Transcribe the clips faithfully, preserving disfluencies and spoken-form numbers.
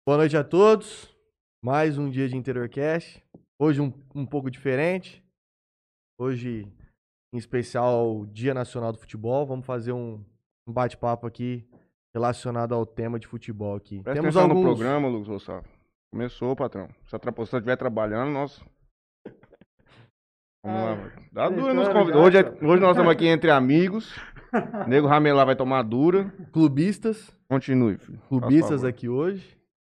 Boa noite a todos. Mais um dia de Interiorcast. Hoje um, um pouco diferente. Hoje, em especial, o Dia Nacional do Futebol. Vamos fazer um, um bate-papo aqui relacionado ao tema de futebol aqui. Presta Temos atenção no alguns. programa, Lucas Rossaf. Começou, patrão. Se a traposição estiver trabalhando, nós. Vamos lá, mano. Dá dura nos convidados. Hoje, é- hoje nós estamos aqui entre amigos. Nego Ramelá vai tomar dura. Clubistas. Continue, filho. Faz Clubistas favor. aqui hoje.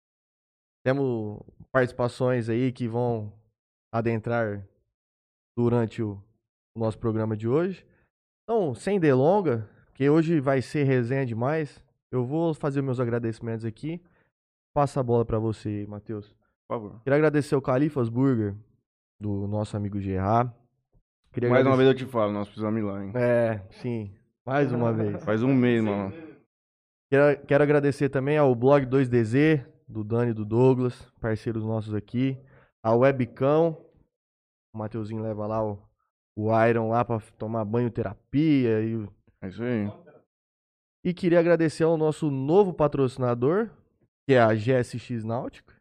Temos participações aí que vão adentrar durante o, o nosso programa de hoje. Então, sem delonga, que hoje vai ser resenha demais, eu vou fazer meus agradecimentos aqui. Passa a bola pra você, Matheus. Por favor. Queria agradecer o Califas Burger, do nosso amigo Gerard. Queria Mais uma agradecer... vez eu te falo, nós precisamos ir lá, hein? É, sim. Mais uma vez. Faz um mês, mano. Quero, quero agradecer também ao Blog dois D Z, do Dani e do Douglas, parceiros nossos aqui. A Webcam, o Mateuzinho leva lá o, o Iron lá pra tomar banho terapia. E, o- É isso aí. e queria agradecer ao nosso novo patrocinador, que é a G S X Náutica.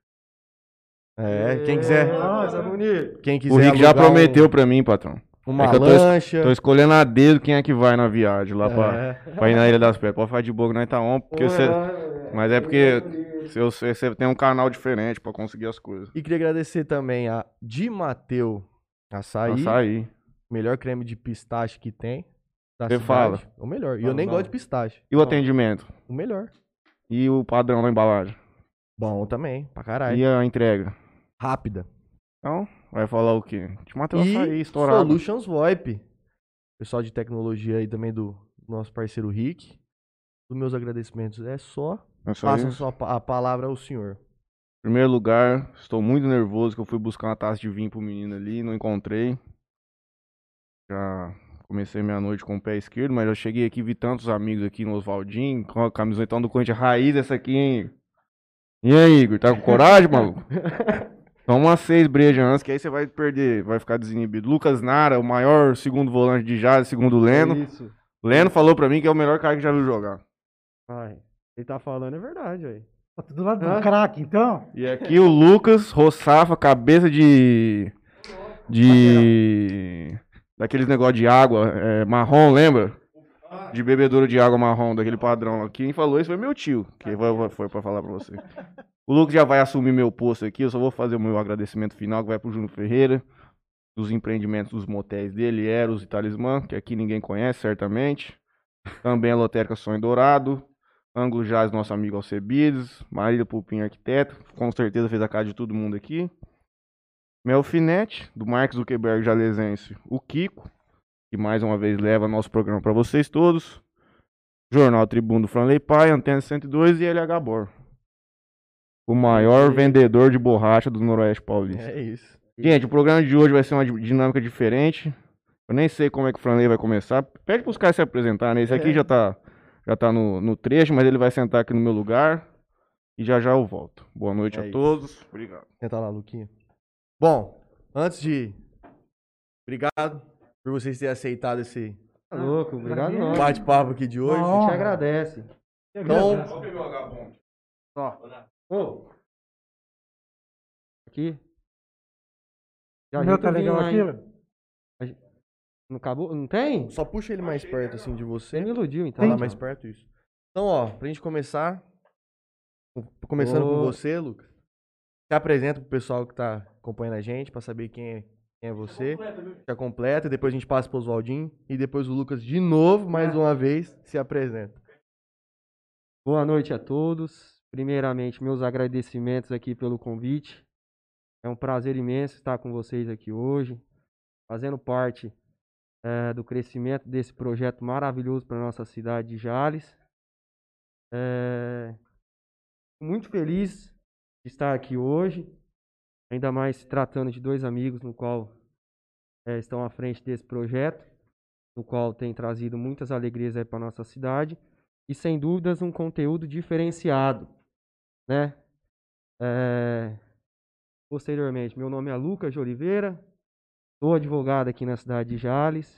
É, quem quiser. Nossa, bonito. Quem quiser O Rick já alugar um- prometeu pra mim, patrão. uma É que eu tô es- lancha. Tô escolhendo a dedo quem é que vai na viagem lá pra, É. pra ir na Ilha das Pedras. Pode falar de boa que nós tá on, porque você. Mas é porque se você, você tem um canal diferente pra conseguir as coisas. E queria agradecer também a Di Mateu Açaí, Açaí. melhor creme de pistache que tem. Da Você cidade. fala. O melhor. E eu Fala, nem fala. gosto de pistache. E o atendimento? O melhor. E o padrão da embalagem? Bom também, pra caralho. E a entrega? Rápida. Então, vai falar o quê? Te matei o E açaí, estourado. Solutions VoIP. Pessoal de tecnologia aí também do nosso parceiro Rick. Os meus agradecimentos é só. É só Façam isso. só a pa- a palavra ao senhor. Em primeiro lugar, estou muito nervoso que eu fui buscar uma taça de vinho pro menino ali, não encontrei. Já comecei minha noite com o pé esquerdo, mas eu cheguei aqui, vi tantos amigos aqui no Oswaldinho, com a camisetão do Corinthians raiz essa aqui, hein, Igor? E aí, Igor, tá com coragem, maluco? Toma umas seis brejas antes, que aí você vai perder, vai ficar desinibido. Lucas Nara, o maior segundo volante de Jazz, segundo o Leno. É isso. Leno falou pra mim que é o melhor cara que já viu jogar. Ai, ele tá falando é verdade, velho. Tá do lado Hã? do craque, então? E aqui o Lucas Rossafa, cabeça de. De. Daqueles negócio de água é, marrom, lembra? De bebedouro de água marrom, daquele padrão. Quem falou isso foi meu tio, que foi, foi pra falar pra você. O Lucas já vai assumir meu posto aqui, eu só vou fazer o meu agradecimento final, que vai pro Júnior Ferreira, dos empreendimentos dos motéis dele, Eros e Talismã, que aqui ninguém conhece, certamente. Também a Lotérica Sonho Dourado, Ângulo Jazz, nosso amigo Alcebiades, Marília Pupim, arquiteto, com certeza fez a casa de todo mundo aqui. Melfinete, do Marcos Zuckerberg Jalesense, o Kiko, que mais uma vez leva nosso programa para vocês todos. Jornal Tribuno do Franley Pai, Antena cento e dois e L H Bor. O maior vendedor de borracha do Noroeste Paulista. É isso. Gente, o programa de hoje vai ser uma di- dinâmica diferente. Eu nem sei como é que o Franley vai começar. Pede pros caras se apresentar, né? Esse aqui É. já tá, já tá no, no trecho, mas ele vai sentar aqui no meu lugar. E já já eu volto. Boa noite É a isso. todos. Obrigado. Senta lá, Luquinha. Bom, antes de. Obrigado por vocês terem aceitado esse Tá louco, obrigado Pra não. mim, bate-papo aqui de hoje. Não. A gente agradece. Então, Ó. Ô. Aqui. Já O meu ajeita tá o vinho legal lá, aqui, hein? velho? Não acabou? Não tem? só puxa ele mais perto assim de você. Você me iludiu, então. Falar mais perto, isso. Então, ó, pra gente começar. Começando com Ô. você, Lucas. Se apresenta pro pessoal que tá acompanhando a gente, pra saber quem é, quem é você. Já completa, depois a gente passa pro Oswaldinho. E depois o Lucas, de novo, mais uma vez, se apresenta. Boa noite a todos. Primeiramente, meus agradecimentos aqui pelo convite. É um prazer imenso estar com vocês aqui hoje, fazendo parte eh, do crescimento desse projeto maravilhoso para nossa cidade de Jales. Eh, muito feliz de estar aqui hoje, ainda mais se tratando de dois amigos no qual eh, estão à frente desse projeto, no qual tem trazido muitas alegrias para nossa cidade e sem dúvidas um conteúdo diferenciado, né? Eh, posteriormente, meu nome é Lucas de Oliveira, sou advogado aqui na cidade de Jales.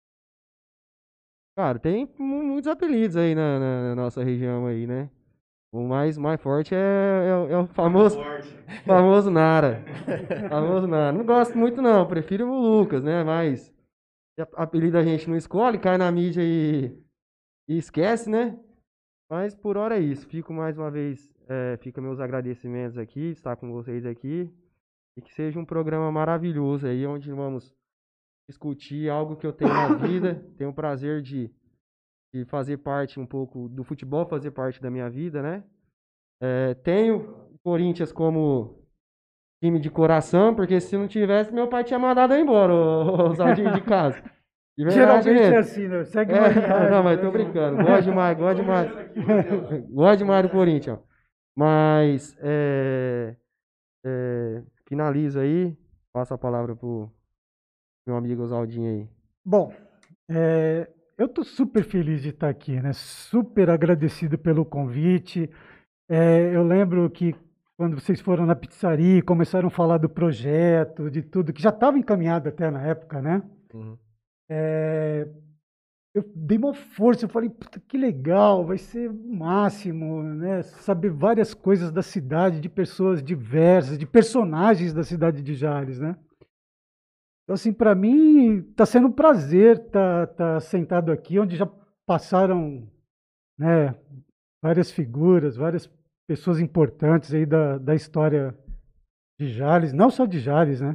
Cara, tem mu- muitos apelidos aí na, na- na nossa região aí, né? O mais, mais forte é, é, é o famoso, famoso Nara. Famoso Nara. Não gosto muito, não. Prefiro o Lucas, né? Mas a- apelido a gente não escolhe, cai na mídia e, e esquece, né? Mas por hora é isso. Fico mais uma vez, é, fica meus agradecimentos aqui, estar com vocês aqui. E que seja um programa maravilhoso aí, onde vamos discutir algo que eu tenho na vida. Tenho o prazer de, de fazer parte um pouco do futebol, fazer parte da minha vida, né? É, tenho o Corinthians como time de coração, porque se não tivesse, meu pai tinha mandado eu embora, o, o Zaldinho de casa. De verdade Geralmente é mesmo. assim, né? Segue uma É, linhagem. não, mas né? tô brincando. Gosto demais, gosto demais. Gosto demais do Corinthians. Mas, é, é, finalizo aí. Passo a palavra pro meu amigo Oswaldinho aí. Bom, é, eu estou super feliz de estar aqui, né? Super agradecido pelo convite. É, eu lembro que quando vocês foram na pizzaria e começaram a falar do projeto, de tudo, que já estava encaminhado até na época, né? Uhum. É, eu dei uma força, eu falei, puta, que legal, vai ser o máximo, né? Saber várias coisas da cidade, de pessoas diversas, de personagens da cidade de Jales, né? Então, assim, para mim, está sendo um prazer estar tá, tá sentado aqui, onde já passaram, né, várias figuras, várias pessoas importantes aí da, da história de Jales, não só de Jales, né?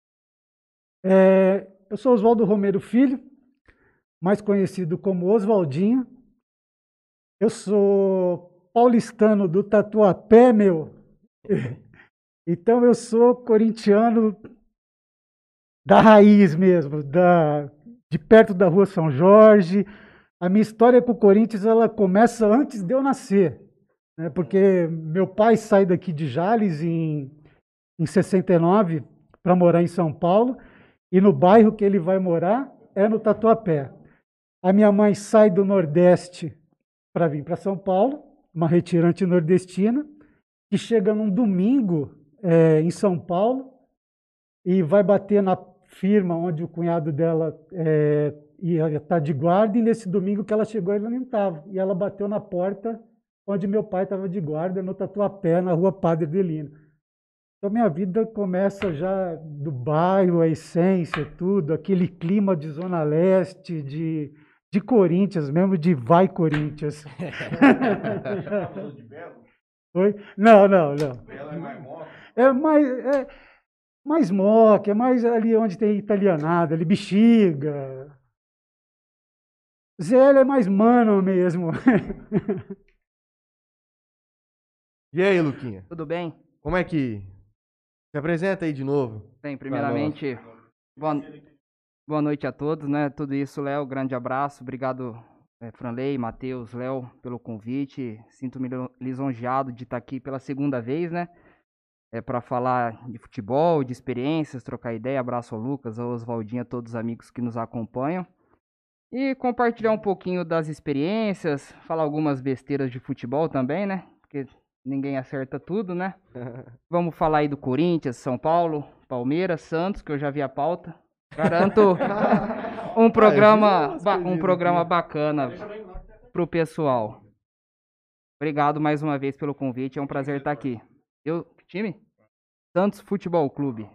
É, eu sou Oswaldo Romero Filho, mais conhecido como Oswaldinho. Eu sou paulistano do Tatuapé, meu. Então eu sou corintiano da raiz mesmo, da, de perto da Rua São Jorge. A minha história com o Corinthians ela começa antes de eu nascer, né? Porque meu pai sai daqui de Jales em, em sessenta e nove para morar em São Paulo, e no bairro que ele vai morar é no Tatuapé. A minha mãe sai do Nordeste para vir para São Paulo, uma retirante nordestina, que chega num domingo é, em São Paulo e vai bater na firma onde o cunhado dela é, ia estar de guarda, e nesse domingo que ela chegou ele não estava. E ela bateu na porta onde meu pai estava de guarda, no Tatuapé, na rua Padre Adelino. Então minha vida começa já do bairro, a essência, tudo, aquele clima de Zona Leste, de, de Corinthians mesmo, de vai Corinthians. de Belo? Oi? Não, não, não. Belo é mais moto? É mais, é mais moca, é mais ali onde tem italianada, ali bexiga. Zé L é mais mano mesmo. E aí, Luquinha? Tudo bem? Como é que... Se apresenta aí de novo. Bem, pra nós. primeiramente, boa, boa noite a todos, né? Tudo isso, Léo, grande abraço. Obrigado, é, Franley, Matheus, Léo, pelo convite. Sinto-me lisonjeado de estar aqui pela segunda vez, né? É para falar de futebol, de experiências, trocar ideia. Abraço ao Lucas, ao Oswaldinho, a todos os amigos que nos acompanham. E compartilhar um pouquinho das experiências, falar algumas besteiras de futebol também, né? Porque ninguém acerta tudo, né? Vamos falar aí do Corinthians, São Paulo, Palmeiras, Santos, que eu já vi a pauta. Garanto um programa, ba- um programa bacana pro pessoal. Obrigado mais uma vez pelo convite, é um prazer estar aqui. Eu, que time? Santos Futebol Clube.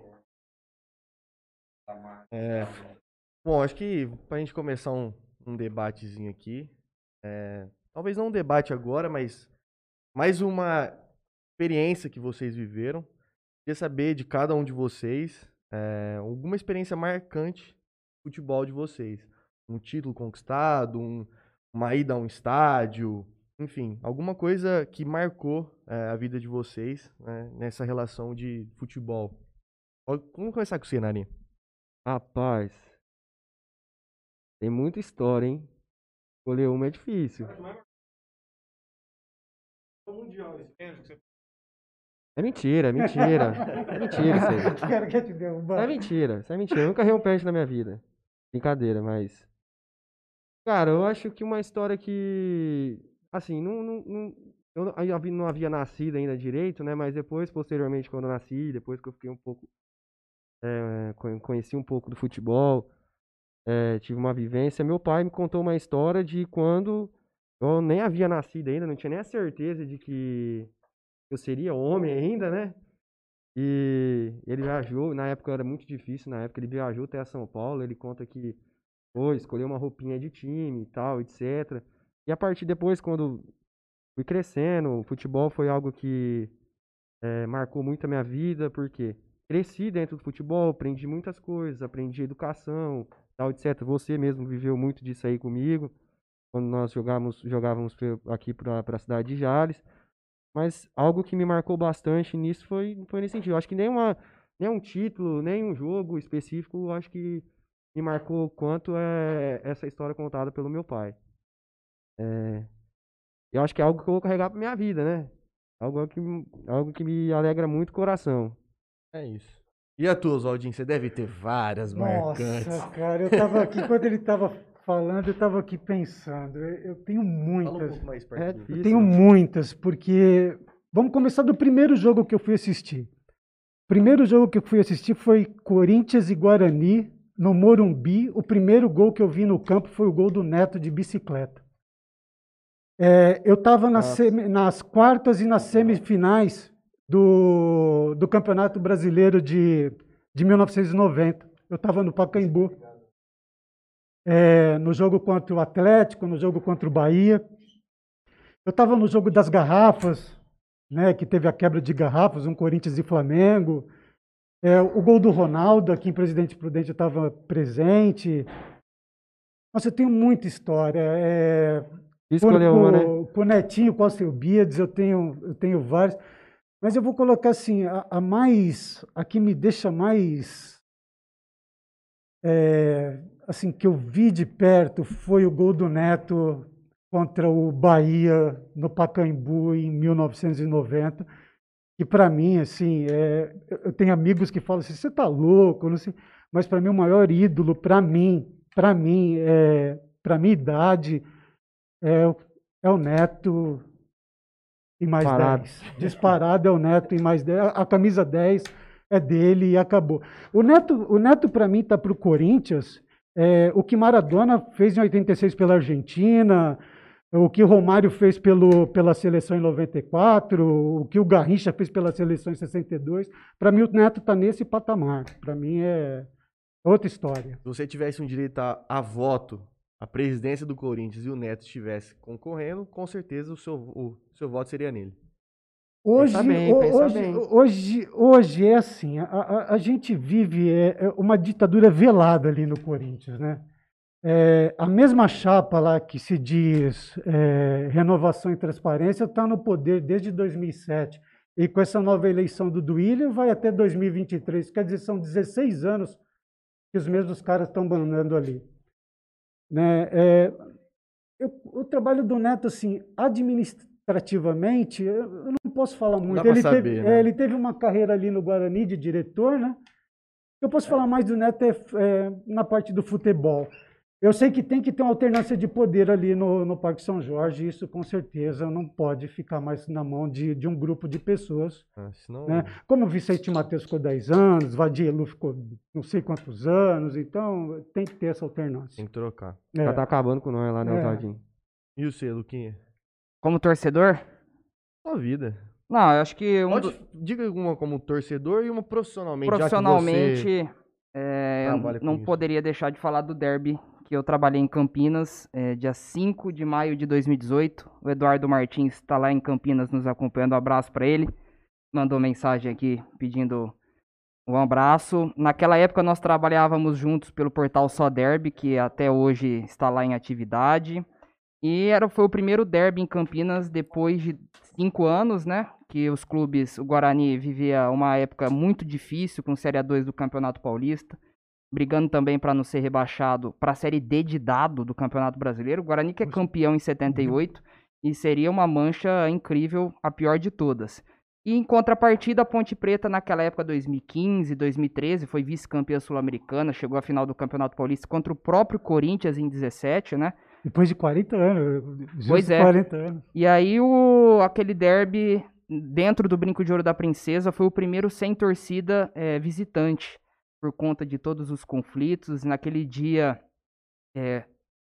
É, bom, acho que pra gente começar um, um debatezinho aqui, é, talvez não um debate agora, mas mais uma experiência que vocês viveram. Queria saber de cada um de vocês é, alguma experiência marcante do futebol de vocês. Um título conquistado, um- uma ida a um estádio, enfim, alguma coisa que marcou é, a vida de vocês, né, nessa relação de futebol. Ó, vamos começar com você, Nari. Rapaz, tem muita história, hein? Escolher uma é difícil. É mentira, é mentira. É mentira isso aí. O cara quer te derrubar. É mentira, isso é mentira. Eu nunca errei um pênalti na minha vida. Brincadeira, mas. Cara, eu acho que uma história que. Assim, não. não, não eu não- eu não havia nascido ainda direito, né? Mas depois, posteriormente, quando eu nasci, depois que eu fiquei um pouco. é, conhe- conheci um pouco do futebol, é, tive uma vivência. Meu pai me contou uma história de quando Eu nem havia nascido ainda, não tinha nem a certeza de que eu seria homem ainda, né? E ele viajou, na época era muito difícil, na época ele viajou até São Paulo, ele conta que foi, escolheu uma roupinha de time e tal, etcétera. E a partir depois, quando fui crescendo, o futebol foi algo que eh, marcou muito a minha vida, porque cresci dentro do futebol, aprendi muitas coisas, aprendi educação, tal, etcétera. Você mesmo viveu muito disso aí comigo, quando nós jogávamos, jogávamos pe- aqui para a cidade de Jales. Mas algo que me marcou bastante nisso foi, foi nesse sentido. Eu acho que nem, uma, nem um título, nem um jogo específico, eu acho que me marcou o quanto é essa história contada pelo meu pai. É, eu acho que é algo que eu vou carregar pra minha vida, né? Algo que, algo que me alegra muito o coração. É isso. E a tua, Oswaldinho? Você deve ter várias marcantes. Nossa, cara, eu tava aqui, quando ele tava falando, eu tava aqui pensando. Eu, eu tenho Fala um muitas. pouco mais É pertinho. Eu difícil. tenho muitas, porque. Vamos começar do primeiro jogo que eu fui assistir. O primeiro jogo que eu fui assistir foi Corinthians e Guarani, no Morumbi. O primeiro gol que eu vi no campo foi o gol do Neto de bicicleta. É, eu estava nas, Nossa. semi- nas quartas e nas semifinais do, do Campeonato Brasileiro de, de mil novecentos e noventa. Eu estava no Pacaembu, é, no jogo contra o Atlético, no jogo contra o Bahia. Eu estava no jogo das garrafas, né, que teve a quebra de garrafas, um Corinthians e Flamengo. É, o gol do Ronaldo, aqui em Presidente Prudente, eu estava presente. Nossa, eu tenho muita história. É, Escolher com, uma, né? com, com o Netinho, com o Alcebiades, eu tenho, eu tenho vários. Mas eu vou colocar assim, a, a mais, a que me deixa mais, é, assim, que eu vi de perto foi o gol do Neto contra o Bahia no Pacaembu em mil novecentos e noventa. E para mim, assim, é, eu tenho amigos que falam assim, você tá louco, não sei. Mas para mim o maior ídolo, para mim, para mim, é, para minha idade, é, o- é o Neto e mais Parado. dez. Disparado é o Neto e mais dez. A a camisa dez é dele e acabou. O Neto, o Neto para mim está para o Corinthians, é, o que Maradona fez em oitenta e seis pela Argentina, o que o Romário fez pelo, pela seleção em noventa e quatro, o que o Garrincha fez pela seleção em sessenta e dois. Para mim o Neto está nesse patamar. Para mim é outra história. Se você tivesse um direito a, a voto, a presidência do Corinthians e o Neto estivesse concorrendo, com certeza o seu, o seu voto seria nele. Hoje, bem, ho- pensa hoje, bem. hoje, hoje é assim, a, a- a gente vive é, é uma ditadura velada ali no Corinthians, né? É, a mesma chapa lá que se diz é, renovação e transparência está no poder desde dois mil e sete. E com essa nova eleição do Duílio vai até dois mil e vinte e três. Quer dizer, são dezesseis anos que os mesmos caras estão mandando ali. Né? É, eu- o trabalho do Neto, assim, administrativamente, eu eu não posso falar muito. pra Ele saber, teve, né? é, ele teve uma carreira ali no Guarani de diretor, né? Eu posso falar mais do Neto é, é, na parte do futebol. Eu sei que tem que ter uma alternância de poder ali no, no Parque São Jorge, isso com certeza não pode ficar mais na mão de, de um grupo de pessoas. Ah, senão, Né? Como o Vicente Matheus ficou dez anos, Vadielu ficou não sei quantos anos, então tem que ter essa alternância. tem que trocar. É. Já tá acabando com nós lá, né, É. Oswaldinho? E o seu, Luquinha? Como torcedor? Sua vida. Não, eu acho que um Pode, do- diga uma como torcedor e uma profissionalmente. já que profissionalmente, você é, eu trabalha com não isso. poderia deixar de falar do derby que eu trabalhei em Campinas, é, dia cinco de maio de dois mil e dezoito. O Eduardo Martins está lá em Campinas nos acompanhando. Um abraço para ele. Mandou mensagem aqui pedindo um abraço. Naquela época nós trabalhávamos juntos pelo portal Só Derby, que até hoje está lá em atividade. E era, foi o primeiro derby em Campinas depois de cinco anos, né? Que os clubes, o Guarani vivia uma época muito difícil com Série A dois do Campeonato Paulista, brigando também para não ser rebaixado para a Série D de dado do Campeonato Brasileiro. O Guarani que é campeão em setenta e oito e seria uma mancha incrível, a pior de todas. E em contrapartida, a Ponte Preta naquela época, dois mil e quinze, dois mil e treze, foi vice-campeã sul-americana, chegou à final do Campeonato Paulista contra o próprio Corinthians em dezessete, né? Depois de quarenta anos. Justo Pois é. quarenta anos. E aí o, aquele derby dentro do Brinco de Ouro da Princesa foi o primeiro sem torcida é, visitante, por conta de todos os conflitos. Naquele dia, é,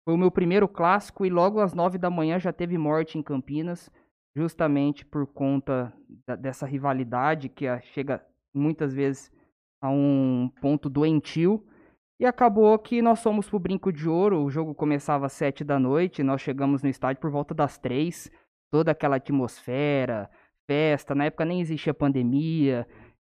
Foi o meu primeiro clássico e logo às nove da manhã já teve morte em Campinas, justamente por conta da, dessa rivalidade que a, chega muitas vezes a um ponto doentio. E acabou que nós fomos pro Brinco de Ouro, o jogo começava às sete da noite, nós chegamos no estádio por volta das três, toda aquela atmosfera, festa, na época nem existia pandemia,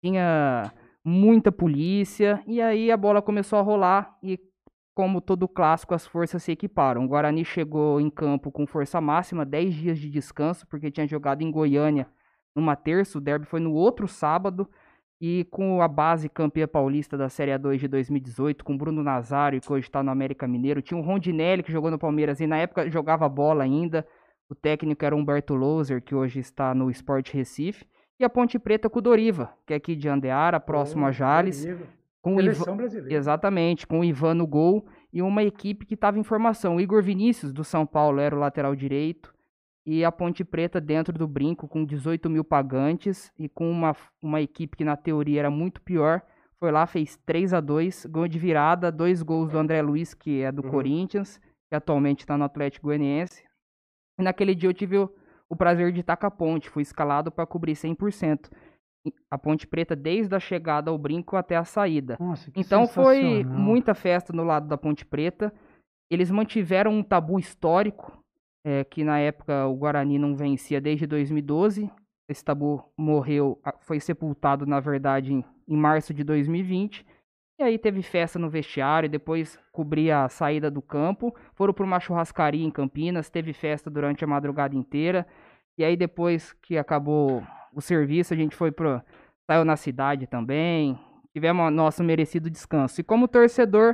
tinha muita polícia, e aí a bola começou a rolar e como todo clássico as forças se equiparam. O Guarani chegou em campo com força máxima, dez dias de descanso, porque tinha jogado em Goiânia numa terça, o derby foi no outro sábado, e com a base campeã paulista da Série A dois de dois mil e dezoito, com Bruno Nazário, que hoje está no América Mineiro, tinha o Rondinelli, que jogou no Palmeiras, e na época jogava bola ainda, o técnico era Humberto Louser, que hoje está no Sport Recife, e a Ponte Preta com o Doriva, que é aqui de Andeara, próximo Oh, a Jales. Com o Seleção Ivan, brasileira. exatamente, com o Ivan no gol, e uma equipe que estava em formação. O Igor Vinícius, do São Paulo, era o lateral direito, e a Ponte Preta dentro do Brinco, com dezoito mil pagantes, e com uma, uma equipe que na teoria era muito pior, foi lá, fez três a dois, gol de virada, dois gols do André Luiz, que é do Uhum. Corinthians, que atualmente está no Atlético Goianiense. E naquele dia eu tive o, o prazer de estar com a Ponte, fui escalado para cobrir cem por cento. A Ponte Preta desde a chegada ao Brinco até a saída. Nossa, que Então foi sensacional. muita festa no lado da Ponte Preta. Eles mantiveram um tabu histórico, é, que na época o Guarani não vencia desde dois mil e doze. Esse tabu morreu, foi sepultado, na verdade, em, em março de dois mil e vinte. E aí teve festa no vestiário, depois cobria a saída do campo. Foram para uma churrascaria em Campinas, teve festa durante a madrugada inteira. E aí depois que acabou o serviço, a gente foi pro... saiu na cidade também. Tivemos nosso merecido descanso. E como torcedor,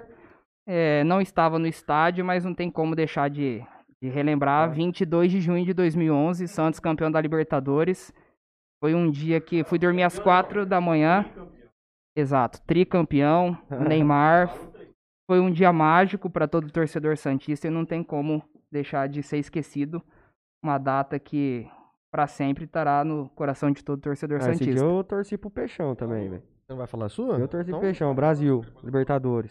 é, não estava no estádio, mas não tem como deixar de, de relembrar. vinte e dois de junho de dois mil e onze, Santos campeão da Libertadores. Foi um dia que fui dormir às quatro da manhã. Exato, tricampeão, Neymar. Foi um dia mágico para todo torcedor santista e não tem como deixar de ser esquecido. Uma data que para sempre estará no coração de todo torcedor Ah, esse santista. dia eu torci pro Peixão também, velho. Você não vai falar a sua? Eu torci Então, pro Peixão, Brasil, Libertadores.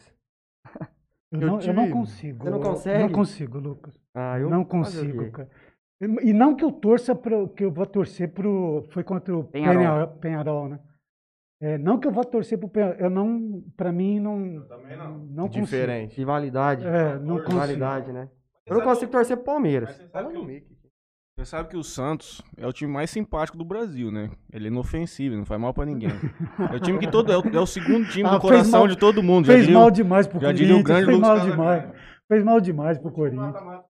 Eu, Eu não, eu não tive- consigo. Você não eu consegue? Não consigo, Lucas. Ah, eu Não fazer o consigo, quê? cara. E não que eu torça pro, que eu vou torcer pro. Foi contra o Penharol. Penharol, Penharol, né? É, não que eu vou torcer pro Penharol. Eu não. Pra mim, não. Não consigo. diferente. Rivalidade. É, não consigo. Rivalidade, né? Eu não consigo torcer pro Palmeiras. Fala no mic. Você sabe que o Santos é o time mais simpático do Brasil, né? Ele é inofensivo, não faz mal pra ninguém. É o time que todo é o, é o segundo time Ah, do fez coração mal- de todo mundo. Já Fez diria, mal o- demais pro já diria o Corinthians. grande Fez Lucas mal Casagrande. demais. Fez mal demais pro Corinthians.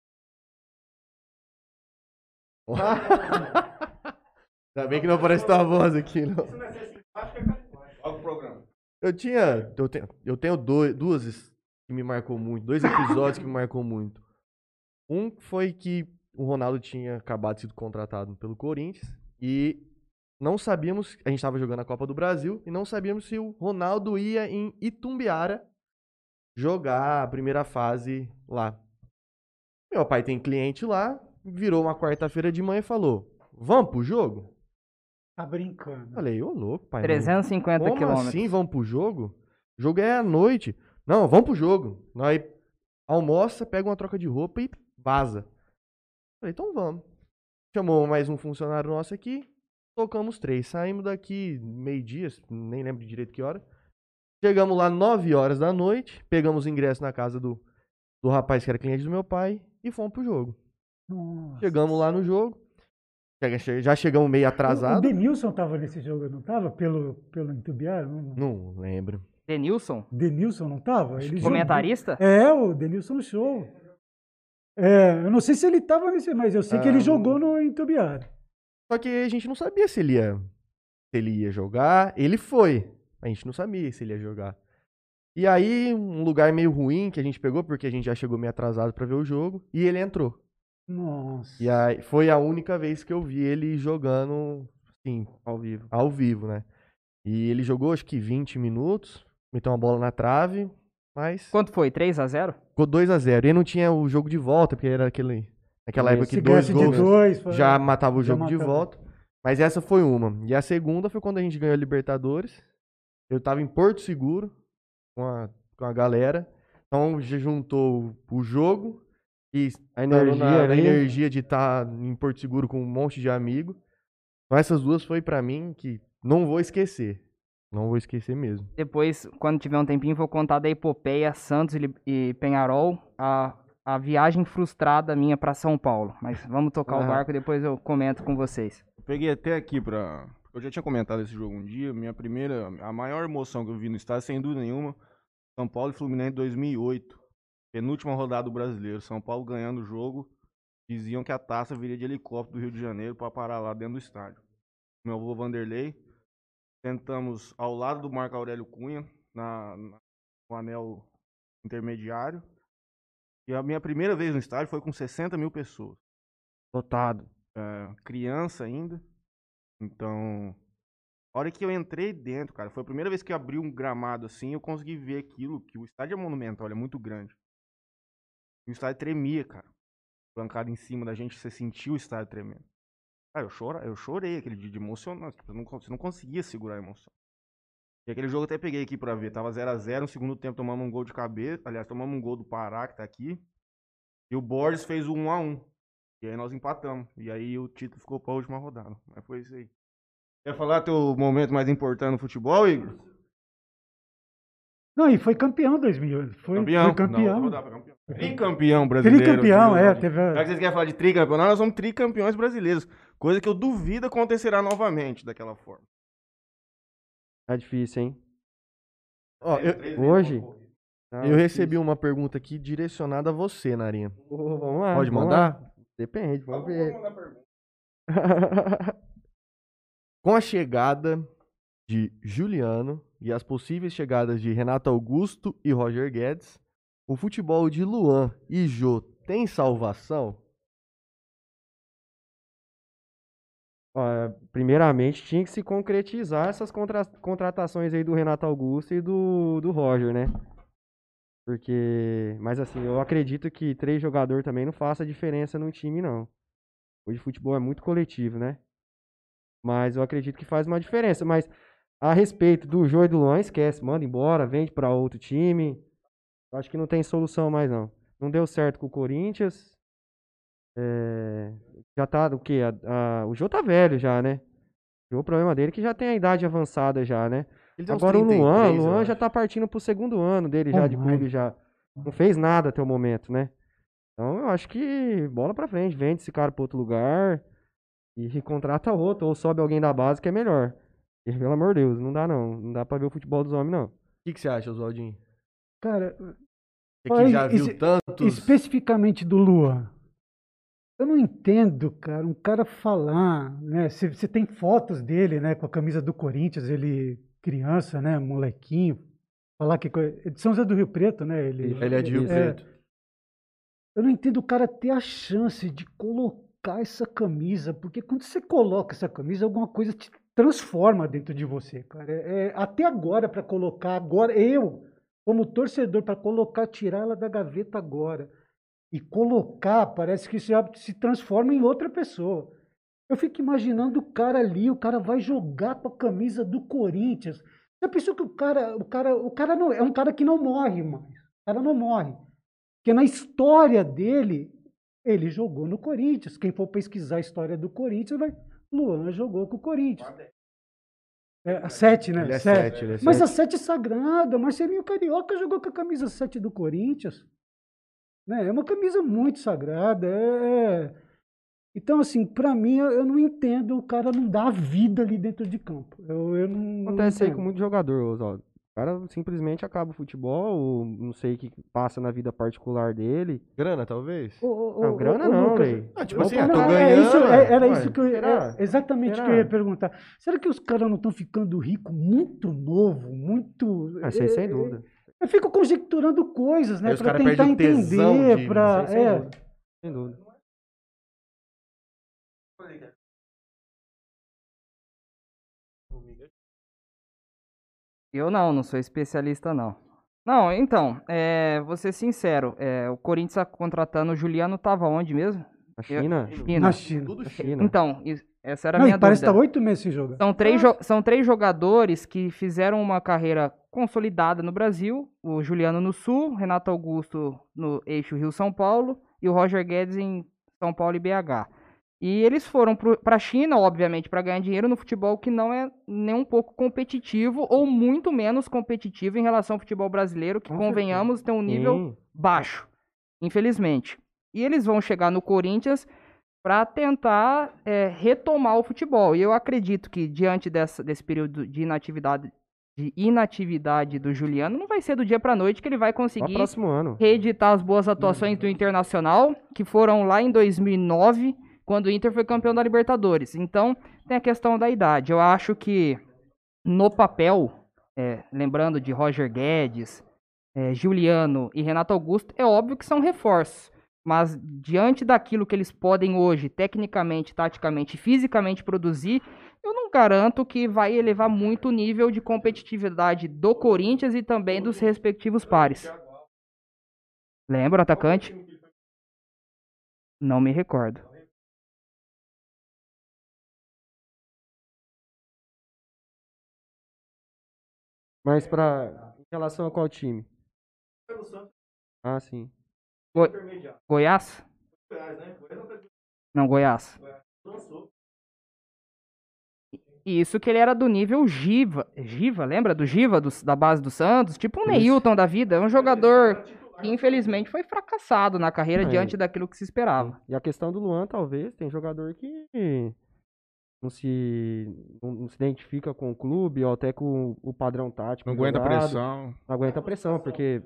Ainda bem que não aparece tua voz aqui, não. Olha o programa. Eu tinha. Eu tenho, eu tenho dois, duas que me marcou muito. Dois episódios que me marcou muito. Um foi que o Ronaldo tinha acabado de ser contratado pelo Corinthians. E não sabíamos. A gente estava jogando a Copa do Brasil. E não sabíamos se o Ronaldo ia em Itumbiara jogar a primeira fase lá. Meu pai tem cliente lá. Virou uma quarta-feira de manhã e falou: Vamos pro jogo? Tá brincando. Falei, ô louco, pai. trezentos e cinquenta Como quilômetros. assim, vamos pro jogo? O jogo é à noite. Não, vamos pro jogo. Nós almoça, pega uma troca de roupa e vaza. Falei, então vamos. Chamou mais um funcionário nosso aqui, tocamos três. Saímos daqui meio-dia, nem lembro direito que hora. Chegamos lá nove horas da noite, pegamos o ingresso na casa do, do rapaz que era cliente do meu pai e fomos pro jogo. Nossa. Chegamos lá no jogo, chega- já chegamos meio O atrasados. Denilson tava nesse jogo, não tava? Pelo, pelo Itumbiara? Não, não. Não lembro. Denilson, Denilson não tava? Ele jogou- comentarista? É, o Denilson Show. É, eu não sei se ele tava nesse, mas eu sei que Ah, ele não- jogou no Itumbiara. Só que a gente não sabia se ele ia, se ele ia jogar. Ele foi. A gente não sabia se ele ia jogar. E aí, um lugar meio ruim que a gente pegou, porque a gente já chegou meio atrasado pra ver o jogo, e ele entrou. Nossa. E aí, foi a única vez que eu vi ele jogando, assim, Ao vivo. ao vivo, né? E ele jogou, acho que vinte minutos, meteu uma bola na trave, mas Quanto foi? três a zero? ficou dois a zero. E não tinha o jogo de volta, porque era aquele, naquela época que Se dois ganhasse gols de dois, foi- já matava o já jogo de matava. volta. Mas essa foi uma. E a segunda foi quando a gente ganhou a Libertadores. Eu tava em Porto Seguro com a, com a galera. Então já juntou o jogo E A estando energia na, na ali. energia de estar em Porto Seguro com um monte de amigo. Então essas duas foi pra mim que não vou esquecer. Não vou esquecer mesmo. Depois, quando tiver um tempinho, vou contar da epopeia Santos e Li- e Penharol, a, a viagem frustrada minha pra São Paulo. Mas vamos tocar o Ah. barco e depois eu comento com vocês. Eu peguei até aqui pra. Eu já tinha comentado esse jogo um dia. Minha primeira. A maior emoção que eu vi no estádio, sem dúvida nenhuma, São Paulo e Fluminense dois mil e oito. Penúltima rodada do Brasileiro. São Paulo ganhando o jogo. Diziam que a taça viria de helicóptero do Rio de Janeiro pra parar lá dentro do estádio. Meu avô Vanderlei. Sentamos ao lado do Marco Aurélio Cunha, na, na- no anel intermediário. E a minha primeira vez no estádio foi com sessenta mil pessoas. Lotado. É, criança ainda. Então, a hora que eu entrei dentro, cara, foi a primeira vez que eu abri um gramado assim, eu consegui ver aquilo, que o estádio é monumental, ele é muito grande. E o estádio tremia, cara. Bancada em cima da gente, você sentiu o estádio tremendo. Cara, eu, chora, eu chorei aquele dia de emocionante. Tipo, eu não, con- você não conseguia segurar a emoção. E aquele jogo eu até peguei aqui pra ver. Tava zero a zero, no segundo tempo tomamos um gol de cabeça. Aliás, tomamos um gol do Pará, que tá aqui. E o Borges fez o um a um. E aí nós empatamos. E aí o título ficou pra última rodada. Mas foi isso aí. Quer falar teu momento mais importante no futebol, Igor? Não, e foi campeão em dois mil e oito. Foi Campeão. Foi campeão. Não, outra rodada foi campeão. Tricampeão brasileiro. Tricampeão, viu? é. Teve a- Já que vocês querem falar de tricampeão, nós somos tricampeões brasileiros. Coisa que eu duvido acontecerá novamente daquela forma. Tá difícil, hein? Ó, eu, Hoje. Tá eu recebi difícil. uma pergunta aqui direcionada a você, Narinha. Ô, vamos lá. Pode vamos mandar? lá. Depende, vamos ver. Com a chegada de Juliano e as possíveis chegadas de Renato Augusto e Roger Guedes, o futebol de Luan e Jô tem salvação? Ó, primeiramente, tinha que se concretizar essas contra- contratações aí do Renato Augusto e do, do Roger, né? Porque, mas assim, eu acredito que três jogadores também não faça diferença no time, não. Hoje futebol é muito coletivo, né? Mas eu acredito que faz uma diferença. Mas a respeito do Jô e do Luan, esquece, manda embora, vende pra outro time. Eu acho que não tem solução mais, não. Não deu certo com o Corinthians. É, já tá, o quê? A- a- o Jô tá velho já, né? O Jô, o problema dele é que já tem a idade avançada já, né? Ele tem uns Agora o Luan, o trinta e três, eu Luan já acho. tá partindo pro segundo ano dele já Oh, de my. clube já. Não fez nada até o momento, né? Então eu acho que bola pra frente, vende esse cara pra outro lugar e contrata outro, ou sobe alguém da base que é melhor. E, pelo amor de Deus, não dá não. Não dá pra ver o futebol dos homens, não. O que, que você acha, Oswaldinho? Cara, Você Olha, que já viu esse- tantos... especificamente do Luan. Eu não entendo, cara, um cara falar, né? Você tem fotos dele, né, com a camisa do Corinthians, ele criança, né, molequinho, falar que co- é de São José do Rio Preto, né? Ele, Ele é de Rio Isso. Preto. Eu não entendo o cara ter a chance de colocar essa camisa, porque quando você coloca essa camisa, alguma coisa te transforma dentro de você, cara. É, é, até agora, para colocar, agora, eu, como torcedor, para colocar, tirar ela da gaveta agora e colocar, parece que já se transforma em outra pessoa. Eu fico imaginando o cara ali, o cara vai jogar com a camisa do Corinthians. Já pensou que o cara, o cara, o cara não é um cara que não morre mais. O cara não morre. Porque na história dele, ele jogou no Corinthians. Quem for pesquisar a história do Corinthians, vai. Luan jogou com o Corinthians. É, a sete, né? Ele é Sete. sete, ele é Mas sete. a sete é sagrada. Marcelinho Carioca jogou com a camisa sete do Corinthians. Né? É uma camisa muito sagrada. É... Então, assim, pra mim, eu, eu não entendo o cara não dar a vida ali dentro de campo. Eu, eu não, não Acontece aí entendo. com muito jogador, Oswaldo. O cara simplesmente acaba o futebol, ou não sei o que passa na vida particular dele. Grana, talvez? Ô, ô, Não, ô, grana ô, não, Lucas, Lei. Ah, tipo Não, assim, não, ah, tô Não, ganhando. é isso, é- era ué. isso que eu, será? é exatamente Será? o que eu ia perguntar. Será que os caras não estão ficando ricos muito novo, muito... Ah, isso aí sem é, dúvida. Eu fico conjecturando coisas, né, Aí os para caras tentar perdem o tesão entender, de- para Isso aí sem é, dúvida. Sem dúvida. Eu não, não sou especialista não. Não, então, é, vou ser sincero, é, o Corinthians tá contratando o Juliano tava onde mesmo? A China? China. na China. Tudo A cheio. China. Então, is- essa era a Não, minha e parece que dúvida. tá oito meses sem jogar. São três, jo- são três jogadores que fizeram uma carreira consolidada no Brasil. O Juliano no Sul, Renato Augusto no eixo Rio-São Paulo e o Roger Guedes em São Paulo e B H. E eles foram para a China, obviamente, para ganhar dinheiro no futebol que não é nem um pouco competitivo ou muito menos competitivo em relação ao futebol brasileiro, que, Com convenhamos, tem um nível Sim. baixo, infelizmente. E eles vão chegar no Corinthians para tentar é, retomar o futebol. E eu acredito que, diante dessa, desse período de inatividade, de inatividade do Juliano, não vai ser do dia para noite que ele vai Só conseguir próximo ano. reeditar as boas atuações do Internacional, que foram lá em dois mil e nove, quando o Inter foi campeão da Libertadores. Então, tem a questão da idade. Eu acho que, no papel, é, lembrando de Roger Guedes, é, Juliano e Renato Augusto, é óbvio que são reforços. Mas, diante daquilo que eles podem hoje, tecnicamente, taticamente e fisicamente produzir, eu não garanto que vai elevar muito o nível de competitividade do Corinthians e também dos respectivos pares. Lembra o atacante? Não me recordo. Mas pra... Em relação a qual time? Ah, sim. Go- Goiás? Não, Goiás. E isso que ele era do nível Giva. Giva, lembra do Giva, do- da base do Santos? Tipo um Isso. Neilton da vida. É um jogador que infelizmente foi fracassado na carreira É. diante daquilo que se esperava. E a questão do Luan, talvez, tem jogador que não se, não, não se identifica com o clube ou até com o padrão tático. Não aguenta jogado. pressão. Não aguenta pressão, porque...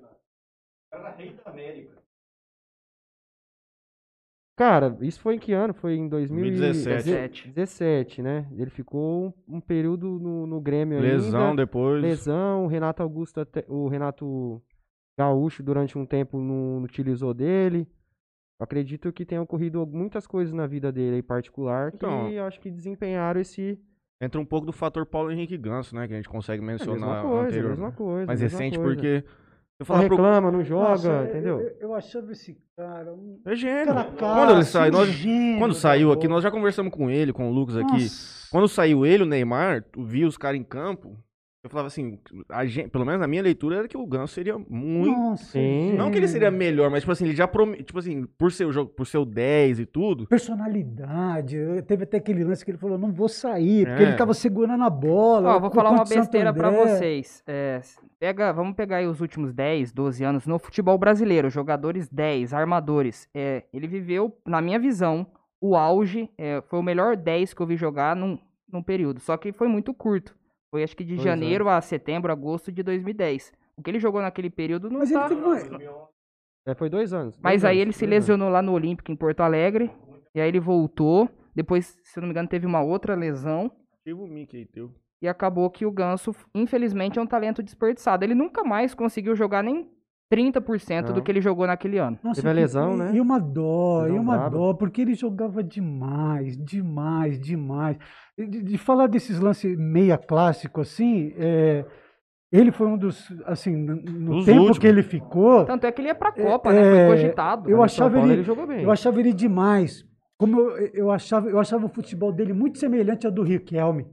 Cara, isso foi em que ano? Foi em dois mil e dezessete. dezessete, né? Ele ficou um, um período no, no Grêmio Lesão ainda. depois. Lesão, o Renato Augusto, até- o Renato Gaúcho durante um tempo não, não utilizou dele. Eu acredito que tenha ocorrido muitas coisas na vida dele aí particular que Então, eu acho que desempenharam esse... Entra um pouco do fator Paulo Henrique Ganso, né? Que a gente consegue É a mencionar mesma coisa, é a anterior. mesma coisa. mais a mesma recente, coisa. porque. Eu Só falar pro... reclama, não joga, Nossa, eu- entendeu? Eu, eu achava esse cara um É gênio. caracaço, Quando ele saiu, um nós, gênio quando da saiu aqui, bola. nós já conversamos com ele, com o Lucas aqui. Nossa. Quando saiu ele, o Neymar, tu via os caras em campo, eu falava assim, a gente, pelo menos na minha leitura, era que o Ganso seria muito. Nossa, Sim. Não que ele seria gênio. melhor, mas tipo assim, ele já prometeu, tipo assim, por ser o jogo, por ser o dez e tudo. Personalidade. Teve até aquele lance que ele falou, não vou sair, porque É. ele tava segurando a bola. Ó, vou co- falar uma contra o Santo besteira pra André. vocês. É, pega, vamos pegar aí os últimos dez, doze anos no futebol brasileiro. Jogadores dez, armadores. É, ele viveu, na minha visão, o auge. É, foi o melhor dez que eu vi jogar num, num período. Só que foi muito curto. Foi acho que de Dois janeiro a setembro, agosto de dois mil e dez. O que ele jogou naquele período não Mas ele tá... teve uma... É, foi dois anos. Mas dois aí anos, ele se dois anos. lesionou lá no Olímpico em Porto Alegre. E aí ele voltou. Depois, se eu não me engano, teve uma outra lesão. Tive o Mickey teu. E acabou que o Ganso, infelizmente, é um talento desperdiçado. Ele nunca mais conseguiu jogar nem trinta por cento do Não. que ele jogou naquele ano. Nossa, Teve a que- lesão, e, né? E uma dó, e Lesão uma braba. dó, porque ele jogava demais, demais, demais. E De, de falar desses lances meia clássico assim, é, ele foi um dos, assim, no, no Os tempo últimos. que ele ficou, Tanto é que ele ia pra Copa, é, né? Foi é, cogitado. eu Mas no achava São Paulo ele- ele jogou bem. eu achava ele demais. Como eu, eu, achava, eu achava o futebol dele muito semelhante ao do Riquelme.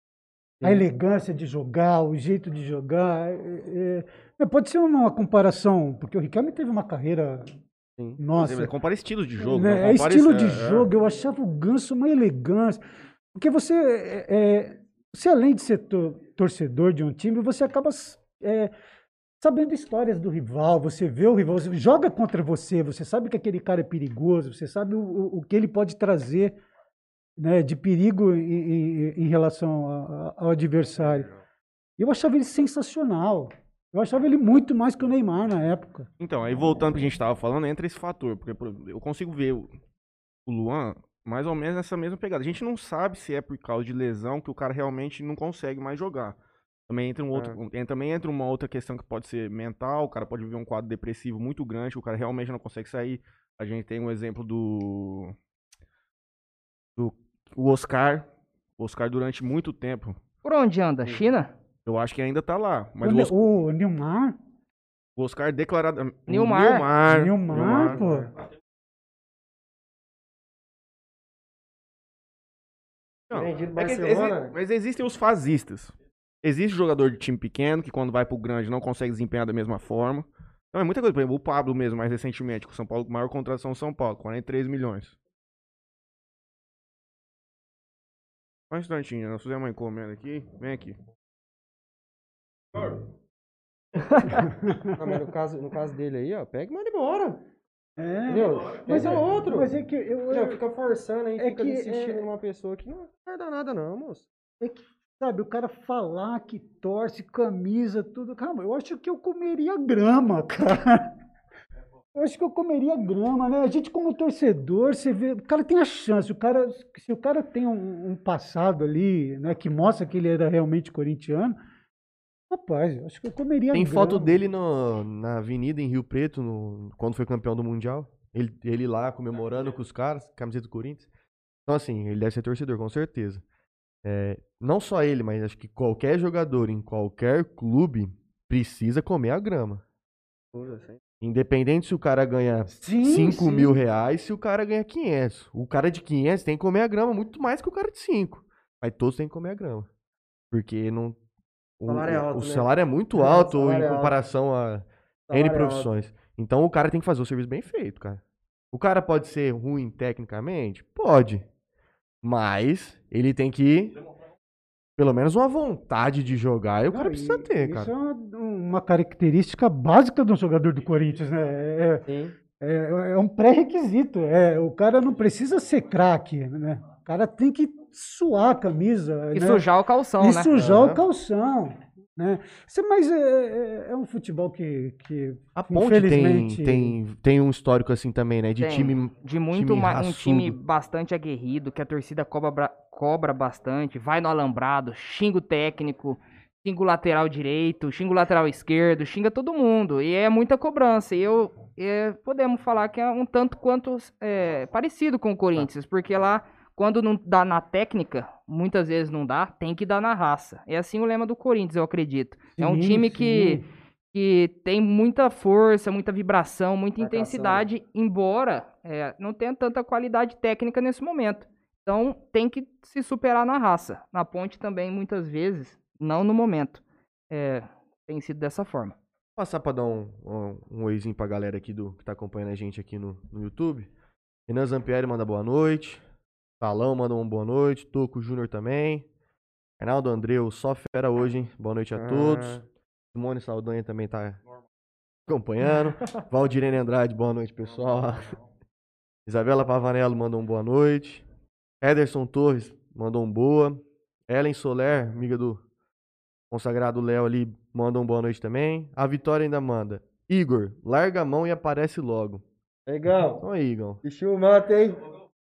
A Sim. elegância de jogar, o jeito de jogar. é, é, pode ser uma comparação, porque o Riquelme teve uma carreira, Sim. nossa, Compara estilos de jogo. né, não é compara estilo esse- de é, é. jogo. Eu achava o Ganso uma elegância. Porque você, é, é, você além de ser to- torcedor de um time, você acaba é, sabendo histórias do rival. Você vê o rival, você joga contra você, você sabe que aquele cara é perigoso, você sabe o, o- o que ele pode trazer, né, de perigo em, em- em relação a- a- ao adversário. Eu achava ele sensacional. Eu achava ele muito mais que o Neymar na época. Então, aí voltando pro que a gente tava falando, entra esse fator. Porque por exemplo, eu consigo ver o, o Luan mais ou menos nessa mesma pegada. A gente não sabe se é por causa de lesão que o cara realmente não consegue mais jogar. Também entra, um outro, um- também entra uma outra questão que pode ser mental. O cara pode viver um quadro depressivo muito grande, o cara realmente não consegue sair. A gente tem um exemplo do. do o Oscar. O Oscar durante muito tempo. Por onde anda? China? Eu acho que ainda tá lá. Mas o, o, Ne- Os- o Neymar, o Oscar declarado. Nilmar. Nilmar. Neymar, pô. Não, Vendido é que Barcelona. exi- mas existem os fazistas. Existe jogador de time pequeno que quando vai pro grande não consegue desempenhar da mesma forma. Não, é muita coisa. Por exemplo, o Pablo mesmo, mais recentemente, com o São Paulo, com maior contratação São Paulo, quarenta e três milhões. Só um instantinho, nós fizemos uma encomenda aqui. Vem aqui. Não, mas no caso, no caso dele aí, ó, pega e manda embora. É, Entendeu? mas Mas é é outro. Mas é que eu, Já eu- fica forçando aí, é fica que, insistindo é- numa pessoa que não vai dar nada não, moço. é que, sabe, o cara falar que torce camisa, tudo. Calma, eu acho que eu comeria grama, cara. Eu acho que eu comeria grama, né? A gente, como torcedor, você vê. O cara tem a chance. O cara, se o cara tem um, um passado ali, né, que mostra que ele era realmente corintiano, rapaz, eu acho que eu comeria Tem grama. foto dele no- na avenida em Rio Preto, no- quando foi campeão do Mundial. Ele, ele lá comemorando com os caras, camiseta do Corinthians. Então, assim, ele deve ser torcedor, com certeza. É, não só ele, mas acho que qualquer jogador em qualquer clube precisa comer a grama. Independente se o cara ganha Sim, cinco sim. mil reais, se o cara ganha quinhentos. O cara de quinhentos tem que comer a grama muito mais que o cara de cinco. Mas todos têm que comer a grama. Porque não, o Salário é alto, o né? salário é muito É, alto salário em é alto. comparação a N Salário é profissões. Então o cara tem que fazer o serviço bem feito, cara. O cara pode ser ruim tecnicamente? Pode. Mas ele tem que pelo menos uma vontade de jogar e o cara Não, precisa e- ter, Isso cara. é uma, uma característica básica de um jogador do Corinthians, né? É, Sim. é, é um pré-requisito. É, o cara não precisa ser craque, né? O cara tem que suar a camisa. E né? sujar o calção, E né? sujar É. o calção. Né? Isso, mas é, é- é um futebol que, que A Ponte tem, infelizmente... tem, tem um histórico assim também, né? De Tem. time. De muito time ma- um time raçudo. bastante aguerrido, que a torcida cobra, bra- cobra bastante, vai no alambrado, xinga o técnico, xinga o lateral direito, xinga o lateral esquerdo, xinga todo mundo. E é muita cobrança. E eu é, podemos falar que é um tanto quanto é, parecido com o Corinthians, porque lá, quando não dá na técnica, muitas vezes não dá, tem que dar na raça. É assim o lema do Corinthians, eu acredito. É um Sim, time sim. que que tem muita força, muita vibração, muita Marcação. intensidade, embora é, não tenha tanta qualidade técnica nesse momento. Então tem que se superar na raça. Na Ponte também, muitas vezes, não no momento. É, tem sido dessa forma. Vou passar pra dar um, um, um oizinho pra galera aqui do, que tá acompanhando a gente aqui no, no YouTube. Renan Zampieri manda boa noite. Talão manda uma boa noite. Toco Júnior também. Reinaldo Andreu, só fera hoje, hein? Boa noite a todos. Ah, Simone Saldanha também tá acompanhando. Valdirene Andrade, boa noite, pessoal. Isabela Pavanello mandou um boa noite. Ederson Torres mandou um boa. Ellen Soler, amiga do consagrado Léo ali, mandou um boa noite também. A Vitória ainda manda. Igor, larga a mão e aparece logo. legal. Então aí, Igor. Bicho mata, hein?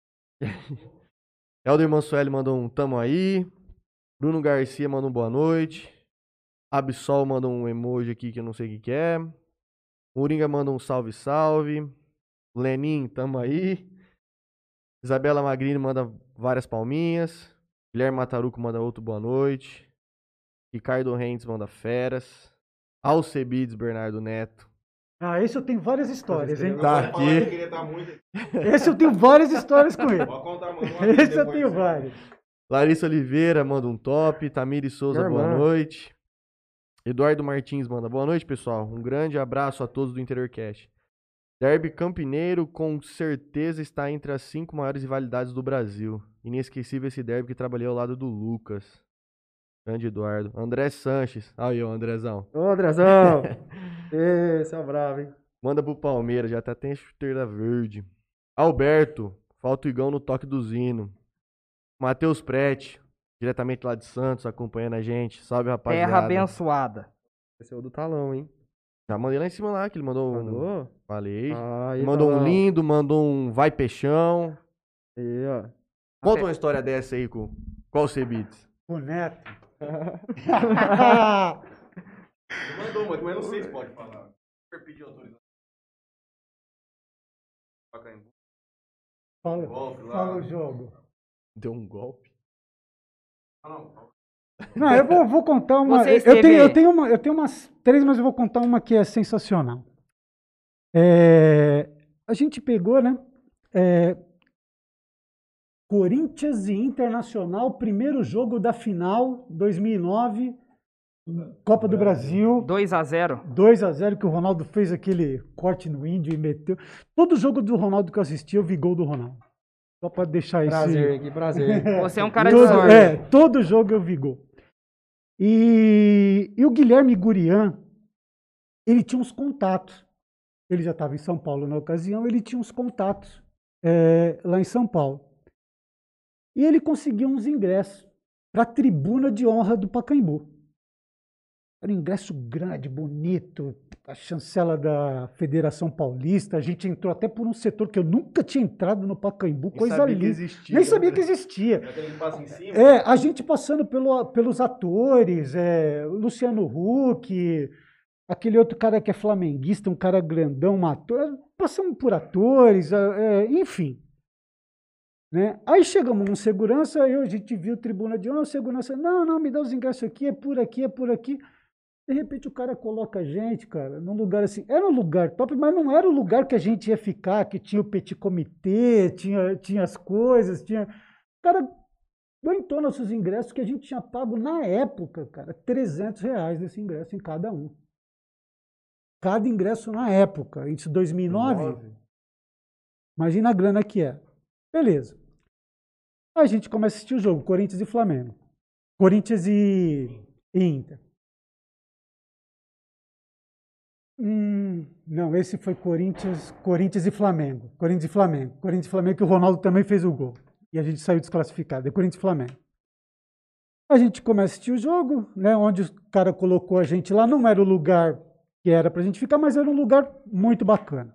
Helder Mansueli mandou um tamo aí. Bruno Garcia mandou um boa noite. Absol mandou um emoji aqui que eu não sei o que que é. Moringa manda um salve, salve. Lenin, tamo aí. Isabela Magrini manda várias palminhas. Guilherme Mataruco manda outro boa noite. Ricardo Rentes manda feras. Alcebides Bernardo Neto. Ah, esse eu tenho várias histórias, hein? Tá aqui. Esse eu tenho várias histórias com ele. Pode contar, mano. Esse eu tenho várias. Larissa Oliveira manda um top. Tamires Souza, Minha boa irmã. noite. Eduardo Martins manda boa noite, pessoal. Um grande abraço a todos do Interior Cast. Derby Campineiro com certeza está entre as cinco maiores rivalidades do Brasil. Inesquecível esse derby que trabalhei ao lado do Lucas. Grande Eduardo. André Sanches. Aí, ó, Andrezão. Ô, Andrezão. Esse é o bravo, hein? Manda pro Palmeiras, já tá até chuteira verde. Alberto. Falta o Igão no toque do Zino. Matheus Prete, diretamente lá de Santos, acompanhando a gente. Salve, rapaziada. Terra abençoada. Esse é o do talão, hein? Já mandei lá em cima lá, que ele mandou um... Mandou? Falei. Ah, aí, mandou um talão. lindo, mandou um vai peixão. Aí, ó. Conta uma história dessa aí com qual o Cebits? O Neto. Mandou, mas eu não sei se pode falar. Eu pedi autorização. Fala, Golpe lá. fala o jogo. Deu um golpe? Ah, não. Não, eu vou, vou contar uma. Você Eu esteve- tenho, eu, tenho uma. Eu tenho umas três, mas eu vou contar uma que é sensacional. É, a gente pegou, né? é, Corinthians e Internacional, primeiro jogo da final, dois mil e nove, Copa do Brasil. dois a zero. dois a zero, que o Ronaldo fez aquele corte no índio e meteu. Todo jogo do Ronaldo que eu assisti, eu vi gol do Ronaldo. Só para deixar esse... Prazer, que prazer. Você é um cara todo, de sorte. É, todo jogo eu vi gol. E, e o Guilherme Gurian, ele tinha uns contatos. Ele já estava em São Paulo na ocasião, ele tinha uns contatos é, lá em São Paulo. E ele conseguiu uns ingressos para a tribuna de honra do Pacaembu. Era um ingresso grande, bonito, a chancela da Federação Paulista. A gente entrou até por um setor que eu nunca tinha entrado no Pacaembu, Nem coisa sabia linda. que existia, Nem sabia né? que existia. Aquele que passa em cima. É, a gente passando pelo, pelos atores, é, Luciano Huck, aquele outro cara que é flamenguista, um cara grandão, um ator, passamos por atores, é, enfim. Né? Aí chegamos no segurança, eu, a gente viu tribuna de honra, segurança, não, não, me dá os ingressos aqui, é por aqui, é por aqui. De repente o cara coloca a gente, cara, num lugar assim, era um lugar top, mas não era o lugar que a gente ia ficar, que tinha o petit comité, tinha, tinha as coisas, tinha... O cara aguentou nossos ingressos que a gente tinha pago na época, cara, trezentos reais desse ingresso em cada um. Cada ingresso na época, isso dois mil e nove. Imagina a grana que é. Beleza. A gente começa a assistir o jogo, Corinthians e Flamengo. Corinthians e, e Inter. Hum, não, esse foi Corinthians, Corinthians e Flamengo. Corinthians e Flamengo. Corinthians e Flamengo, que o Ronaldo também fez o gol. E a gente saiu desclassificado. É Corinthians e Flamengo. A gente começa a assistir o jogo, né, onde o cara colocou a gente lá. Não era o lugar que era pra gente ficar, mas era um lugar muito bacana.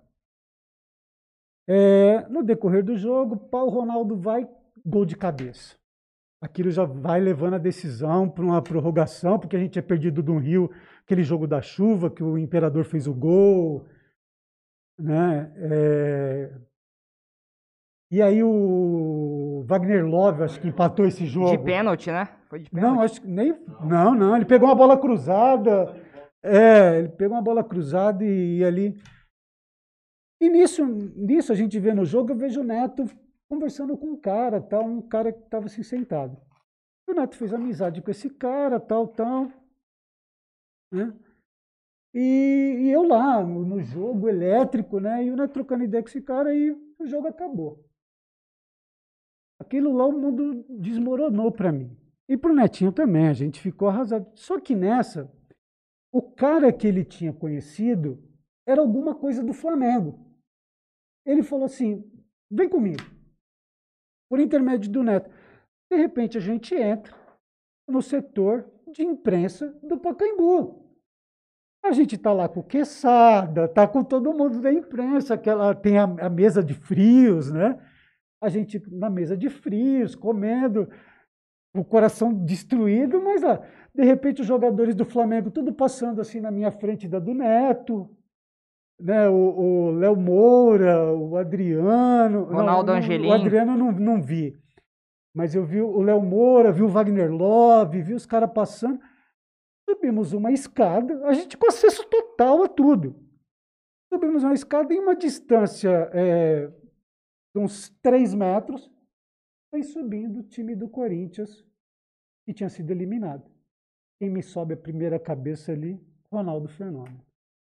É, no decorrer do jogo, o Ronaldo vai, gol de cabeça. Aquilo já vai levando a decisão para uma prorrogação, porque a gente tinha perdido do Rio, aquele jogo da chuva, que o Imperador fez o gol. Né? É... E aí o Wagner Love, acho que empatou esse jogo. De pênalti, né? Foi de pênalti. Não, acho que nem... Não, não, ele pegou uma bola cruzada. É, ele pegou uma bola cruzada e, e ali... E nisso, nisso a gente vê no jogo, eu vejo o Neto conversando com um cara, tal, um cara que estava assim sentado. O Neto fez amizade com esse cara, tal, tal. Né? E, e eu lá, no, no jogo elétrico, né? E o Neto trocando ideia com esse cara e o jogo acabou. Aquilo lá o mundo desmoronou para mim. E para o Netinho também, a gente ficou arrasado. Só que nessa, o cara que ele tinha conhecido era alguma coisa do Flamengo. Ele falou assim, vem comigo, por intermédio do Neto. De repente a gente entra no setor de imprensa do Pacaembu. A gente está lá com o Quesada, está com todo mundo da imprensa, aquela, tem a, a mesa de frios, né? A gente na mesa de frios, comendo, o coração destruído, mas lá, de repente os jogadores do Flamengo tudo passando assim na minha frente da do Neto. Né, o Léo Moura, o Adriano... Ronaldo não, Angelim. O Adriano eu não, não vi. Mas eu vi o Léo Moura, vi o Wagner Love, vi os caras passando. Subimos uma escada, a gente com acesso total a tudo. Subimos uma escada em uma distância é, de uns três metros. Foi subindo o time do Corinthians, que tinha sido eliminado. Quem me sobe a primeira cabeça ali? Ronaldo Fenômeno.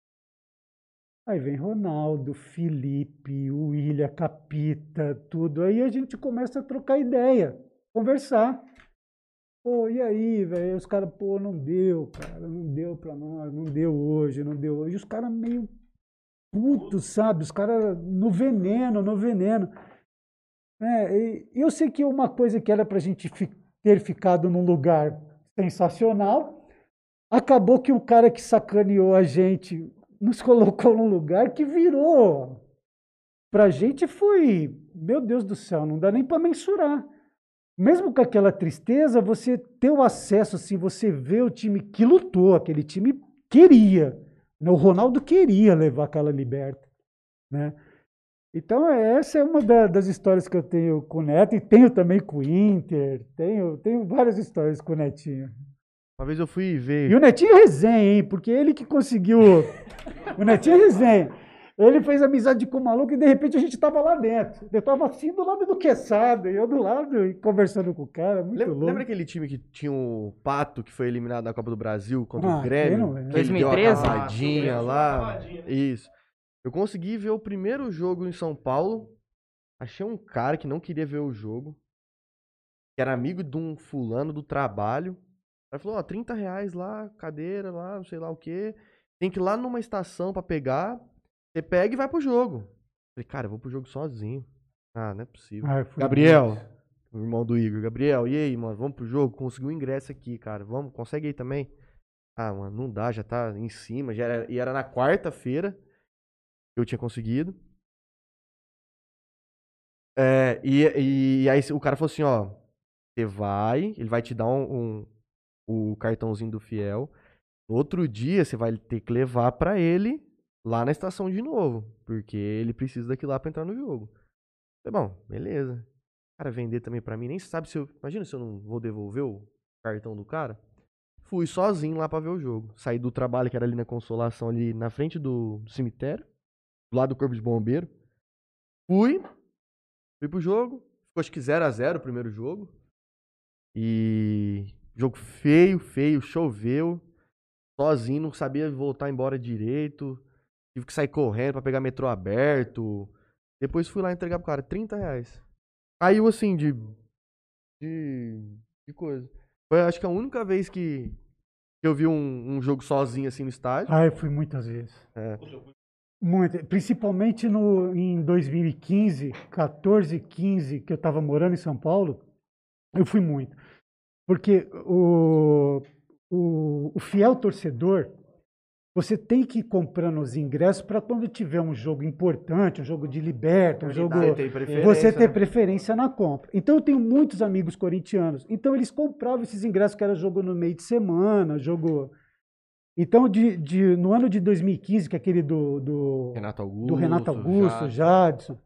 Aí vem Ronaldo, Felipe, William, Capita, tudo. Aí a gente começa a trocar ideia, conversar. Pô, e aí, velho? Os caras, pô, não deu, cara, não deu pra nós, não deu hoje, não deu hoje. Os caras meio putos, sabe? Os caras no veneno, no veneno. É, e eu sei que uma coisa que era pra gente fi- ter ficado num lugar sensacional, acabou que o cara que sacaneou a gente nos colocou num lugar que virou. Pra gente foi, meu Deus do céu, não dá nem para mensurar. Mesmo com aquela tristeza, você ter o acesso, assim, você vê o time que lutou, aquele time queria. Né? O Ronaldo queria levar aquela liberta. Né? Então, essa é uma da, das histórias que eu tenho com o Neto, e tenho também com o Inter, tenho, tenho várias histórias com o Netinho. Uma vez eu fui ver... E o Netinho é resenha, hein? Porque ele que conseguiu... O Netinho é resenha. Ele fez amizade com o maluco e de repente a gente tava lá dentro. Eu tava assim do lado do Quesada, e eu do lado e conversando com o cara, muito Lembra, louco. lembra aquele time que tinha o Pato, que foi eliminado da Copa do Brasil contra Ah, o quem Grêmio? não lembra? Que ele deu uma dois mil e treze? cavadinha Ah, lá. cavadinha, né? Isso. Eu consegui ver o primeiro jogo em São Paulo. Achei um cara que não queria ver o jogo. Que era amigo de um fulano do trabalho. Aí falou, ó, trinta reais lá, cadeira lá, não sei lá o quê. Tem que ir lá numa estação pra pegar. Você pega e vai pro jogo. Falei, cara, eu vou pro jogo sozinho. Ah, não é possível. Ah, eu fui Gabriel, muito. o irmão do Igor. Gabriel, e aí, mano, vamos pro jogo? Conseguiu um ingresso aqui, cara. Vamos, consegue aí também? Ah, mano, não dá, já tá em cima. Já era, e era na quarta-feira que eu tinha conseguido. É, e, e aí o cara falou assim, ó, você vai, ele vai te dar um, um- o cartãozinho do Fiel. No outro dia você vai ter que levar pra ele lá na estação de novo, porque ele precisa daquilo lá pra entrar no jogo. Falei, bom, beleza. O cara vender também pra mim, nem sabe se eu, imagina se eu não vou devolver o cartão do cara. Fui sozinho lá pra ver o jogo. Saí do trabalho que era ali na Consolação, ali na frente do, do cemitério, do lado do Corpo de Bombeiro. Fui, fui pro jogo. Ficou acho que zero a zero o primeiro jogo. E jogo feio, feio, choveu. Sozinho, não sabia voltar embora direito. Tive que sair correndo pra pegar metrô aberto. Depois fui lá entregar pro cara, trinta reais. Caiu assim de. De. De coisa. Foi acho que a única vez que, que eu vi um, um jogo sozinho assim no estádio. Ah, eu fui muitas vezes. É. Muito. Principalmente no, em dois mil e quinze, quatorze, quinze, que eu estava morando em São Paulo, eu fui muito. Porque o, o, o fiel torcedor, você tem que ir comprando os ingressos para quando tiver um jogo importante, um jogo de liberta, um jogo. Você tem preferência, Você ter né? preferência na compra. Então eu tenho muitos amigos corintianos. Então eles compravam esses ingressos que era jogo no meio de semana, jogo. Então, de, de, no ano de dois mil e quinze, que é aquele do, do, Renato Augusto. do Renato Augusto, Jadson. Jadson,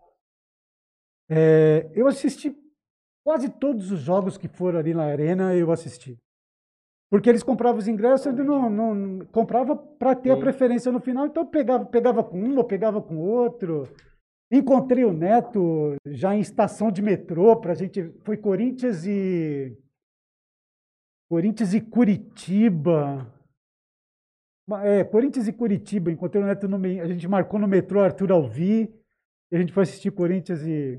é, eu assisti quase todos os jogos que foram ali na arena, eu assisti. Porque eles compravam os ingressos, ele não, não comprava para ter a preferência no final, então eu pegava, pegava com um, ou pegava com outro. Encontrei o Neto já em estação de metrô, pra gente, foi Corinthians e Corinthians e Curitiba. É, Corinthians e Curitiba, encontrei o Neto no, me- a gente marcou no metrô Arthur Alvi, e a gente foi assistir Corinthians e,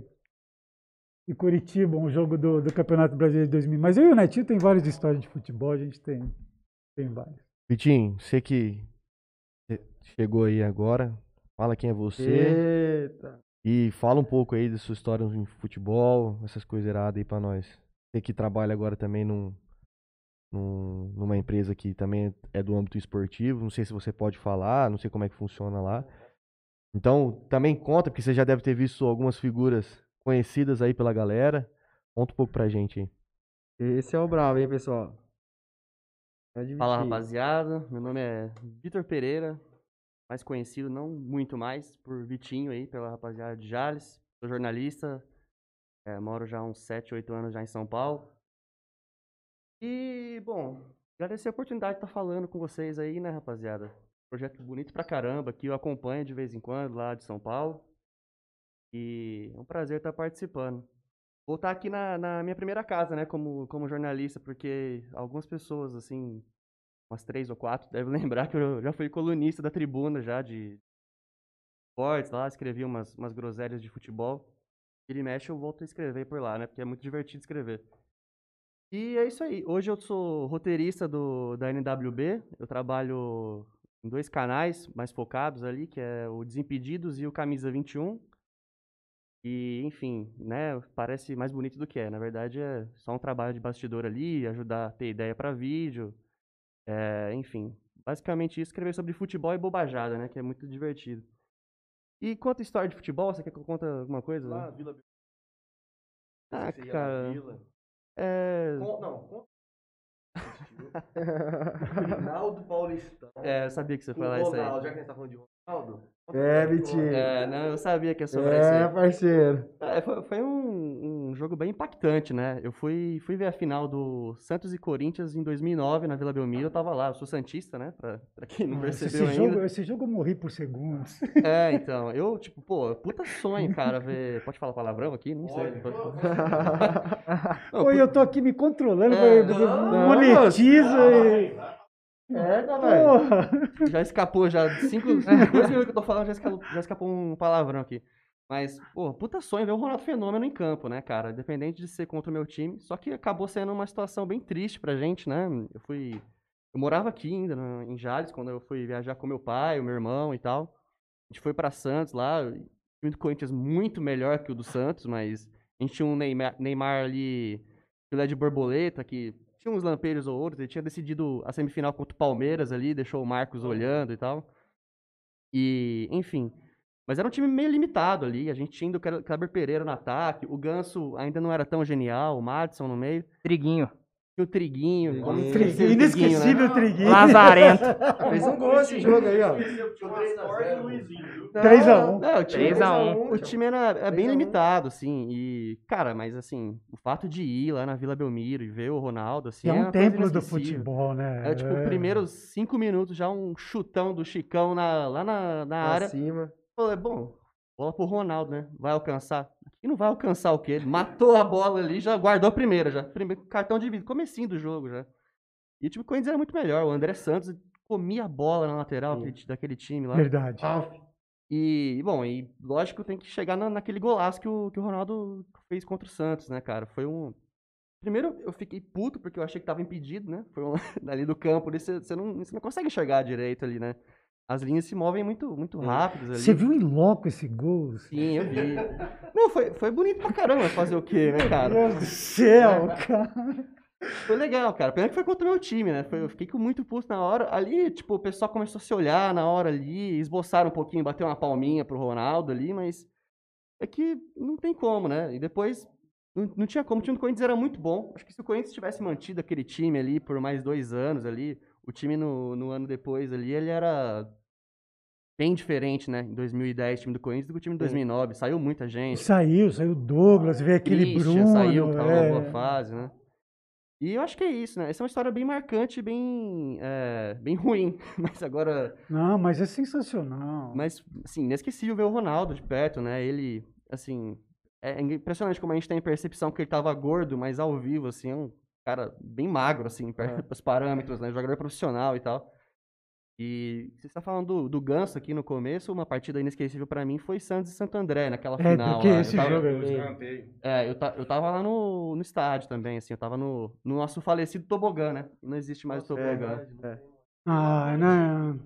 e Curitiba, um jogo do, do Campeonato Brasileiro de dois mil. Mas eu e o Netinho tem várias histórias de futebol, a gente tem, tem várias. Vitinho, você que chegou aí agora, fala quem é você. Eita. E fala um pouco aí da sua história em futebol, essas coisas iradas aí pra nós. Você que trabalha agora também num, num- numa empresa que também é do âmbito esportivo, não sei se você pode falar, não sei como é que funciona lá. Então, também conta, porque você já deve ter visto algumas figuras conhecidas aí pela galera. Conta um pouco pra gente aí. Esse é o brabo, hein, pessoal? Pode Fala, vestir. rapaziada. Meu nome é Vitor Pereira, mais conhecido, não muito mais, por Vitinho aí, pela rapaziada de Jales. Sou jornalista, é, moro já há uns sete, oito anos já em São Paulo. E, bom, agradecer a oportunidade de estar falando com vocês aí, né, rapaziada? Projeto bonito pra caramba, que eu acompanho de vez em quando lá de São Paulo. E é um prazer estar participando. Vou estar aqui na, na minha primeira casa, né, como, como jornalista, porque algumas pessoas, assim, umas três ou quatro, devem lembrar que eu já fui colunista da Tribuna já, de esportes lá, escrevi umas, umas groselhas de futebol. Vira e mexe eu volto a escrever por lá, né, porque é muito divertido escrever. E é isso aí. Hoje eu sou roteirista do, da N W B, eu trabalho em dois canais mais focados ali, que é o Desimpedidos e o Camisa vinte e um. E, enfim, né, parece mais bonito do que é. Na verdade, é só um trabalho de bastidor ali, ajudar a ter ideia para vídeo. É, enfim, basicamente isso, escrever sobre futebol e bobajada, né, que é muito divertido. E quanto à história de futebol, você quer que eu conte alguma coisa? Lá, Vila Ah, Você ia na cara, Vila. é... Con- Não, conta. Rinaldo Paulistão. é, eu sabia que você ia O falar isso aí. Ronaldo, já que a gente tá falando de Ronaldo. É, Vitinho. É, não, eu sabia que ia sobrar isso É, aí. parceiro. É, foi foi um, um jogo bem impactante, né? Eu fui, fui ver a final do Santos e Corinthians em dois mil e nove na Vila Belmiro, eu tava lá, eu sou santista, né? Pra, pra quem não Nossa, percebeu esse, ainda. jogo, esse jogo eu morri por segundos. É, então, eu, tipo, pô, puta sonho, cara, ver... Pode falar palavrão aqui? Nem sei. Não, Pô, e eu tô aqui me controlando, É, eu- eu não, monetizo e... É, tá, velho. Porra! Já escapou, já, cinco, dois minutos que eu tô falando, já escapou, já escapou um palavrão aqui. Mas, pô, puta sonho ver o Ronaldo Fenômeno em campo, né, cara? Independente de ser contra o meu time. Só que acabou sendo uma situação bem triste pra gente, né? Eu fui... Eu morava aqui ainda, no- em Jales, quando eu fui viajar com meu pai, o meu irmão e tal. A gente foi pra Santos lá, o time do Corinthians muito melhor que o do Santos, mas a gente tinha um Neymar, Neymar ali, filé de borboleta, que tinha uns lampejos ou outros, ele tinha decidido a semifinal contra o Palmeiras ali, deixou o Marcos olhando e tal. E, enfim. Mas era um time meio limitado ali, a gente tinha ainda o Cle- Kleber Pereira no ataque, o Ganso ainda não era tão genial, o Madison no meio, Triguinho. tinha o Triguinho, como Triguinho. esquecer o Triguinho, né? Inesquecível Triguinho. Lazarento. Fez um gol esse jogo aí, ó. três a um. Não, o time, três a um. o time era, é bem três a um. limitado, assim, e, cara, mas assim, o fato de ir lá na Vila Belmiro e ver o Ronaldo, assim, Que é uma um coisa templo do inesquecível. futebol, né? É, tipo, primeiros cinco minutos, já um chutão do Chicão na, lá na, na Pra área. cima. Falei, bom, bola pro Ronaldo, né? Vai alcançar. E não vai alcançar o quê? Ele matou a bola ali, já guardou a primeira, já. Primeiro cartão de vida, comecinho do jogo já. E o time do Corinthians era muito melhor. O André Santos comia a bola na lateral aquele ti- daquele time lá. Verdade. E, bom, e lógico tem que chegar na- naquele golaço que o, que o Ronaldo fez contra o Santos, né, cara? Foi um... Primeiro eu fiquei puto porque eu achei que tava impedido, né? Foi um... ali do campo, ali você você não, você não consegue enxergar direito ali, né? As linhas se movem muito, muito rápidas ali. Você viu em loco esse gol? Sim, eu vi. Não, foi, foi bonito pra caramba fazer o quê, né, cara? Meu Deus do céu, cara. Foi legal, cara. Pena que foi contra o meu time, né? Foi, eu fiquei com muito puto na hora. Ali, tipo, o pessoal começou a se olhar na hora ali, esboçaram um pouquinho, bateu uma palminha pro Ronaldo ali, mas é que não tem como, né? E depois, não, não tinha como. O time do Corinthians era muito bom. Acho que se o Corinthians tivesse mantido aquele time ali por mais dois anos ali, o time no, no ano depois ali, ele era bem diferente, né? Em dois mil e dez, o time do Corinthians, do que o time de dois mil e nove. Saiu muita gente. Saiu, saiu o Douglas, veio aquele Christian Bruno. saiu, que tava é. numa boa fase, né? E eu acho que é isso, né? Essa é uma história bem marcante, bem, é, bem ruim. Mas agora... Não, mas é sensacional. Mas, assim, inesquecível ver o Ronaldo de perto, né? Ele, assim... É impressionante como a gente tem a percepção que ele tava gordo, mas ao vivo, assim, é um cara bem magro, assim, perto dos parâmetros, né? Jogador profissional e tal. E você está falando do, do Ganso aqui no começo, uma partida inesquecível pra mim foi Santos e Santo André, naquela É, final porque lá. esse eu tava, jogo é... É, eu, ta, eu tava lá no, no estádio também, assim, eu tava no, no nosso falecido tobogã, né? Não existe mais o tobogã. É. Ah, não.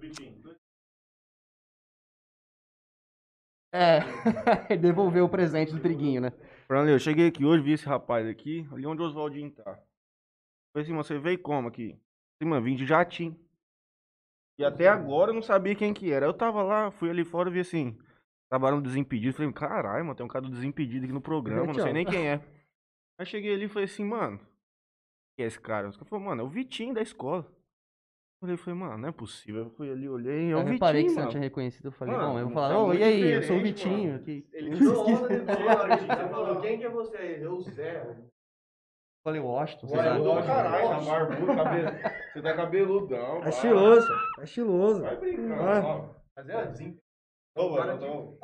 É, devolveu o presente do Triguinho, né? Franley, eu cheguei aqui hoje, vi esse rapaz aqui, ali onde o Oswaldinho tá. Falei assim, você veio como aqui? Falei, mano, vim de jatinho. E até agora eu não sabia quem que era. Eu tava lá, fui ali fora e vi assim, trabalhando do Desimpedido. Falei, caralho, mano, tem um cara do Desimpedido aqui no programa, não sei nem quem é. Aí cheguei ali e falei assim, mano, quem é esse cara? Os caras falaram, mano, é o Vitinho da escola. Eu falei, mano, não é possível. Eu fui ali, olhei, é o Eu Vitinho, reparei que você não mano. tinha reconhecido, eu falei, Mano, bom, eu vou tá falar, ô, muito e aí, eu sou o diferente, Vitinho mano. aqui. Ele tirou onda depois, na hora que você falou, quem que é você? Eu, Zé. Falei, Washington, você Ué, sabe? eu- Mudou caralho, tá barbudo, cabelo. Você tá cabeludão. Tá vai. estiloso, tá estiloso. Vai brincando, Vai. ó. Mas é assim. Ô, mano, tô-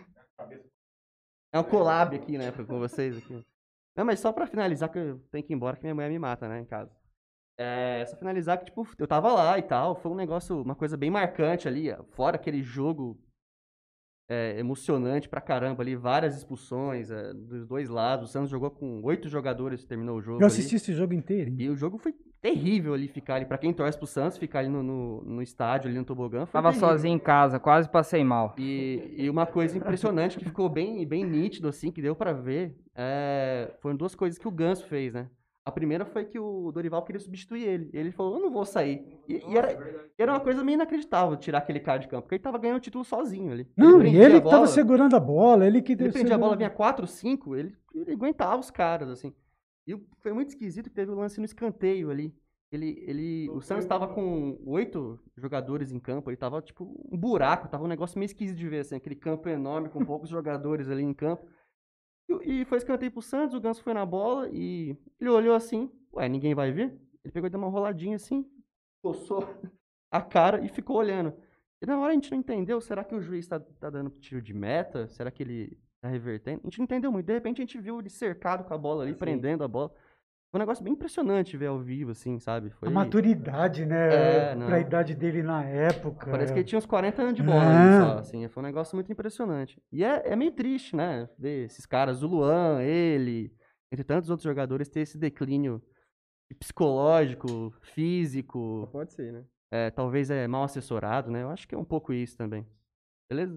É um collab aqui, né, com vocês aqui. Não, mas só pra finalizar, que eu tenho que ir embora, que minha mulher me mata, né, em casa. É, só finalizar que, tipo, eu tava lá e tal, foi um negócio, uma coisa bem marcante ali, fora aquele jogo é, emocionante pra caramba ali, várias expulsões é, dos dois lados. O Santos jogou com oito jogadores, terminou o jogo Eu ali. assisti esse jogo inteiro. E o jogo foi terrível ali, ficar ali, pra quem torce pro Santos, ficar ali no, no, no estádio, ali no tobogã, foi Tava terrível. sozinho em casa, quase passei mal. E, e uma coisa impressionante que ficou bem, bem nítido, assim, que deu pra ver, é, foram duas coisas que o Ganso fez, né? A primeira foi que o Dorival queria substituir ele. Ele falou, eu não vou sair. E, e era, e era uma coisa meio inacreditável tirar aquele cara de campo, porque ele tava ganhando o título sozinho ali. Não, e prendia ele a que tava bola, segurando a bola, ele que ele prendia a bola, segurando- vinha quatro, cinco, ele, ele aguentava os caras, assim. E o- foi muito esquisito que teve o lance no escanteio ali. Ele, ele, o Santos tava com oito jogadores em campo, ele tava tipo um buraco, tava um negócio meio esquisito de ver, assim, aquele campo enorme com poucos jogadores ali em campo. E, e foi escanteio pro Santos, o Ganso foi na bola e ele olhou assim, ué, ninguém vai ver? Ele pegou e deu uma roladinha assim, coçou a cara e ficou olhando. E na hora a gente não entendeu, será que o juiz tá, tá dando tiro de meta? Será que ele tá revertendo? A gente não entendeu muito, de repente a gente viu ele cercado com a bola ali, Sim. prendendo a bola. Foi um negócio bem impressionante ver ao vivo, assim, sabe? Foi... A maturidade, né? É, não. Pra idade dele na época. Parece que ele tinha uns quarenta anos de bola É. ali só, assim. Foi um negócio muito impressionante. E é, é meio triste, né? Ver esses caras, o Luan, ele, entre tantos outros jogadores, ter esse declínio psicológico, físico, Pode ser, né? é, talvez é mal assessorado, né? Eu acho que é um pouco isso também. Beleza?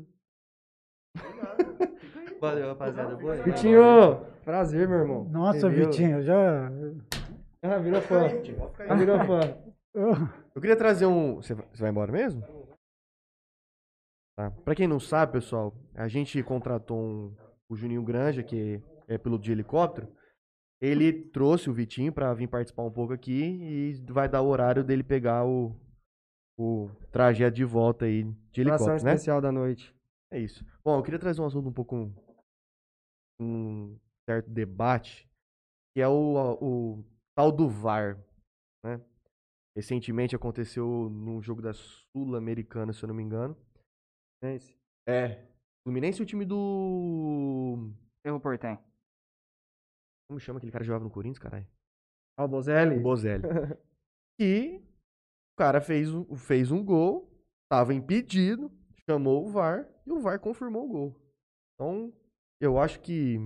Valeu, rapaziada. Boa noite. Vitinho, prazer, meu irmão. Nossa, Entendeu? Vitinho, já. Ah, virou fã. Ah, virou fã. Eu queria trazer um. Você vai você vai embora mesmo? Tá. Pra quem não sabe, pessoal, a gente contratou um, o Juninho Granja, que é piloto de helicóptero. Ele trouxe o Vitinho pra vir participar um pouco aqui e vai dar o horário dele pegar o, o trajeto de volta aí de Atração helicóptero, né? especial da noite. É isso. Bom, eu queria trazer um assunto um pouco. Um certo debate, que é o, o tal do V A R, né? Recentemente aconteceu num jogo da Sul-Americana, se eu não me engano. É isso. É. Fluminense e o time do. Erro Portem. Como chama aquele cara que jogava no Corinthians, caralho? Ah, o O Bozelli? Bozelli. E o cara fez, um- fez um gol, tava impedido, chamou o V A R e o V A R confirmou o gol. Então, eu acho que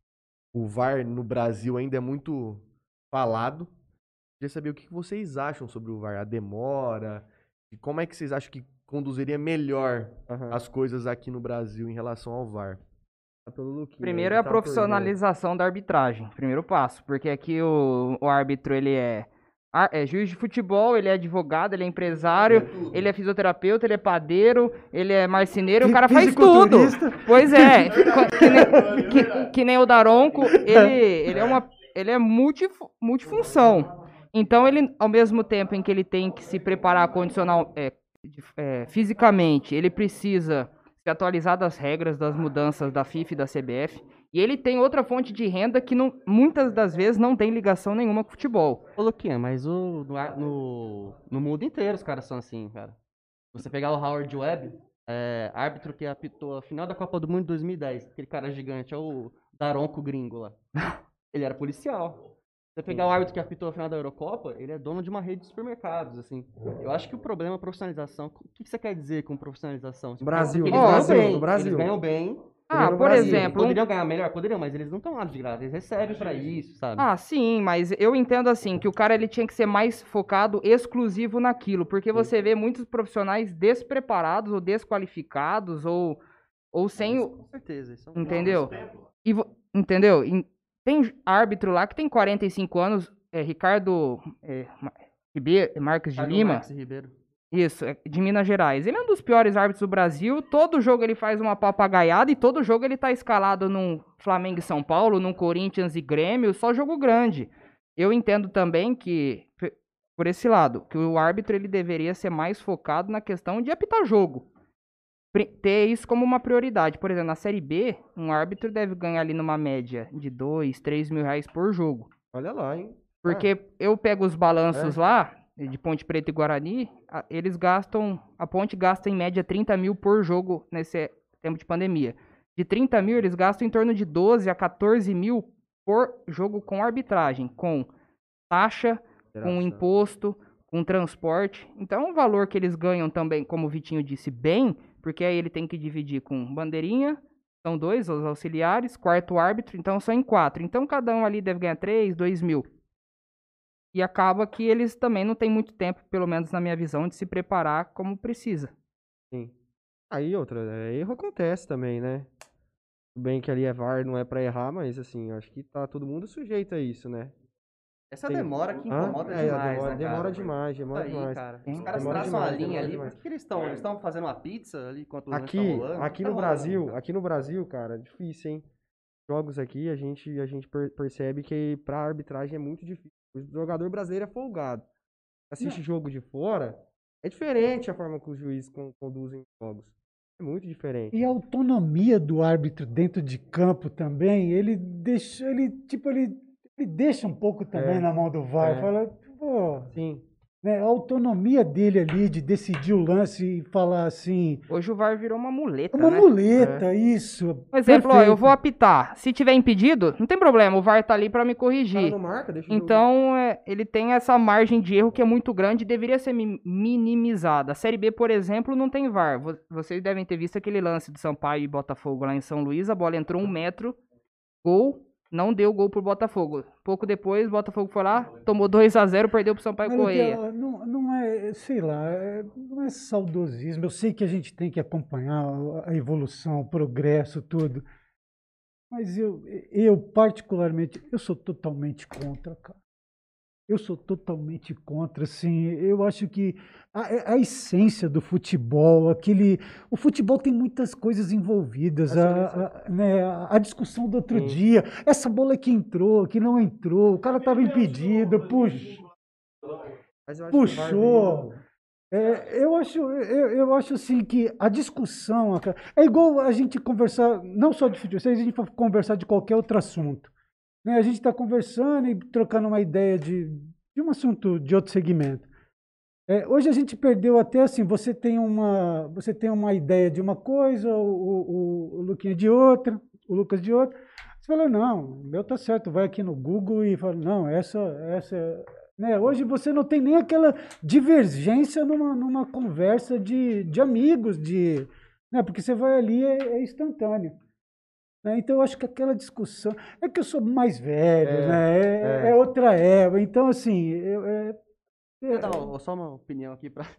o V A R no Brasil ainda é muito falado. Queria saber o que vocês acham sobre o V A R, a demora, e como é que vocês acham que conduziria melhor Aham. as coisas aqui no Brasil em relação ao V A R. Tá pelo Luquinha, Primeiro ele é a tá por dentro. profissionalização da arbitragem, primeiro passo, porque aqui o, o árbitro ele é, ar- é juiz de futebol, ele é advogado, ele é empresário, ele é fisioterapeuta, ele é padeiro, ele é marceneiro, o cara faz tudo. Fisiculturista. Pois é, co- que nem, que- que nem o Daronco, ele, ele é uma, ele é multifu- multifunção. Então ele, ao mesmo tempo em que ele tem que se preparar condicional, é, de- é, fisicamente, ele precisa se atualizar das regras, das mudanças da FIFA e da C B F. E ele tem outra fonte de renda que não- muitas das vezes não tem ligação nenhuma com o futebol. Ô, Luquinha, mas o, no, ar- no, no mundo inteiro os caras são assim, cara. Você pegar o Howard Webb, é, árbitro que apitou a final da Copa do Mundo de dois mil e dez, aquele cara gigante, é o Daronco gringo lá. Ele era policial. Você pegar o árbitro que apitou a final da Eurocopa, ele é dono de uma rede de supermercados, assim. Eu acho que o problema é a profissionalização. O que que você quer dizer com profissionalização? Tipo, Brasil, eles no ganham Brasil, bem, no Brasil. Eles ganham bem. Ah, no por Brasil. exemplo, um- Poderiam ganhar melhor? Poderiam, mas eles não estão lá de graça. Eles recebem pra isso, sabe? Ah, sim, mas eu entendo assim, que o cara ele tinha que ser mais focado exclusivo naquilo, porque você vê muitos profissionais despreparados ou desqualificados ou, ou sem o, Com certeza. Isso é um entendeu? E vo- entendeu? Em- Tem árbitro lá que tem quarenta e cinco anos, é, Ricardo é, Ma- Ribe- Marques de Ricardo Lima, Marques Ribeiro. isso, é, de Minas Gerais. Ele é um dos piores árbitros do Brasil. Todo jogo ele faz uma papagaiada e todo jogo ele tá escalado num Flamengo e São Paulo, num Corinthians e Grêmio, só jogo grande. Eu entendo também que, pe- por esse lado, que o árbitro ele deveria ser mais focado na questão de apitar jogo. Pri- Ter isso como uma prioridade. Por exemplo, na Série B, um árbitro deve ganhar ali numa média de dois, três mil reais por jogo. Olha lá, hein? Porque eu pego os balanços lá, de Ponte Preta e Guarani, a- eles gastam, a Ponte gasta em média trinta mil por jogo nesse tempo de pandemia. De trinta mil, eles gastam em torno de doze a quatorze mil por jogo com arbitragem, com taxa, com Interação. imposto, com transporte. Então é um valor que eles ganham também, como o Vitinho disse, bem, porque aí ele tem que dividir com bandeirinha, são dois, os auxiliares, quarto árbitro, então são em quatro. Então cada um ali deve ganhar três, dois mil. E acaba que eles também não têm muito tempo, pelo menos na minha visão, de se preparar como precisa. Sim. Aí outra, é, erro acontece também, né? Tudo bem que ali é V A R, não é pra errar, mas assim, eu acho que tá todo mundo sujeito a isso, né? Essa Tem- demora que Hã? incomoda É, demais, demora, né, demora cara? demais, demora Isso aí, demais. cara. Hein? Os caras Demora traçam demais, a linha demora ali. demais. Por que eles estão? Eles estão fazendo uma pizza ali enquanto o lance Aqui, tá rolando? aqui Tá no rolando, Brasil, cara. aqui no Brasil, cara, difícil, hein? Jogos aqui, a gente, a gente per- percebe que pra arbitragem é muito difícil. O jogador brasileiro é folgado. assiste jogo de fora, é diferente a forma que os juízes con- conduzem jogos. É muito diferente. E a autonomia do árbitro dentro de campo também, ele deixa, ele, tipo, ele, ele deixa um pouco também É, na mão do V A R. é. Fala, pô, Sim. né, a autonomia dele ali de decidir o lance e falar assim, Hoje o V A R virou uma muleta, uma né? muleta, isso. Por exemplo, ó, eu perfeito. vou apitar. Se tiver impedido, não tem problema, o V A R tá ali pra me O cara corrigir. não marca, deixa o jogo- Então, é, ele tem essa margem de erro que é muito grande e deveria ser mi- minimizada. A Série B, por exemplo, não tem V A R. Vo- Vocês devem ter visto aquele lance do Sampaio e Botafogo lá em São Luís. A bola entrou um metro, gol, não deu gol pro Botafogo. Pouco depois, o Botafogo foi lá, tomou dois a zero, perdeu pro Sampaio Mas, Correia. Luquinha, não, não é, sei lá, é- não é saudosismo. Eu sei que a gente tem que acompanhar a- a evolução, o progresso, tudo. Mas eu, eu particularmente, eu sou totalmente contra, cara. Eu sou totalmente contra, assim. Eu acho que a, a essência do futebol, aquele, o futebol tem muitas coisas envolvidas. A, a, né, a discussão do outro Sim. dia, essa bola que entrou, que não entrou, o cara estava impedido, puxa. Mas eu acho que o V A R Puxou. veio- É, eu acho, eu, eu acho assim que a discussão a- é igual a gente conversar, não só de futebol, se a gente for conversar de qualquer outro assunto. Né? A gente está conversando e trocando uma ideia de, de um assunto de outro segmento. É, hoje a gente perdeu até assim, você tem uma, você tem uma ideia de uma coisa, o, o, o Luquinha de outra, o Lucas de outra. Você fala, não, o meu tá certo, vai aqui no Google e fala, não, essa, essa, né? Hoje você não tem nem aquela divergência numa, numa conversa de, de amigos, de, né? Porque você vai ali é, é instantâneo. Né? Então eu acho que aquela discussão é que eu sou mais velho, É, né? É, é. é outra época. Então assim, eu, é, Vou dar um- só uma opinião aqui pra,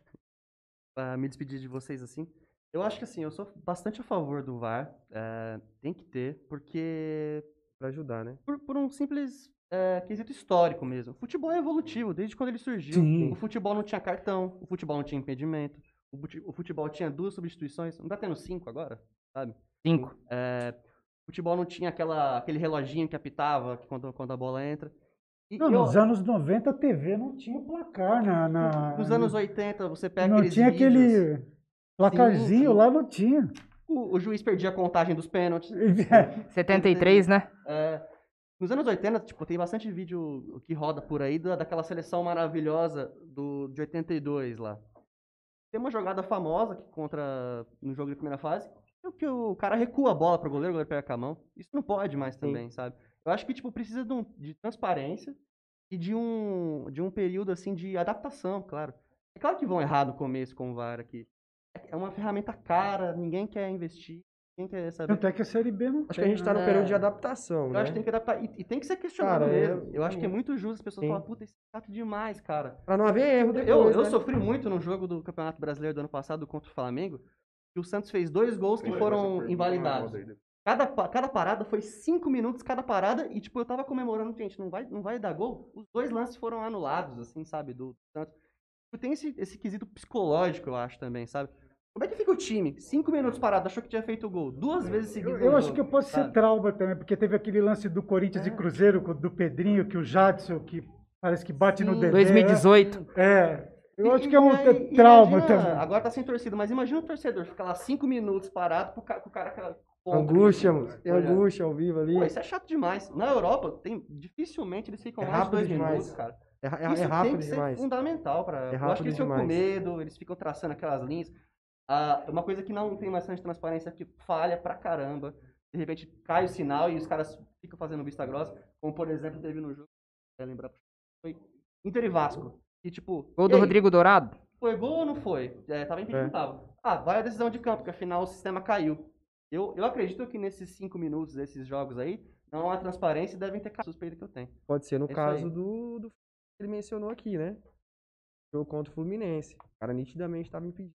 pra me despedir de vocês assim. Eu acho que assim, eu sou bastante a favor do V A R. é, tem que ter, porque. Pra ajudar, né? Por, por um simples é, quesito histórico mesmo. O futebol é evolutivo, desde quando ele surgiu. Sim. O futebol não tinha cartão, o futebol não tinha impedimento, o, fute- o futebol tinha duas substituições. Não tá tendo cinco agora, sabe? Cinco. É, o futebol não tinha aquela, aquele reloginho que apitava quando, quando a bola entra. E Não, eu- nos anos noventa a T V não tinha placar na, na nos anos oitenta, você pega não aqueles tinha vídeos, aquele placarzinho sim. lá, não tinha. o, o juiz perdia a contagem dos pênaltis. setenta e três, né? É, nos anos oitenta, tipo, tem bastante vídeo que roda por aí da, daquela seleção maravilhosa do, de oitenta e dois lá. Tem uma jogada famosa que contra no jogo de primeira fase, que, o- que o cara recua a bola pro goleiro, o goleiro pega com a mão. Isso não pode mais também, sabe? Eu acho que tipo precisa de, um- de transparência e de um de um período assim de adaptação, claro. É claro que vão errar no começo com o V A R aqui. É uma ferramenta cara, ninguém quer investir, ninguém quer saber. Tanto é que a Série B não Acho que tem. a gente tá né? num período de adaptação, Eu né? acho que tem que adaptar. E, e tem que ser questionado Cara, mesmo. eu- Eu, acho que é muito justo as pessoas Sim. falarem, puta, isso é chato demais, cara. Pra não haver erro depois, Eu, eu né? sofri muito no jogo do Campeonato Brasileiro do ano passado contra o Flamengo, que o Santos fez dois gols que foram invalidados. Cada, pa- cada parada foi cinco minutos cada parada e, tipo, eu tava comemorando, gente, não vai, não vai dar gol? Os dois lances foram anulados, assim, sabe, do Santos. Tem esse, esse quesito psicológico, eu acho, também, sabe? Como é que fica o time? Cinco minutos parado, achou que tinha feito o gol. Duas vezes Eu, seguidas eu no acho jogo, que eu posso ser sabe? trauma também, porque teve aquele lance do Corinthians e Cruzeiro, com- do Pedrinho, que o Jadson, que parece que bate no Sim. Dedé. dois mil e dezoito. É, eu E- acho que é um e aí, trauma imagina- também. Agora tá sem torcida, mas imagina o torcedor ficar lá cinco minutos parado pro ca- pro cara... cara Angústia, mano. Tem Olha. angústia ao vivo ali. Pô, isso é chato demais. Na Europa, tem, dificilmente eles ficam É mais de rápido dois demais. minutos, cara. É, ra- é Isso rápido tem que demais. ser fundamental para. É Eu acho rápido que eles ficam com demais. medo, eles ficam traçando aquelas linhas. Ah, uma coisa que não tem bastante transparência é que falha pra caramba. De repente cai o sinal e os caras ficam fazendo vista grossa. Como por exemplo teve no jogo, quer lembrar, foi Inter e Vasco. E tipo. Gol e do aí? Rodrigo Dourado? Foi gol ou não foi? É, tava impedido, É. tava. Ah, vai a decisão de campo, porque afinal o sistema caiu. Eu, eu acredito que nesses cinco minutos desses jogos aí, não há transparência e devem ter caso suspeita que eu tenho. Pode ser no É isso caso aí. do, do que ele mencionou aqui, né? Jogo contra o Fluminense. O cara nitidamente estava impedido.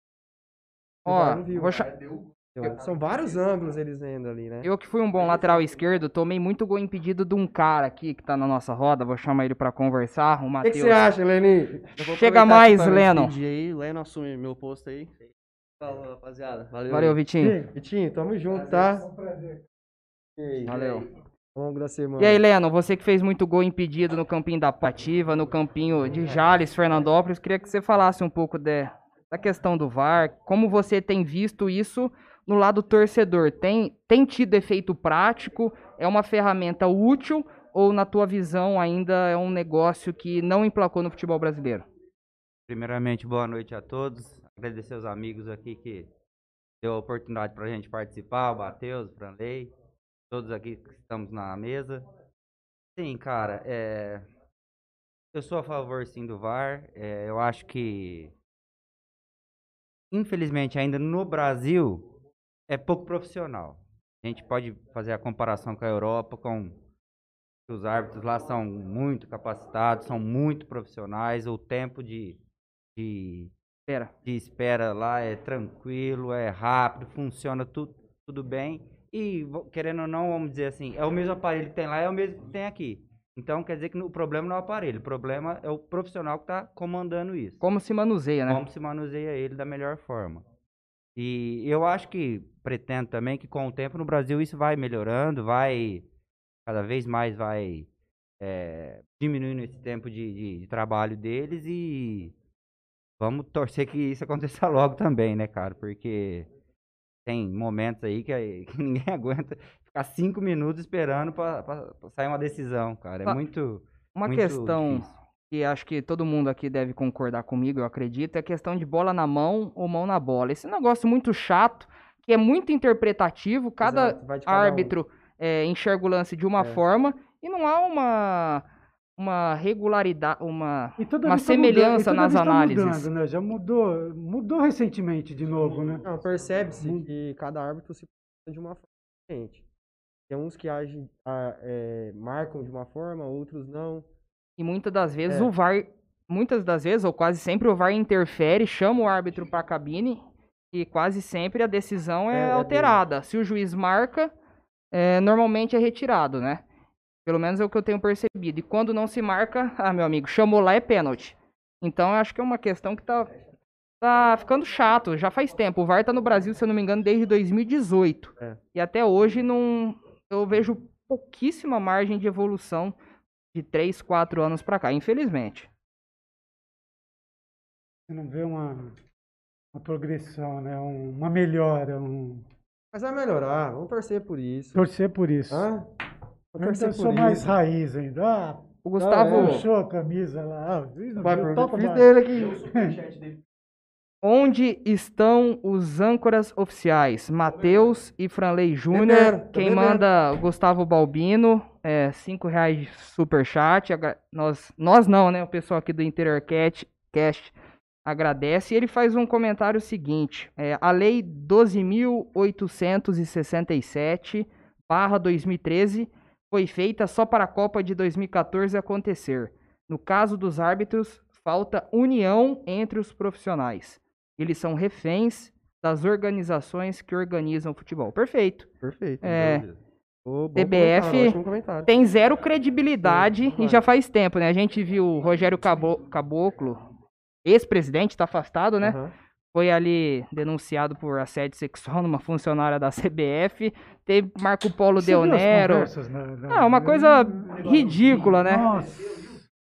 O Ó, V A R não viu. vou cha- Então, são vários ângulos eles vendo ali, né? Eu que fui um bom lateral esquerdo, tomei muito gol impedido de um cara aqui que tá na nossa roda, vou chamar ele pra conversar, o O que que Matheus. você acha, Leni? Eu vou Chega aproveitar mais, aqui pra me Lennon. despedir aí. Lennon assume meu posto aí. Falou, rapaziada. Valeu. Valeu, Vitinho. Sim, Vitinho, tamo junto, tá? é um prazer. E aí? Valeu. ao longo da semana. E aí, Leno, você que fez muito gol impedido no campinho da Pativa, no campinho de Jales, Fernandópolis, queria que você falasse um pouco de, da questão do V A R, como você tem visto isso no lado torcedor. Tem, tem tido efeito prático? É uma ferramenta útil ou, na tua visão, ainda é um negócio que não emplacou no futebol brasileiro? Primeiramente, boa noite a todos. Agradecer aos amigos aqui que deu a oportunidade para a gente participar, o Matheus, o Franley, todos aqui que estamos na mesa. Sim, cara, é... eu sou a favor, sim, do V A R. É, eu acho que, infelizmente, ainda no Brasil, é pouco profissional. A gente pode fazer a comparação com a Europa, com os árbitros lá são muito capacitados, são muito profissionais, o tempo de, de, Espera. de espera lá é tranquilo, é rápido, funciona tudo, tudo bem. E, querendo ou não, vamos dizer assim, é o mesmo aparelho que tem lá, é o mesmo que tem aqui. Então, quer dizer que o problema não é o aparelho, o problema é o profissional que está comandando isso. Como se manuseia, né? Como se manuseia ele da melhor forma. E eu acho que, pretendo também que com o tempo no Brasil isso vai melhorando, vai, cada vez mais vai é, diminuindo esse tempo de, de, de trabalho deles e vamos torcer que isso aconteça logo também, né, cara? Porque tem momentos aí que, que ninguém aguenta ficar cinco minutos esperando pra, pra, pra sair uma decisão, cara. É Tá. muito, Uma muito questão difícil. que acho que todo mundo aqui deve concordar comigo, eu acredito, é a questão de bola na mão ou mão na bola. Esse negócio muito chato, que é muito interpretativo, cada Exato, vai de cada um. árbitro é, enxerga o lance de uma É. forma e não há uma, uma regularidade, uma, E toda uma vez tá mudando, e semelhança toda nas vez tá análises. mudando, né? Já mudou, mudou recentemente de novo, né? Não, percebe-se Hum. que cada árbitro se comporta de uma forma diferente. Tem uns que agem, ah, é, marcam de uma forma, outros não. E muitas das vezes É. o V A R, muitas das vezes, ou quase sempre, o V A R interfere, chama o árbitro para a cabine e quase sempre a decisão é, É, é alterada. Se o juiz marca, é, normalmente é retirado, né? Pelo menos é o que eu tenho percebido. E quando não se marca, ah, meu amigo, chamou lá é pênalti. Então eu acho que é uma questão que tá, tá ficando chato, já faz tempo. O V A R tá no Brasil, se eu não me engano, desde dois mil e dezoito. É. E até hoje não, eu vejo pouquíssima margem de evolução de três, quatro anos pra cá, infelizmente. Você não vê uma, uma progressão, né? Um- uma melhora, um... Mas vai melhorar, vamos torcer por isso. torcer por isso. Hã? Eu Vamos ainda torcer sou por mais isso. raiz ainda. Ah, O Gustavo, é. puxou a camisa lá. Ah, o juiz não Vai viu, pro toca fiz mais. dele aqui. onde estão os âncoras oficiais? Matheus e Franley Júnior. Beberam, tô Quem bebendo. manda, o Gustavo Balbino, é, cinco reais de superchat. Agra- Nós, nós não, né? O pessoal aqui do Interior Cast, Cast agradece. E ele faz um comentário seguinte. É, a Lei doze mil oitocentos e sessenta e sete barra dois mil e treze foi feita só para a Copa de dois mil e quatorze acontecer. No caso dos árbitros, falta união entre os profissionais. Eles são reféns das organizações que organizam o futebol. Perfeito. Perfeito. É, Ô, bom T B F comentário, ótimo comentário. tem zero credibilidade Sim, e já faz tempo, né? A gente viu o Rogério Cabo- Caboclo, ex-presidente, está afastado, né? Aham. Foi ali denunciado por assédio sexual numa funcionária da C B F. Teve Marco Polo Você viu as Deonero. conversas na- na- Ah, uma coisa ridícula, né? Nossa.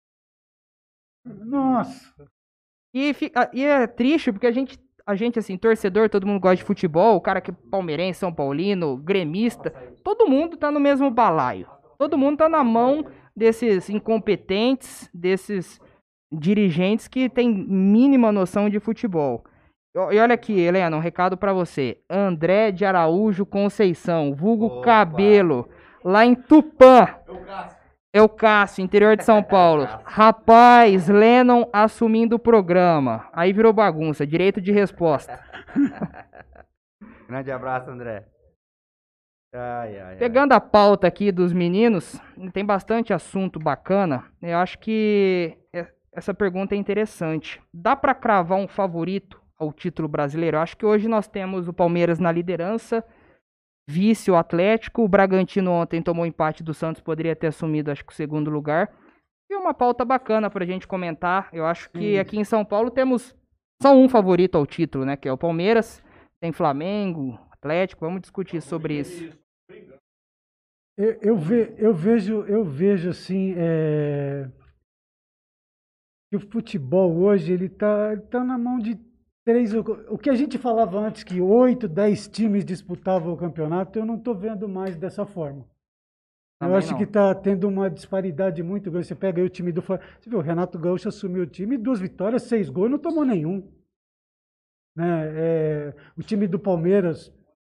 Nossa. E, fi- ah, e é triste porque a gente, a gente, assim, torcedor, todo mundo gosta de futebol, o cara que é palmeirense, São Paulino, gremista, todo mundo tá no mesmo balaio. Todo mundo tá na mão desses incompetentes, desses dirigentes que têm mínima noção de futebol. E e olha aqui, Helena, um recado pra você. André de Araújo Conceição, vulgo Opa. Cabelo, lá em Tupã. É o Cássio, interior de São Paulo. Rapaz, Lennon assumindo o programa. Aí virou bagunça, direito de resposta. Grande abraço, André. Ai, ai, ai. Pegando a pauta aqui dos meninos, tem bastante assunto bacana. Eu acho que é- essa pergunta é interessante. Dá pra cravar um favorito ao título brasileiro? Eu acho que hoje nós temos o Palmeiras na liderança, vice o Atlético, o Bragantino ontem tomou empate do Santos, poderia ter assumido, acho que o segundo lugar. E uma pauta bacana pra gente comentar. Eu acho que Sim. aqui em São Paulo temos só um favorito ao título, né? Que é o Palmeiras. Tem Flamengo, Atlético. Vamos discutir sobre isso. Eu, eu, ve, eu vejo, eu vejo assim, é, que o futebol hoje ele tá, tá na mão de três. O, o que a gente falava antes que oito, dez times disputavam o campeonato, eu não estou vendo mais dessa forma. Eu Também acho não. que está tendo uma disparidade muito grande. Você pega aí o time do Flamengo. Você viu, o Renato Gaúcho assumiu o time, duas vitórias, seis gols, não tomou nenhum. Né? É, o time do Palmeiras,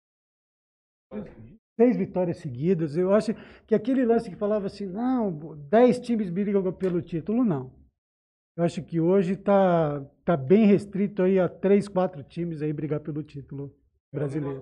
seis vitórias seguidas. Eu acho que aquele lance que falava assim, não, dez times brigam pelo título, não. Eu acho que hoje está tá bem restrito aí a três, quatro times aí brigar pelo título brasileiro.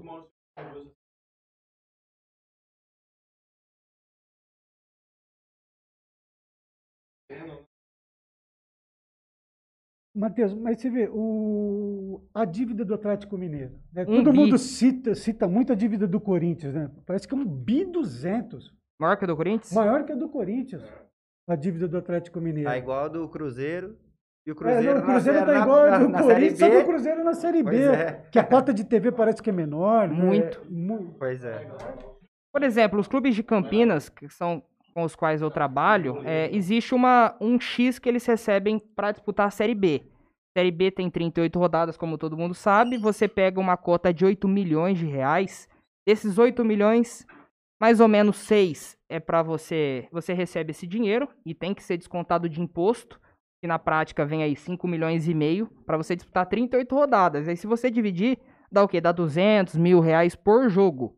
Matheus, mas você vê, o, a dívida do Atlético Mineiro. Né? Um Todo bi. mundo cita, cita muito a dívida do Corinthians, né? Parece que é um bi duzentos. Maior que a do Corinthians? Maior que a do Corinthians, a dívida do Atlético Mineiro. Tá igual a do Cruzeiro. E o É, Cruzeiro, não, o Cruzeiro na, tá na- igual na, ao do na Série Corinthians, só que o B. Cruzeiro na Série B. Pois é. Que a cota de T V parece que é menor. né? Muito. Mu- Pois é. Por exemplo, os clubes de Campinas, que são com os quais eu trabalho, é, existe uma, um X que eles recebem para disputar a Série B. Série B tem trinta e oito rodadas, como todo mundo sabe. Você pega uma cota de oito milhões de reais. Desses oito milhões, mais ou menos seis é para você... Você recebe esse dinheiro e tem que ser descontado de imposto, que na prática vem aí cinco milhões e meio, para você disputar trinta e oito rodadas. Aí se você dividir, dá o quê? Dá duzentos mil reais por jogo.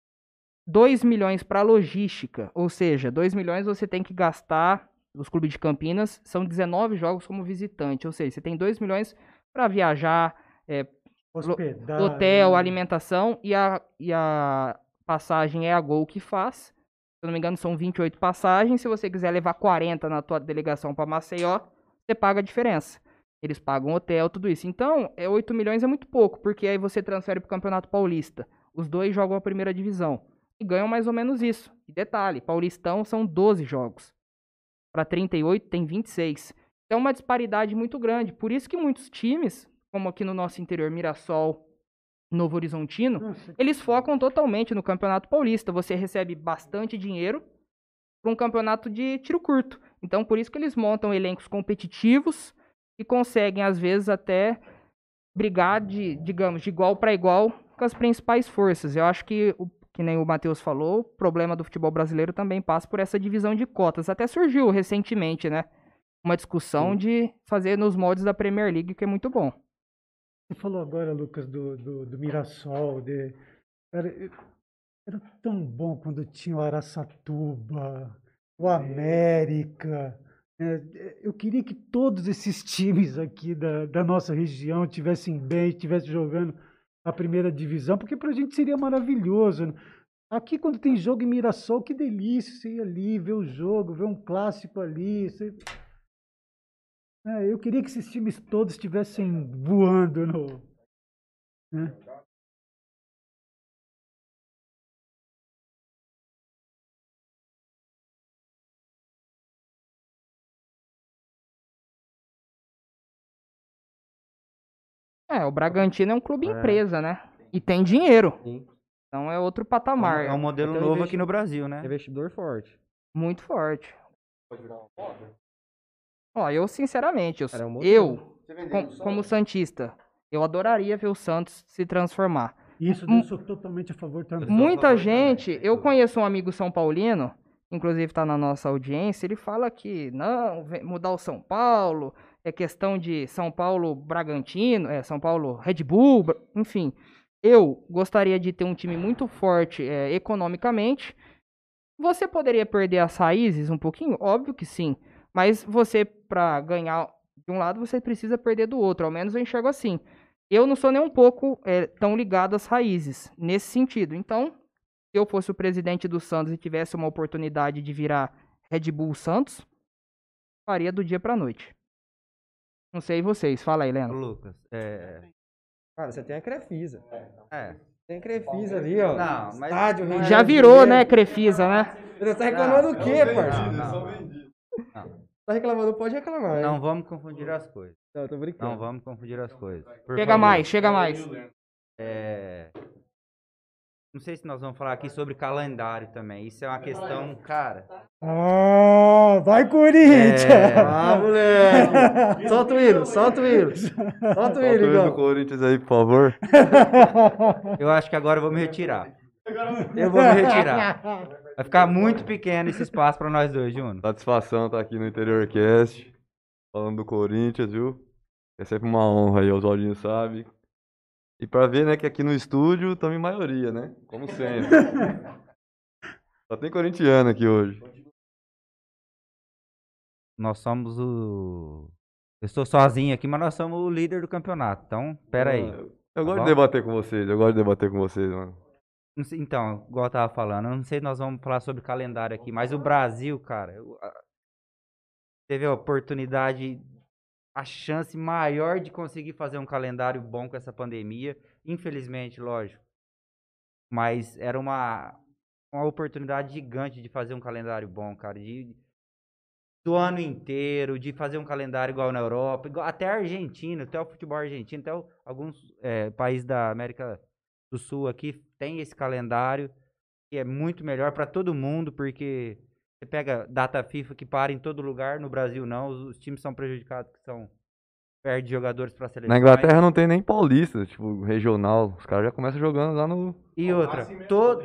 dois milhões para logística, ou seja, dois milhões você tem que gastar, os clubes de Campinas, são dezenove jogos como visitante, ou seja, você tem dois milhões para viajar, é, Hospedagem. hotel, alimentação, e a, e a passagem é a Gol que faz. Se eu não me engano, são vinte e oito passagens. Se você quiser levar quarenta na tua delegação para Maceió, você paga a diferença. Eles pagam hotel, tudo isso. Então, é oito milhões é muito pouco, porque aí você transfere para o Campeonato Paulista. Os dois jogam a primeira divisão e ganham mais ou menos isso. E detalhe, Paulistão são doze jogos. Para trinta e oito tem vinte e seis. Então, é uma disparidade muito grande. Por isso que muitos times, como aqui no nosso interior, Mirassol, Novo Horizontino, Nossa, eles focam totalmente no Campeonato Paulista. Você recebe bastante dinheiro para um campeonato de tiro curto. Então, por isso que eles montam elencos competitivos e conseguem, às vezes, até brigar, de, digamos, de igual para igual com as principais forças. Eu acho que, o, que nem o Matheus falou, o problema do futebol brasileiro também passa por essa divisão de cotas. Até surgiu recentemente, né? Uma discussão Sim. de fazer nos moldes da Premier League, que é muito bom. Você falou agora, Lucas, do, do, do Mirassol. De, cara, eu- era tão bom quando tinha o Araçatuba, o América. Né? Eu queria que todos esses times aqui da, da nossa região estivessem bem, estivessem jogando a primeira divisão, porque para a gente seria maravilhoso. Né? Aqui, quando tem jogo em Mirassol, que delícia você ir ali, ver o jogo, ver um clássico ali. Você... É, eu queria que esses times todos estivessem voando no. Né? É, o Bragantino é um clube É. empresa, né? E tem dinheiro. Sim. Então é outro É um, patamar. é um modelo Então, novo investi- aqui no Brasil, né? Investidor forte. Muito forte. Ó, eu sinceramente, eu, Cara, é um eu modelo. com- como santista, eu adoraria ver o Santos se transformar. Isso Mu- eu sou totalmente a favor também. Muita gente, eu conheço um amigo são paulino, inclusive está na nossa audiência, ele fala que não, vem mudar o São Paulo, é questão de São Paulo Bragantino, é São Paulo Red Bull, Bra- enfim. Eu gostaria de ter um time muito forte é, economicamente. Você poderia perder as raízes um pouquinho? Óbvio que sim. Mas você, para ganhar de um lado, você precisa perder do outro. Ao menos eu enxergo assim. Eu não sou nem um pouco é, tão ligado às raízes, nesse sentido. Então, se eu fosse o presidente do Santos e tivesse uma oportunidade de virar Red Bull Santos, faria do dia pra noite. Não sei vocês. Fala aí, Ô, Leno. Lucas, é... Cara, você tem a Crefisa. É. Tem Crefisa ali, ó. Não, mas- Estádio, mas- Rio Já de virou, Janeiro. né, Crefisa, né? Você tá reclamando do quê, Não, parceiro? não. Tá reclamando, pode reclamar. Não hein? vamos confundir as coisas. Não, tô brincando. Não vamos confundir as coisas. Por Chega favor. mais, chega mais. É... não sei se nós vamos falar aqui sobre calendário também. Isso é uma questão, cara. Ah, vai Corinthians! É. Ah, moleque! Solta o hino, solta o hino. Solta o hino, do Igão. Corinthians aí, por favor. Eu acho que agora eu vou me retirar. Eu vou me retirar. Vai ficar muito pequeno esse espaço pra nós dois, Juno. Satisfação estar aqui no Interior Cast, falando do Corinthians, viu? É sempre uma honra aí, o Oswaldinho sabe. E pra ver, né, que aqui no estúdio estamos em maioria, né? Como sempre. Só tem corintiano aqui hoje. Nós somos o... Eu estou sozinho aqui, mas nós somos o líder do campeonato. Então, pera aí. Eu, eu gosto bom? de debater com vocês, eu gosto de debater com vocês, mano. Não sei- Então, igual eu tava falando, eu não sei se nós vamos falar sobre calendário aqui, mas o Brasil, cara, eu- a- teve a oportunidade, a chance maior de conseguir fazer um calendário bom com essa pandemia. Infelizmente, lógico. Mas era uma, uma oportunidade gigante de fazer um calendário bom, cara. De, do ano inteiro, de fazer um calendário igual na Europa, igual, até a Argentina, até o futebol argentino, até o- alguns eh, países da América do Sul aqui tem esse calendário que é muito melhor para todo mundo, porque você pega data FIFA que para em todo lugar, no Brasil não, os, os times são prejudicados que são perde jogadores para seleção. Na Inglaterra não tem nem paulista, tipo, regional. Os caras já começam jogando lá no... E outra, todo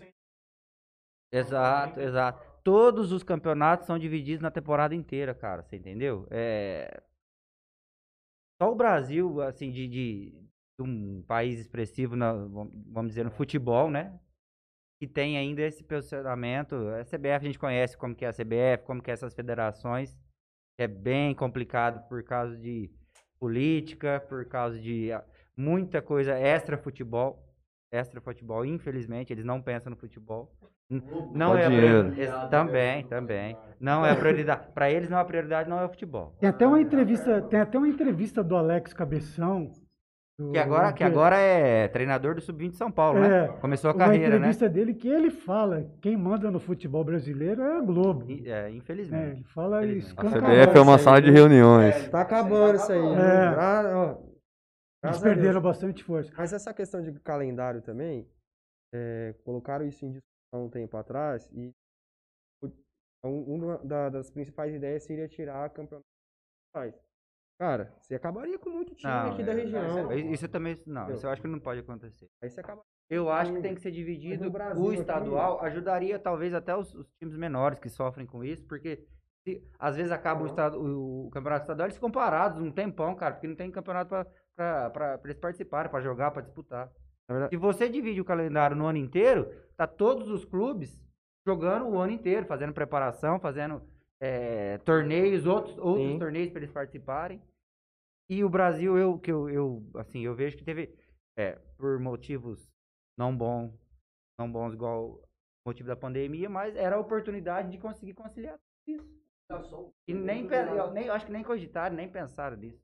Exato, exato. Todos os campeonatos são divididos na temporada inteira, cara, você entendeu? É... Só o Brasil, assim, de, de, de um país expressivo, na, vamos vamos dizer, no futebol, né? Que tem ainda esse posicionamento. A C B F a gente conhece como que é a C B F, como que é essas federações. É bem complicado por causa de política, por causa de ah, muita coisa extra futebol. Extra futebol, infelizmente, eles não pensam no futebol. N- Não Só é a dinheiro. priori- ex- também, também. Não é a prioridade. Para eles não é a prioridade, não é o futebol. Tem até uma entrevista, tem até uma entrevista do Alex Cabeção. do- Que agora, que agora é treinador do sub vinte de São Paulo, né? É, Começou a uma carreira, né? entrevista dele que ele fala, quem manda no futebol brasileiro é a Globo. I- É, É, infelizmente. ele fala Infelizmente. isso. A A C B Acabou F é uma isso aí, sala de viu? reuniões. Tá acabando isso aí. viu? É. Gra- ó, Eles graças a perderam Deus. bastante força. Mas essa questão de calendário também, é, colocaram isso em discussão um tempo atrás e o- um- uma da- das principais ideias seria tirar campeonatos nacionais. Cara, você acabaria com muito time Não, aqui da é- região. Isso isso eu também. Não, Entendeu? isso eu acho que não pode acontecer. Aí você acaba. Eu acho que Hum. tem que ser dividido. no Brasil O aqui- estadual ajudaria talvez até os, os times menores que sofrem com isso, porque se- às vezes acaba o, estado, o, o campeonato estadual, eles ficam parados um tempão, cara, porque não tem campeonato para eles participarem, para jogar, para disputar. Na verdade- Se você divide o calendário no ano inteiro, tá todos os clubes jogando o ano inteiro, fazendo preparação, fazendo é, torneios, outros, outros Sim. torneios para eles participarem. E o Brasil, eu, que eu, eu, assim, eu vejo que teve, é, por motivos não bons, não bons igual o motivo da pandemia, mas era a oportunidade de conseguir conciliar isso. E nem, pe- eu nem, eu acho que nem cogitaram, nem pensaram nisso.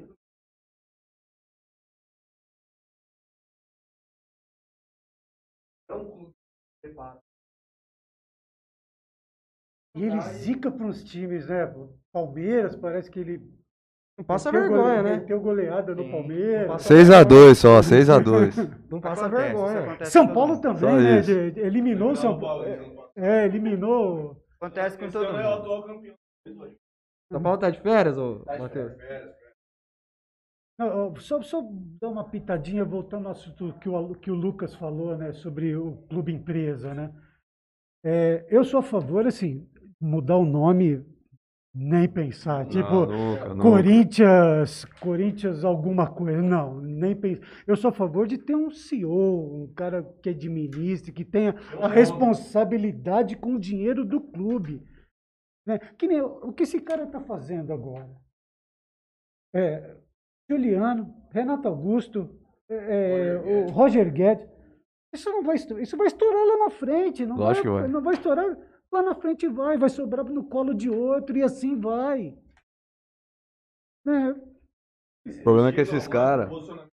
E ele zica para uns times, né? O Palmeiras, parece que ele Não passa meteu vergonha, gole- né? meteu goleada no Sim. Palmeiras. passa- seis a dois só, seis a dois. Não passa Acontece, isso vergonha. acontece São com Paulo todo mundo. também, Só né? isso. de- de- eliminou o São Paulo. É, eliminou. Acontece com todo mundo. São Paulo tá de férias, ô Matheus? Não, ó, só, só dar uma pitadinha, voltando ao assunto que o, que o Lucas falou, né, sobre o clube empresa, né? É, eu sou a favor, assim, mudar o nome, nem pensar. Tipo, Não, nunca, nunca. Corinthians, Corinthians alguma coisa. Não, nem pensar. Eu sou a favor de ter um C E O, um cara que administre, que tenha a responsabilidade com o dinheiro do clube. Né? Que nem o que esse cara está fazendo agora. É, Juliano, Renato Augusto, é, o Roger Guedes. Isso não vai estourar, isso vai estourar lá na frente. Não Lógico vai, que vai. não vai estourar. Lá na frente vai, vai sobrar no colo de outro e assim vai. Né? O problema é que esses caras.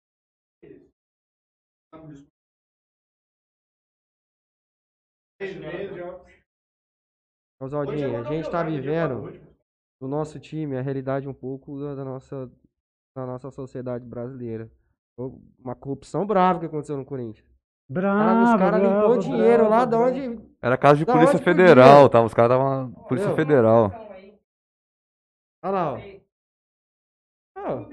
Oswaldinho, a gente tá vivendo no nosso time a realidade um pouco da, da nossa, da nossa sociedade brasileira. Uma corrupção brava que aconteceu no Corinthians. Caralho, os Bravo, caras limpou bravo, dinheiro lá bravo, de bravo. onde. Era casa de Da Polícia onde podia? Federal, tava, os caras estavam Polícia Meu. Federal. Olha lá, ó. Ó,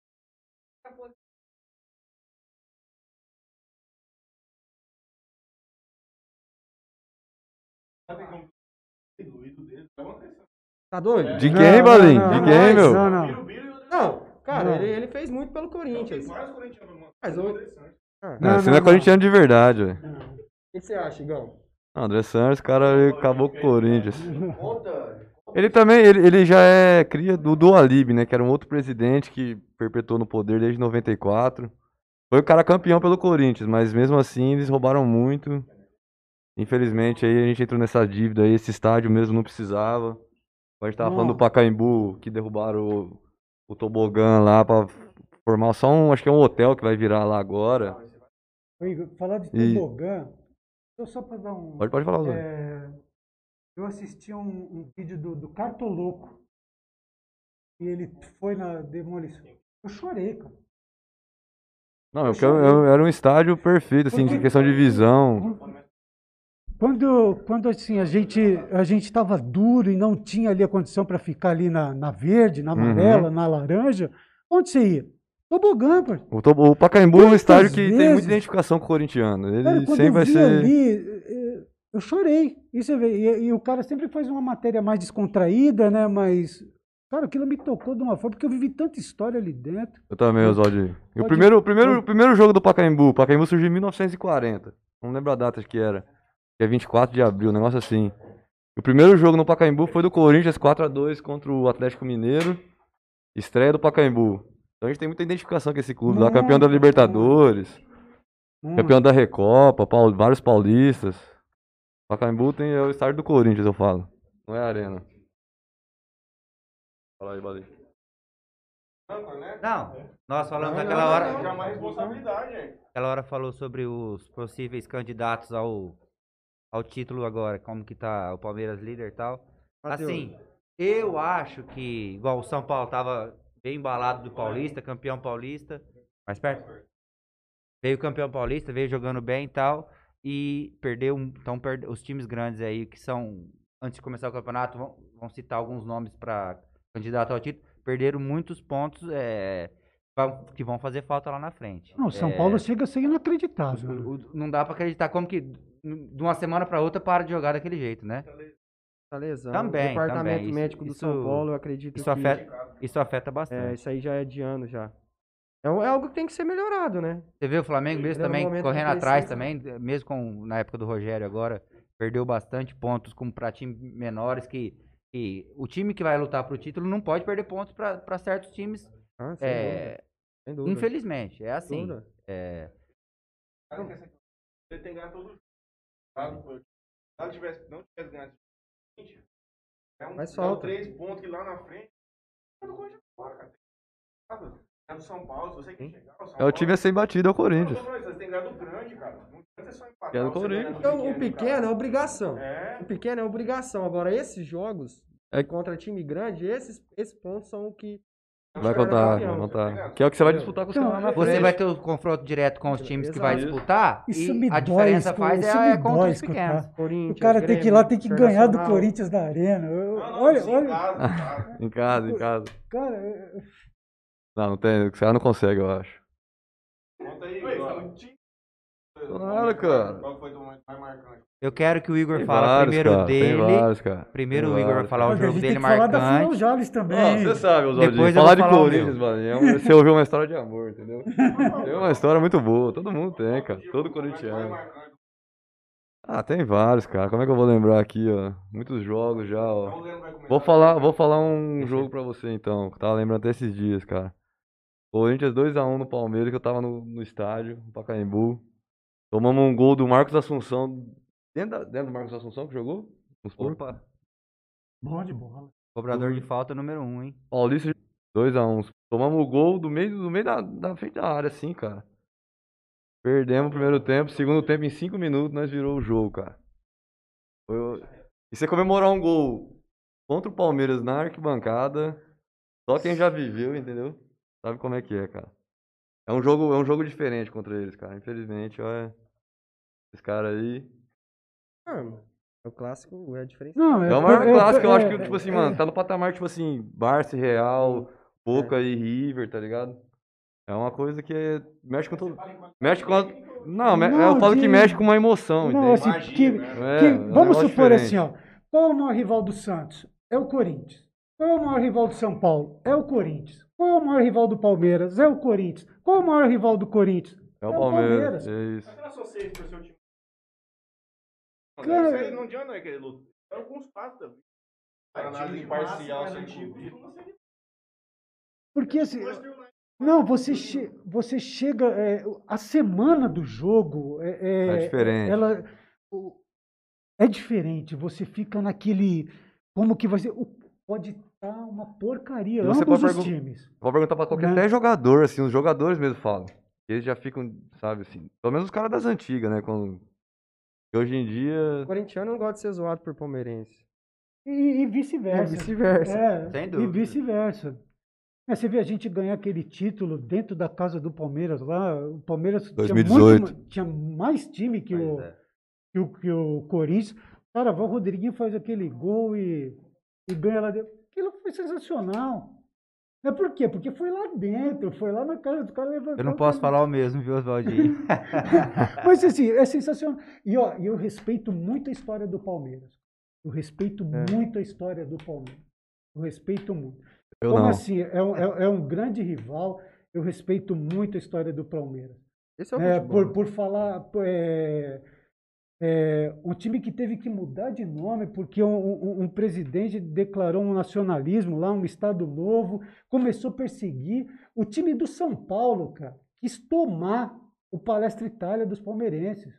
tá doido? De Não, quem, não, Balim? não, De não, quem, meu? Não, não. Não, cara, Não. ele, ele fez muito pelo Corinthians. Mas hoje. Ah, o Não, Não, você não é não, corintiano de verdade, velho. que que você acha, Igão? Não, André Santos, cara, ele acabou com o Corinthians. Ele também, ele, ele já é cria do, do Alib, né? Que era um outro presidente que perpetuou no poder desde noventa e quatro. Foi o cara campeão pelo Corinthians, mas mesmo assim eles roubaram muito. Infelizmente aí a gente entrou nessa dívida aí, esse estádio mesmo não precisava. A gente tava falando do Nossa. Pacaembu, que derrubaram o, o tobogã lá pra formar só um, acho que é um hotel que vai virar lá agora. Ô, Igor, falar de E- tobogã, eu só para dar um. Pode, pode falar, Zé. é, eu assisti um, um vídeo do, do Cartoloco e ele foi na demolição. Eu chorei, cara. Não, eu quero- eu- era um estádio perfeito, assim, de Porque- questão de visão. Quando, quando assim, a gente a gente estava duro e não tinha ali a condição para ficar ali na, na verde, na amarela, Uhum. na laranja, onde você ia? Tobogã, pô. O, to- o Pacaembu é um Quantas estádio que tem vezes? muita identificação com o corintiano. Ele Cara, quando sempre eu vai vi ser. ali, eh, eu chorei. E, você vê, e, e o cara sempre faz uma matéria mais descontraída, né? Mas, cara, aquilo me tocou de uma forma, porque eu vivi tanta história ali dentro. Eu também, Oswaldo. E o Pode- primeiro, o primeiro, pode- o primeiro jogo do Pacaembu, o Pacaembu surgiu em mil novecentos e quarenta. Não lembro a data que era. Que é vinte e quatro de abril, um negócio assim. O primeiro jogo no Pacaembu foi do Corinthians quatro a dois contra o Atlético Mineiro. Estreia do Pacaembu. Então a gente tem muita identificação com esse clube lá, campeão da Muito, Libertadores, Hum, campeão da Recopa, Paul- vários paulistas. Pacaembu tem é o estádio do Corinthians, eu falo. Não é a arena. Fala aí, Bali. Não, nós falamos Não, naquela não, hora. não, não. mais responsabilidade, hein? Aquela hora falou sobre os possíveis candidatos ao, ao título agora, como que tá o Palmeiras líder e tal. Mateus. Assim, eu acho que, igual o São Paulo tava bem embalado do Paulista, campeão paulista, mais perto. Veio campeão paulista, veio jogando bem e tal, e perdeu, então perde, os times grandes aí que são, antes de começar o campeonato, vão, vão citar alguns nomes para candidato ao título, perderam muitos pontos é, vão- que vão fazer falta lá na frente. Não, São É, Paulo chega a ser inacreditável. o- o- não dá pra acreditar como que de uma semana pra outra para de jogar daquele jeito, né? Tá lesão. Também, Departamento também. Isso- médico do São isso- Paulo, eu acredito Isso que. afeta, isso afeta É, bastante. isso aí já é de ano já. É, um- é algo que tem que ser melhorado, né? Você vê o Flamengo mesmo Ele é um também momento correndo que atrás precisa. também, mesmo com, na época do Rogério agora, perdeu bastante pontos com para times menores que, que o time que vai lutar pro título não pode perder pontos para certos times. Ah, sem É, dúvida, sem dúvida. infelizmente, é assim. Dúvida. É, Ele tem ganhado todo jogo. Sabe? Se não tivesse, não tivesse ganhado vinte, é um, Mas é um falta. três pontos que lá na frente. É do Corinthians fora, cara. É do São Paulo, se você quer chegar. O São É o Paulo- time a ser batido, é o Não, eu Corinthians. tô falando isso, você tem ganhado grande, cara. Não adianta só empatar. É do você Corinthians. ganha do Então, o pequeno é obrigação. cara. É. O pequeno é obrigação. Agora, esses jogos É- contra time grande, esses, esses pontos são o que. Vai os caras contar, campeão. vai contar. Que é o que você vai disputar com os Então, caras lá na você frente. vai ter o confronto direto com os times que vai Exato. disputar Isso e me a dói, diferença isso- faz isso é, me contra dói os pequenos. escutar. Corinthians, O cara tem que ir Grêmio, lá, tem que ganhar do Internacional. Corinthians da Arena. Eu- Não, não, olha, sim, olha. em casa, em casa. Em casa, em casa. Cara, eu- Não, não tem. O cara não consegue, eu acho. Conta aí, agora. Claro, cara. Qual foi o momento mais marcante? Eu quero que o Igor Tem fale vários, primeiro cara, dele. Tem vários, cara. Primeiro Tem o Igor vai vários, falar o Olha, a jogo gente tem dele que falar da Final marcante. Jales também. Ó, você sabe, Oswaldinho. Depois eu Falar vou de falar o Corinthians, meu. mano, é um- você ouviu uma história de amor, entendeu? Tem uma história muito boa, todo mundo tem, cara. Todo corintiano. Ah, tem vários, cara. Como é que eu vou lembrar aqui, ó? Muitos jogos já, ó. Vou falar, vou falar um jogo pra você então, que eu tava lembrando até esses dias, cara. Corinthians dois a um no Palmeiras, que eu tava no, no estádio, no Pacaembu. Tomamos um gol do Marcos Assunção. Dentro, da- dentro do Marcos Assunção que jogou? Nos porcos? Opa, Bom de bola. cobrador de falta número um, hein? Paulista dois a um. Tomamos o gol do meio, do meio da, da frente da área, assim, cara. Perdemos o primeiro tempo, segundo tempo, em cinco minutos, nós virou o jogo, cara. Foi o- E você comemorar um gol contra o Palmeiras na arquibancada, só quem já viveu, entendeu? Sabe como é que é, cara. É um jogo, é um jogo diferente contra eles, cara. Infelizmente, ó, é... Esse cara aí. Ah, o clássico é diferente. Não, É o maior clássico, eu acho é- que, tipo assim, é- mano, tá no patamar, tipo assim, Barça e Real, Boca e River, tá ligado? É uma coisa que é- mexe com todo. Mexe com. a- Não, me- Não, eu falo que de- mexe com uma emoção, Não, entende? assim, que, É, que- é um vamos negócio supor diferente. assim, ó. Qual é o maior rival do Santos? É o Corinthians. Qual é o maior rival do São Paulo? É o Corinthians. Qual é o maior rival do Palmeiras? É o Corinthians. Qual é o maior rival do Corinthians? É o Palmeiras. É isso. Cara, Isso aí não adianta, é aquele luto. É alguns passos também. Análise imparcial, científica. porque assim, não, você, che- você chega, é, a semana do jogo é, é- É diferente. Ela, o- é diferente. Você fica naquele, como que vai ser? o- Pode estar uma porcaria, E você ambos pode os pergun- times. Vou perguntar pra qualquer Né? até jogador, assim, os jogadores mesmo falam. Eles já ficam, sabe, assim, pelo menos os caras das antigas, né? Quando... Porque hoje em dia. O corintiano não gosta de ser zoado por palmeirense. E, e É vice-versa. vice-versa. É, Sem e dúvida. vice-versa. É, você vê a gente ganhar aquele título dentro da casa do Palmeiras lá. O Palmeiras dois mil e tinha, muito, dezoito. ma- tinha mais time que o, Pois é. que, o, que o Corinthians. Cara, o Rodriguinho faz aquele gol e, e ganha lá dentro. Aquilo foi sensacional. É por quê? Porque foi lá dentro, foi lá na casa do cara levantar. Eu não o posso cara- falar o mesmo, viu, Oswaldinho? Mas assim, é sensacional. E ó, eu respeito muito a história do Palmeiras. Eu respeito muito a história do Palmeiras. Eu respeito muito. Eu Como não. assim? É um, é- é um grande rival. Eu respeito muito a história do Palmeiras. Esse é o É, futebol. por, por falar. É, é, um time que teve que mudar de nome porque um, um- um presidente declarou um nacionalismo lá, um Estado Novo, começou a perseguir. O time do São Paulo, cara, quis tomar o Palestra Itália dos palmeirenses.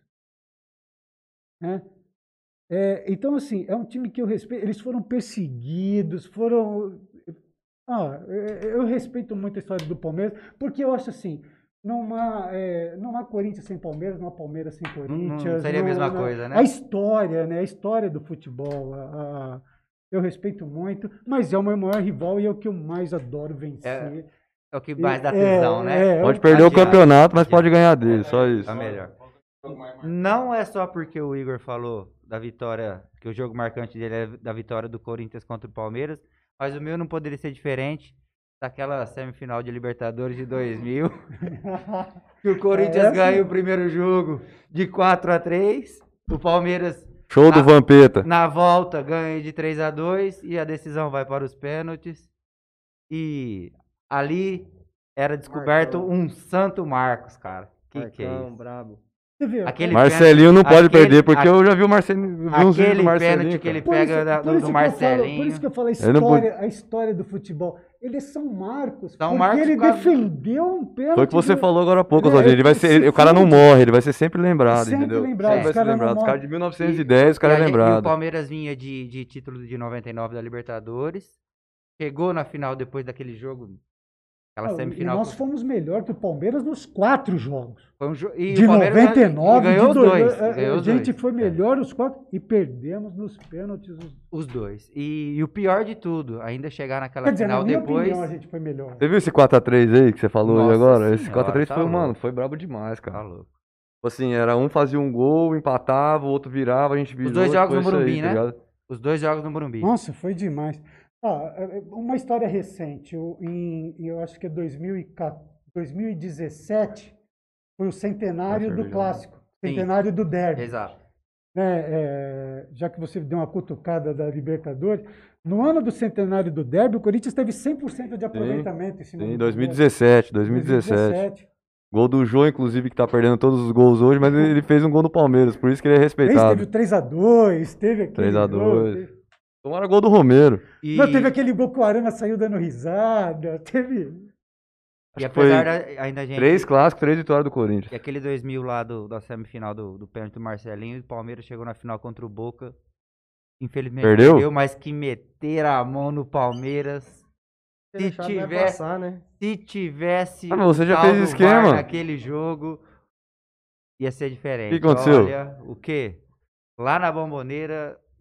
Né? É, então, assim, é um time que eu respeito. Eles foram perseguidos, foram. Ah, é, eu respeito muito a história do Palmeiras, porque eu acho assim. Não há, é, não há Corinthians sem Palmeiras, não há Palmeiras sem Corinthians. seria a não- mesma não- coisa, né? A história, né? A história do futebol. a- a- eu respeito muito, mas é o meu maior rival e é o que eu mais adoro vencer. É o que mais dá É, tesão, né? é, Pode eu- perder o Adianta. campeonato, mas pode ganhar dele, só isso. Tá melhor. Não é só porque o Igor falou da vitória, que o jogo marcante dele é da vitória do Corinthians contra o Palmeiras, mas o meu não poderia ser diferente daquela semifinal de Libertadores de dois mil, que o Corinthians Essa- ganha o primeiro jogo de quatro a três, o Palmeiras Show do Ah. Vampeta. na volta ganha de três a dois e a decisão vai para os pênaltis. E ali era descoberto Marcão. um Santo Marcos, cara. Que que é Marcão, isso? brabo. Você vê, Aquele Marcelinho não pode aquele- perder, porque a- eu já vi o Marcelinho, vi uns vídeos do Aquele Marcelinho. pênalti que ele cara. Por pega isso- da- por do, isso do que eu falo- Marcelinho. por isso que eu falo a Ele não história, a história do futebol. Ele é São Marcos. São porque Marcos ele por causa- defendeu um pênalti. Foi o que você do- falou agora há pouco, É, Oswaldinho. Ele vai se ser, ele- o cara não fode. morre, ele vai ser sempre lembrado, Sempre entendeu? lembrado, Sempre os vai ser caras não lembrado. Os morrem. caras de mil novecentos e dez, o cara E é a gente- E o lembrado. Palmeiras vinha de, de título de noventa e nove da Libertadores. Chegou na final depois daquele jogo, aquela Não, e semifinal. nós fomos melhor que o Palmeiras nos quatro jogos. Foi um jo- e De o Palmeiras noventa e nove, e ganhou de os dois- dois. a- e ganhou a os gente dois. foi É, melhor os quatro e perdemos nos pênaltis. os- os dois. E, e o pior de tudo, ainda chegar naquela Quer dizer, final na minha depois. opinião, a gente foi melhor. Você viu esse quatro a três aí que você falou aí Nossa agora? Esse senhora, quatro a três tá foi, louco. mano, foi brabo demais, Tá cara. louco. Tipo assim, era um fazia um gol, empatava, o outro virava, a gente virou. dois jogos foi no isso aí, Morumbi, tá né? ligado? Os dois jogos no Morumbi. Nossa, foi demais. Ah, é- é uma história recente, eu, em, eu acho que é dois mil e quatorze, dois mil e dezessete, foi o centenário Nossa, do verdade. clássico, Sim. centenário do derby. Exato. Né, é, já que você deu uma cutucada da Libertadores, no ano do centenário do derby, o Corinthians teve cem por cento de aproveitamento em cima Sim, do dois mil e Palmeiras. dezessete, dois mil e dezessete. Gol do Jô, inclusive, que tá perdendo todos os gols hoje, mas ele fez um gol do Palmeiras, por isso que ele é Esse teve respeitado. o três a dois, teve aquele três a gol, dois. teve- Tomaram gol do Romero. E, Não, teve aquele gol que o Arana saiu dando risada, teve... e Acho que foi apesar da, ainda a gente. Três clássicos, três vitórias do Corinthians. E aquele dois mil lá do, da semifinal do, do pênalti do Marcelinho, o Palmeiras chegou na final contra o Boca. Infelizmente Perdeu? mas que meter a mão no Palmeiras. Se Se deixar, vai tiver- passar, né? Se tivesse Ah, mas você já o fez tal do esquema. V A R naquele jogo, ia ser diferente. O que aconteceu? Olha, o quê? Lá na Bomboneira,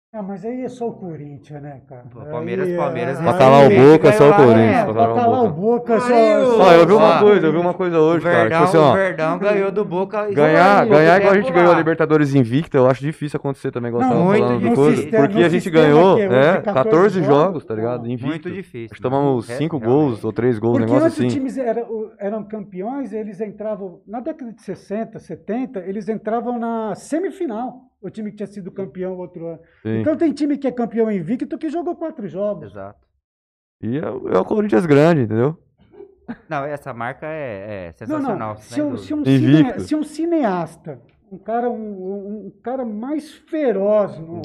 Ah, mas aí é só o Corinthians, né, cara? Pô, Palmeiras, Aí, Palmeiras. ah, Pra aí- calar o aí Boca, só o ganhou lá, Corinthians. né? Pra Pra calar o calar o Boca. Boca, só. Aí, só- Ó, eu vi uma Ó, coisa, eu vi uma coisa O hoje, cara. Tipo Verdão, assim, o ó. Verdão ganhou do Boca. Ganhar, pouco ganhar igual a tempo gente ganhou a lá. Libertadores invicta, eu acho difícil acontecer também, igual você Não, tava muito falando do difícil. coisa. sistema- Porque no a gente sistema ganhou, que é hoje é, de quatorze quatorze jogos, jogos, tá ligado? não. Invicto. Muito difícil. Nós tomamos É, cinco realmente. gols ou três gols, um Porque negócio antes assim. os times eram, eram campeões, eles entravam, na década de sessenta, setenta, eles entravam na semifinal. O time que tinha sido campeão outro ano. Sim. Então tem time que é campeão invicto que jogou quatro jogos. Exato. E é, o- é o Corinthians grande, entendeu? Não, essa marca é, é Não, sensacional. não. Se sem um, dúvida. se, um Invicto. cine- se um cineasta, um cara, um, um- um cara mais feroz, no-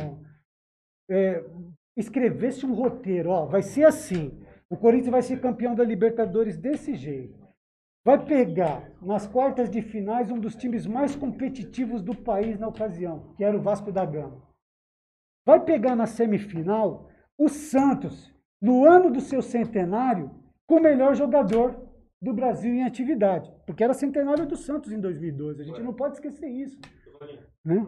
é, escrevesse um roteiro, ó, vai ser assim. O Corinthians vai ser campeão da Libertadores desse jeito. Vai pegar nas quartas de finais um dos times mais competitivos do país na ocasião, que era o Vasco da Gama. Vai pegar na semifinal o Santos, no ano do seu centenário, com o melhor jogador do Brasil em atividade. Porque era centenário do Santos em dois mil e doze. A gente não pode esquecer isso. Né?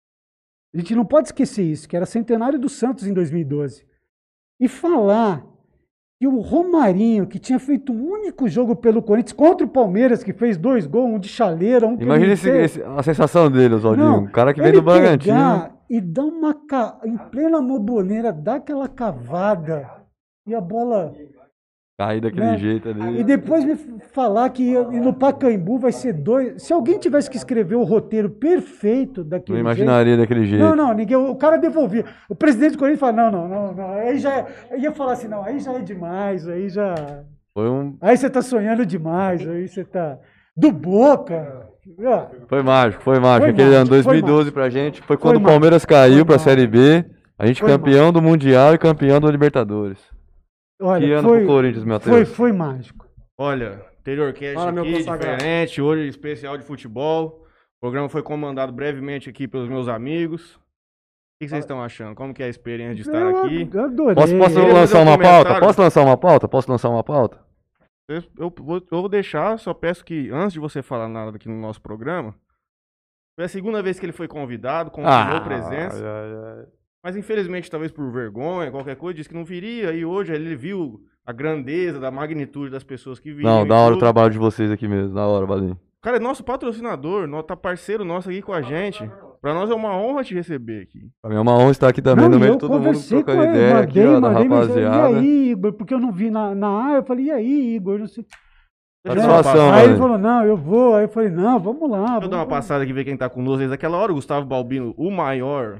A gente não pode esquecer isso, que era centenário do Santos em dois mil e doze. E falar que o Romarinho, que tinha feito um único jogo pelo Corinthians contra o Palmeiras, que fez dois gols, um de chaleira, um que Imagina ele esse, fez. esse- a sensação dele, Oswaldinho. Não, O cara que vem ele do Bragantino. pegar e dar uma ca... em plena moboneira, dar aquela cavada e a bola. Cair daquele Né? jeito ali. E depois me falar que e no Pacaembu vai ser dois. Se alguém tivesse que escrever o roteiro perfeito daquele Não jeito. imaginaria daquele jeito. Não, não, ninguém. O cara devolvia. O presidente do Corinthians fala: não, não, não, não. Aí já é, eu ia falar assim: não, aí já é demais, aí já. Foi um. Aí você tá sonhando demais, aí você tá. Do Boca. Ah, Foi mágico, foi mágico. Foi Aquele ano mágico, foi dois mil e doze mágico. pra gente foi Foi quando o mágico. Palmeiras caiu Foi pra mágico. Série B. A gente Foi campeão do Mundial e campeão da Libertadores. Olha, Que ano foi, pro Corinthians, Matheus? foi, foi mágico. Olha, anterior cast Fala, meu aqui, consagrado. diferente, hoje especial de futebol. O programa foi comandado brevemente aqui pelos meus amigos. O que vocês estão achando? Como que é a experiência de estar Eu aqui? adorei. Posso, posso Queria lançar fazer um uma pauta? comentário. Posso lançar uma pauta? Posso lançar uma pauta? Eu, eu vou, eu vou deixar, só peço que, antes de você falar nada aqui no nosso programa, foi a segunda vez que ele foi convidado, confirmou presença. ai, ai. Mas infelizmente, talvez por vergonha, qualquer coisa, disse que não viria. E hoje ele viu a grandeza, da magnitude das pessoas que viriam. Não, e da hora o tudo. trabalho de vocês aqui mesmo. Da hora, Valinho. O cara é nosso patrocinador, nó- tá parceiro nosso aqui com a gente. Pra nós é uma honra te receber aqui. Pra mim é uma honra estar aqui também Não, no e meio eu de todo mundo conversei trocando com ele, ideia mandei, aqui, ó, da mandei mensagem, rapaziada. E aí, Igor? Porque eu não vi na, na área, eu falei, e aí, Igor? Não sei. Deixa eu dar uma Satisfação, passada- Aí ele velho. falou, não, eu vou. Aí eu falei, não, vamos lá. Deixa eu vamos dar uma lá. passada aqui, ver quem tá conosco. Desde aquela hora, o Gustavo Balbino, o maior.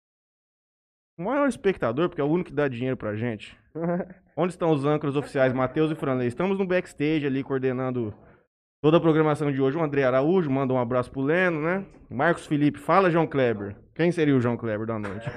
O maior espectador, porque é o único que dá dinheiro pra gente. Onde estão os âncoras oficiais, Matheus e Franley? Estamos no backstage ali, coordenando toda a programação de hoje. O André Araújo, manda um abraço pro Leno, né? Marcos Felipe, fala João Kleber. Quem seria o João Kleber da noite?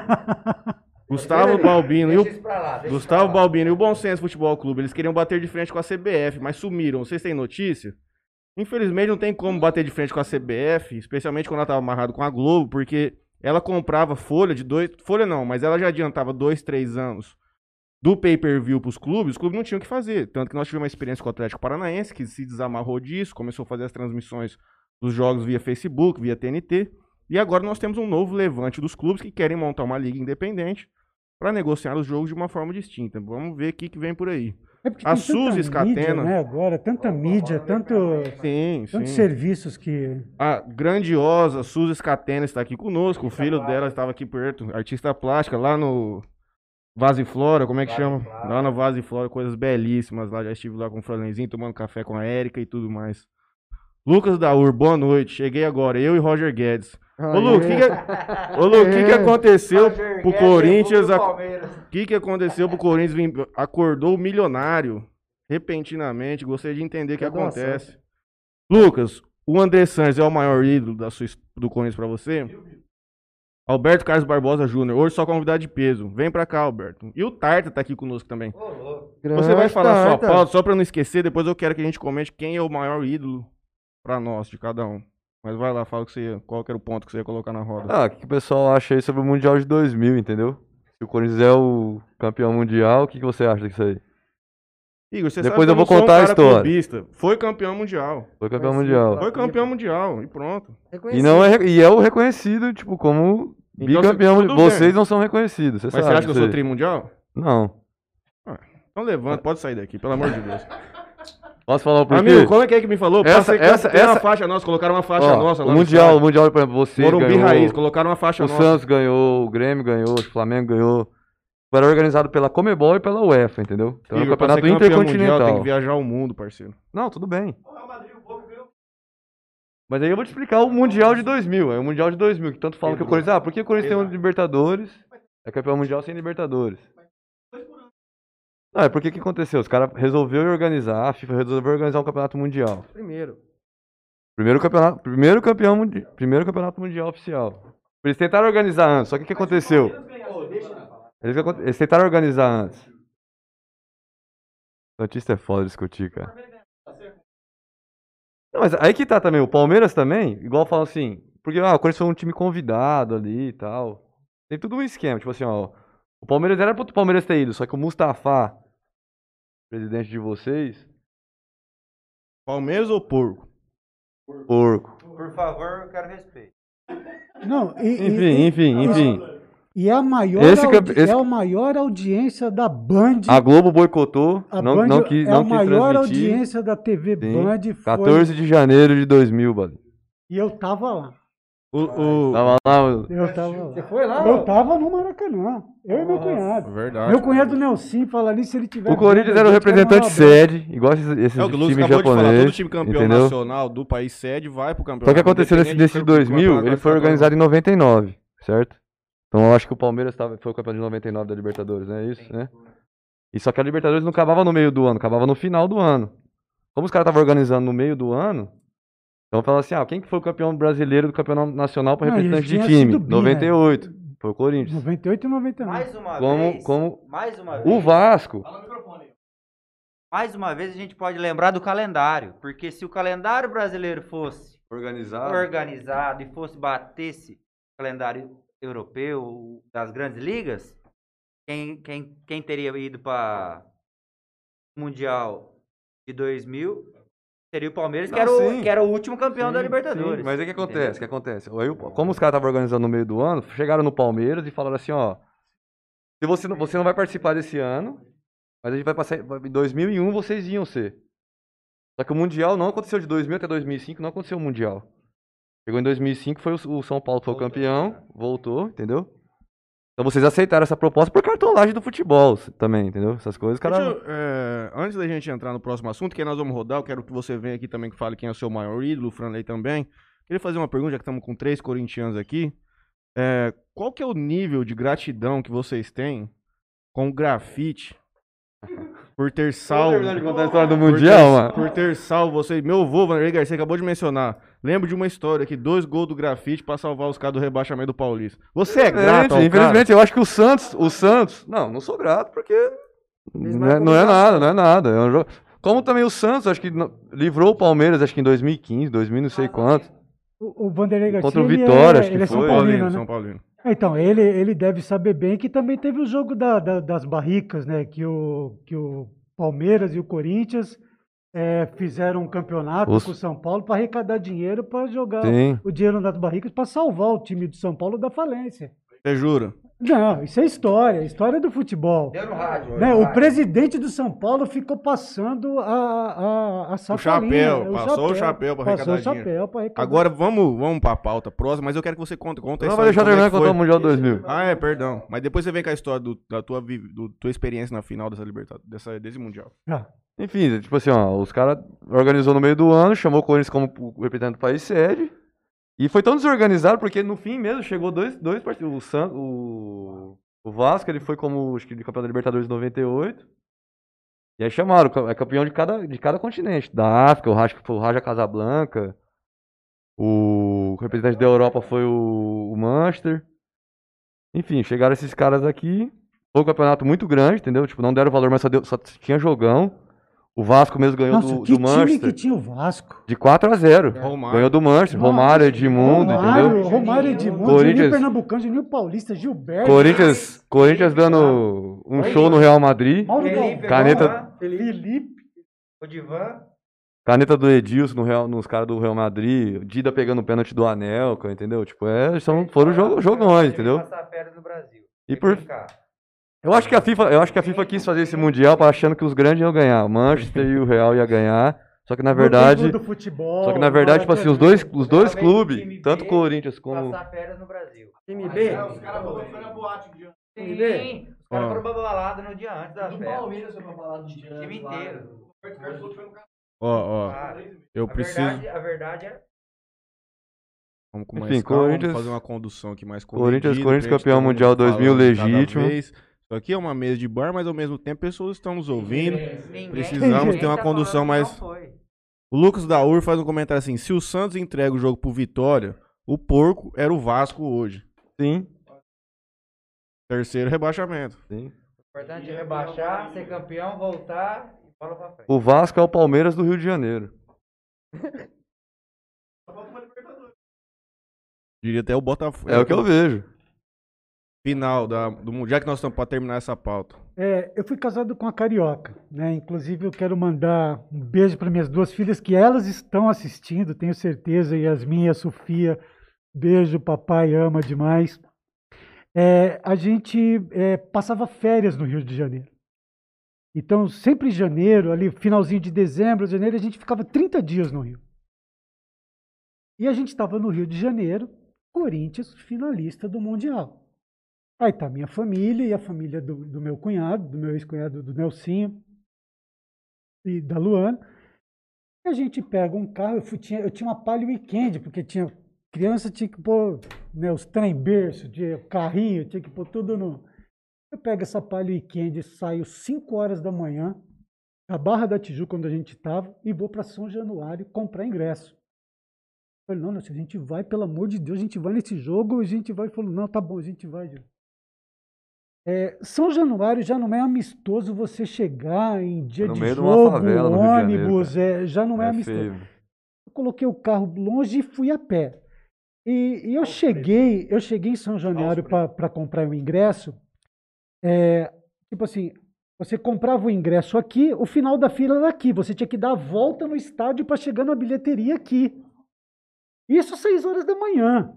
Gustavo Balbino e o... Gustavo Balbino e o Bom Senso Futebol Clube, eles queriam bater de frente com a C B F, mas sumiram. Vocês têm notícia? Infelizmente não tem como bater de frente com a C B F, especialmente quando ela estava amarrada com a Globo, porque ela comprava folha de dois... Folha não, mas ela já adiantava dois, três anos do pay-per-view pros clubes, os clubes não tinham o que fazer. Tanto que nós tivemos uma experiência com o Atlético Paranaense, que se desamarrou disso, começou a fazer as transmissões dos jogos via Facebook, via T N T. E agora nós temos um novo levante dos clubes que querem montar uma liga independente para negociar os jogos de uma forma distinta. Vamos ver o que, que vem por aí. É porque A tem tanta Suzy Scatena. mídia, né, agora, tanta mídia, tanto, Sim, tantos sim. serviços que... A grandiosa Suzy Scatena está aqui conosco. O filho dela estava aqui perto, artista plástica, lá no Vase Flora, como é que chama? Lá no Vase Flora, coisas belíssimas lá. Já estive lá com o Franlenzinho, tomando café com a Érica e tudo mais. Lucas Daur, boa noite. Cheguei agora, eu e Roger Guedes. Ô, Lucas, o que, que, ô, Lucas, o que, que aconteceu pro Corinthians? O que, que aconteceu pro Corinthians? Vim- Acordou milionário repentinamente. Gostaria de entender o que Cadê o acontece. Lucas, o André Santos é o maior ídolo da sua, his- do Corinthians pra você? Alberto Carlos Barbosa Júnior, hoje só convidado de peso. Vem pra cá, Alberto. E o Tarta tá aqui conosco também. Você vai falar sua pauta, só pra não esquecer, depois eu quero que a gente comente quem é o maior ídolo pra nós, de cada um. Mas vai lá, fala que você ia- qual que era o ponto que você ia colocar na roda. Ah, o que que o pessoal acha aí sobre o Mundial de dois mil, entendeu? Se o Corinthians é o campeão mundial, o que, que você acha disso aí? Igor, você Depois sabe que eu vou não sou um contar a cara história. clubista. Foi campeão mundial. Foi campeão mundial. Foi campeão mundial e pronto. E, não é, e é o reconhecido, tipo, como Então, Bicampeão, tudo vocês bem. não são reconhecidos. Você Mas sabe você acha que eu disso sou aí. trimundial? Não. Então levanta, pode sair daqui, pelo amor de Deus. Posso falar o porquê? Amigo, como é que é que me falou? Essa- Passei, essa- tem uma essa- faixa nossa, colocaram uma faixa Ó, nossa lá o no Mundial, o estádio. Mundial, por exemplo, você Morumbi ganhou, Raiz, colocaram uma faixa o nossa. Santos ganhou, o Grêmio ganhou, o Flamengo ganhou. Era organizado pela Comebol e pela UEFA, entendeu? Então era um Igor, pra campeonato ser campeão intercontinental. mundial, tem que viajar o mundo, parceiro. Não, tudo bem. Mas aí eu vou te explicar o Mundial de dois mil. É o Mundial de dois mil, que tanto falam que o Corinthians... Ah, por que o Corinthians tem um Libertadores? É campeão mundial sem Libertadores. Não, é porque o que aconteceu? Os caras resolveram organizar, a FIFA resolveu organizar um campeonato mundial. Primeiro. Primeiro campeonato, primeiro campeão, mundi- primeiro campeonato mundial oficial. Eles tentaram organizar antes, só que o que aconteceu? Eles, eles tentaram organizar antes. Santista é foda discutir, cara. Não, mas aí que tá também, o Palmeiras também, igual falam assim, porque ah, o Corinthians foi um time convidado ali e tal. Tem tudo um esquema, tipo assim, ó. O Palmeiras era pro Palmeiras ter ido, só que o Mustafa, presidente de vocês, Palmeiras ou porco? porco. Por favor, eu quero respeito. Não, e, e- Enfim, e- enfim, enfim. E é a maior, Esse audi- campe- esse- é a maior audiência da Band. A Globo boicotou, A não, Band não quis, é não a quis maior transmitir. audiência da T V Sim. Band. Foi, quatorze de janeiro de dois mil, Bali. E eu tava lá. O, o... Tava lá, o- Eu tava lá. Você foi lá? Eu tava no Maracanã. Eu e meu cunhado. Verdade. Meu cunhado Nelson fala nisso, se ele tiver. o Corinthians vendo, era o eu quero representante mandar um abraço. sede, igual esses, esses É o que o Lúcio times acabou de falar, todo japoneses, time campeão entendeu? nacional do país sede vai pro campeonato. Só que aconteceu nesse, independente nesse do dois mil, campeonato ele foi vai ficar organizado em noventa e nove, certo? Então eu acho que o Palmeiras tava, foi o campeão de noventa e nove da Libertadores, não é isso, né? E só que a Libertadores não acabava no meio do ano, acabava no final do ano. Como os caras estavam organizando no meio do ano, então fala assim, ah, quem que foi o campeão brasileiro do campeonato nacional para Não, eles representante de tinham time? sido bi, noventa e oito, né? foi o Corinthians. noventa e oito e noventa e nove. Mais uma Como, vez. como Mais uma vez. o Vasco, Mais uma vez a gente pode lembrar do calendário. Porque se o calendário brasileiro fosse organizado, organizado e fosse batesse o calendário europeu das grandes ligas, quem, quem, quem teria ido para o Mundial de dois mil seria o Palmeiras, que, Não, era o, sim. que era o último campeão da Sim, Libertadores. sim, mas aí o que acontece? Entendeu? O que acontece? Aí, o- como os caras estavam organizando no meio do ano, chegaram no Palmeiras e falaram assim, ó, se você não, você não vai participar desse ano, mas a gente vai passar em dois mil e um vocês iam ser. Só que o Mundial não aconteceu de dois mil até dois mil e cinco, não aconteceu o Mundial. Chegou em dois mil e cinco, foi o, o São Paulo que foi o campeão, voltou, entendeu? Então vocês aceitaram essa proposta por cartolagem do futebol também, entendeu? Essas coisas, cara. Deixa eu, é, antes da gente entrar no próximo assunto, que nós vamos rodar, eu quero que você venha aqui também que fale quem é o seu maior ídolo, o Franley também. Queria fazer uma pergunta, já que estamos com três corintianos aqui. É, qual que é o nível de gratidão que vocês têm com o grafite por ter salvo... terminar de contar a história do por Mundial, ter- mano? Por ter salvo vocês. Meu avô, Vanderlei Garcia, acabou de mencionar. Lembro de uma história aqui, dois gols do grafite pra salvar os caras do rebaixamento do Paulista. Você é grato ao Infelizmente, eu acho que o Santos, o Santos, não, não sou grato porque não é, não é nada, não é nada. É um jogo. Como também o Santos, acho que não- livrou o Palmeiras, acho que em dois mil e quinze, dois mil não sei quanto. O, o Vanderlei Garcia. Contra o ele Vitória, é, acho que ele é foi. São São Paulino, Paulino, né? São Paulino. Então, ele, ele deve saber bem que também teve o jogo da- da- das barricas, né? Que o, que o Palmeiras e o Corinthians eh, fizeram um campeonato Os- com o São Paulo para arrecadar dinheiro para jogar Sim. o dinheiro nas barricas para salvar o time do São Paulo da falência. Você jura? Não, isso é história, história do futebol. Deu no rádio. Né, no o rádio. presidente do São Paulo ficou passando a, a, a O sacolinha, chapéu, passou o chapéu pra passou arrecadar o dinheiro. chapéu para arrecadar. Agora vamos, vamos pra pauta próxima, mas eu quero que você conte, conta a Não história vai deixar de como terminar é de que contar o foi. Mundial dois mil. Ah, é, perdão. Mas depois você vem com a história do- da tua, vi- do, tua experiência na final dessa Libertadores, dessa, desse Mundial. Ah, Enfim, tipo assim, ó, os caras organizou no meio do ano, chamou o Corinthians como o representante do país sede. E foi tão desorganizado porque no fim mesmo chegou dois, dois partidos. O, San, o, o Vasco, ele foi como acho que de campeão da Libertadores de noventa e oito. E aí chamaram, é campeão de cada, de cada continente. Da África, o Raja, foi o Raja Casablanca. O representante da Europa foi o, o Manchester. Enfim, chegaram esses caras aqui. Foi um campeonato muito grande, entendeu? Tipo, não deram valor, mas só, deu, só tinha jogão. O Vasco mesmo ganhou nossa, do, que do time Manchester que tinha o Vasco. de quatro a zero. Romário. Ganhou do Manchester, Romário, Edmundo, Romário, entendeu? Romário Edmundo, Corinthians- Juninho Pernambucano, Juninho Paulista, Gilberto. Corinthians, Corinthians dando um show no Real Madrid. Mauro Felipe, Galvão, Caneta- Felipe. O Divan. Caneta do Edilson no Real, nos caras do Real Madrid. Dida pegando o pênalti do Anelka, entendeu? Tipo, é, são, foram jogo, jogões, entendeu? Passar férias no Brasil. E por... Eu acho que a FIFA, eu acho que a FIFA quis fazer esse mundial achando que os grandes iam ganhar. O Manchester e o Real ia ganhar. Só que na verdade, do futebol, só que na verdade, tipo assim, os dois, os dois clubes, tanto o Corinthians como Passar férias no Brasil. Time B? Os caras foram na boate de Time B? Sim, os caras foram pra balada no dia antes da Do festa. Palmeiras foi pra balada de O time inteiro. Ó, ó, Claro. eu A preciso. verdade, a verdade é. Vamos com mais Enfim, calma, Corinthians- vamos fazer uma condução aqui mais Corinthians, comedida, Corinthians pra gente campeão todo mundo mundial dois mil, falando cada legítimo. vez. Isso aqui é uma mesa de bar, mas ao mesmo tempo pessoas estão nos ouvindo. Ninguém- Precisamos ninguém ter uma tá condução falando que mais. não foi. O Lucas da U R faz um comentário assim: se o Santos entrega o jogo pro Vitória, o porco era o Vasco hoje. sim, Terceiro rebaixamento. sim. O importante é rebaixar, ser campeão, voltar e bola pra frente. O Vasco é o Palmeiras do Rio de Janeiro. Diria até o Botafogo. É o que eu vejo. Final da, do Mundial, já que nós estamos para terminar essa pauta. É, eu fui casado com a carioca, né? Inclusive eu quero mandar um beijo para minhas duas filhas que elas estão assistindo, tenho certeza, Yasmin e a Sofia. Beijo, papai ama demais. É, a gente é, passava férias no Rio de Janeiro. Então, sempre em janeiro, ali finalzinho de dezembro, janeiro, a gente ficava trinta dias no Rio. E a gente estava no Rio de Janeiro, Corinthians finalista do Mundial. Aí tá a minha família e a família do, do meu cunhado, do meu ex-cunhado, do Nelsinho e da Luana. E a gente pega um carro, eu, fui, tinha, eu tinha uma Palio Weekend, porque tinha criança, tinha que pôr, né, os trem berço, tinha carrinho, tinha que pôr tudo no... Eu pego essa Palio Weekend, saio cinco horas da manhã, da Barra da Tijuca, onde a gente estava, e vou para São Januário comprar ingresso. Eu falei, não, não, se a gente vai, pelo amor de Deus, a gente vai nesse jogo, a gente vai. Falou, não, tá bom, a gente vai. É, São Januário já não é amistoso você chegar em dia No de meio de uma jogo, favela no Rio de Janeiro, ônibus, cara. é, já não é, É amistoso. feio. Eu coloquei o carro longe e fui a pé. E, e eu cheguei, eu cheguei em São Januário para comprar o ingresso. É, tipo assim, você comprava o ingresso aqui, o final da fila era aqui. Você tinha que dar a volta no estádio para chegar na bilheteria aqui. Isso às seis horas da manhã.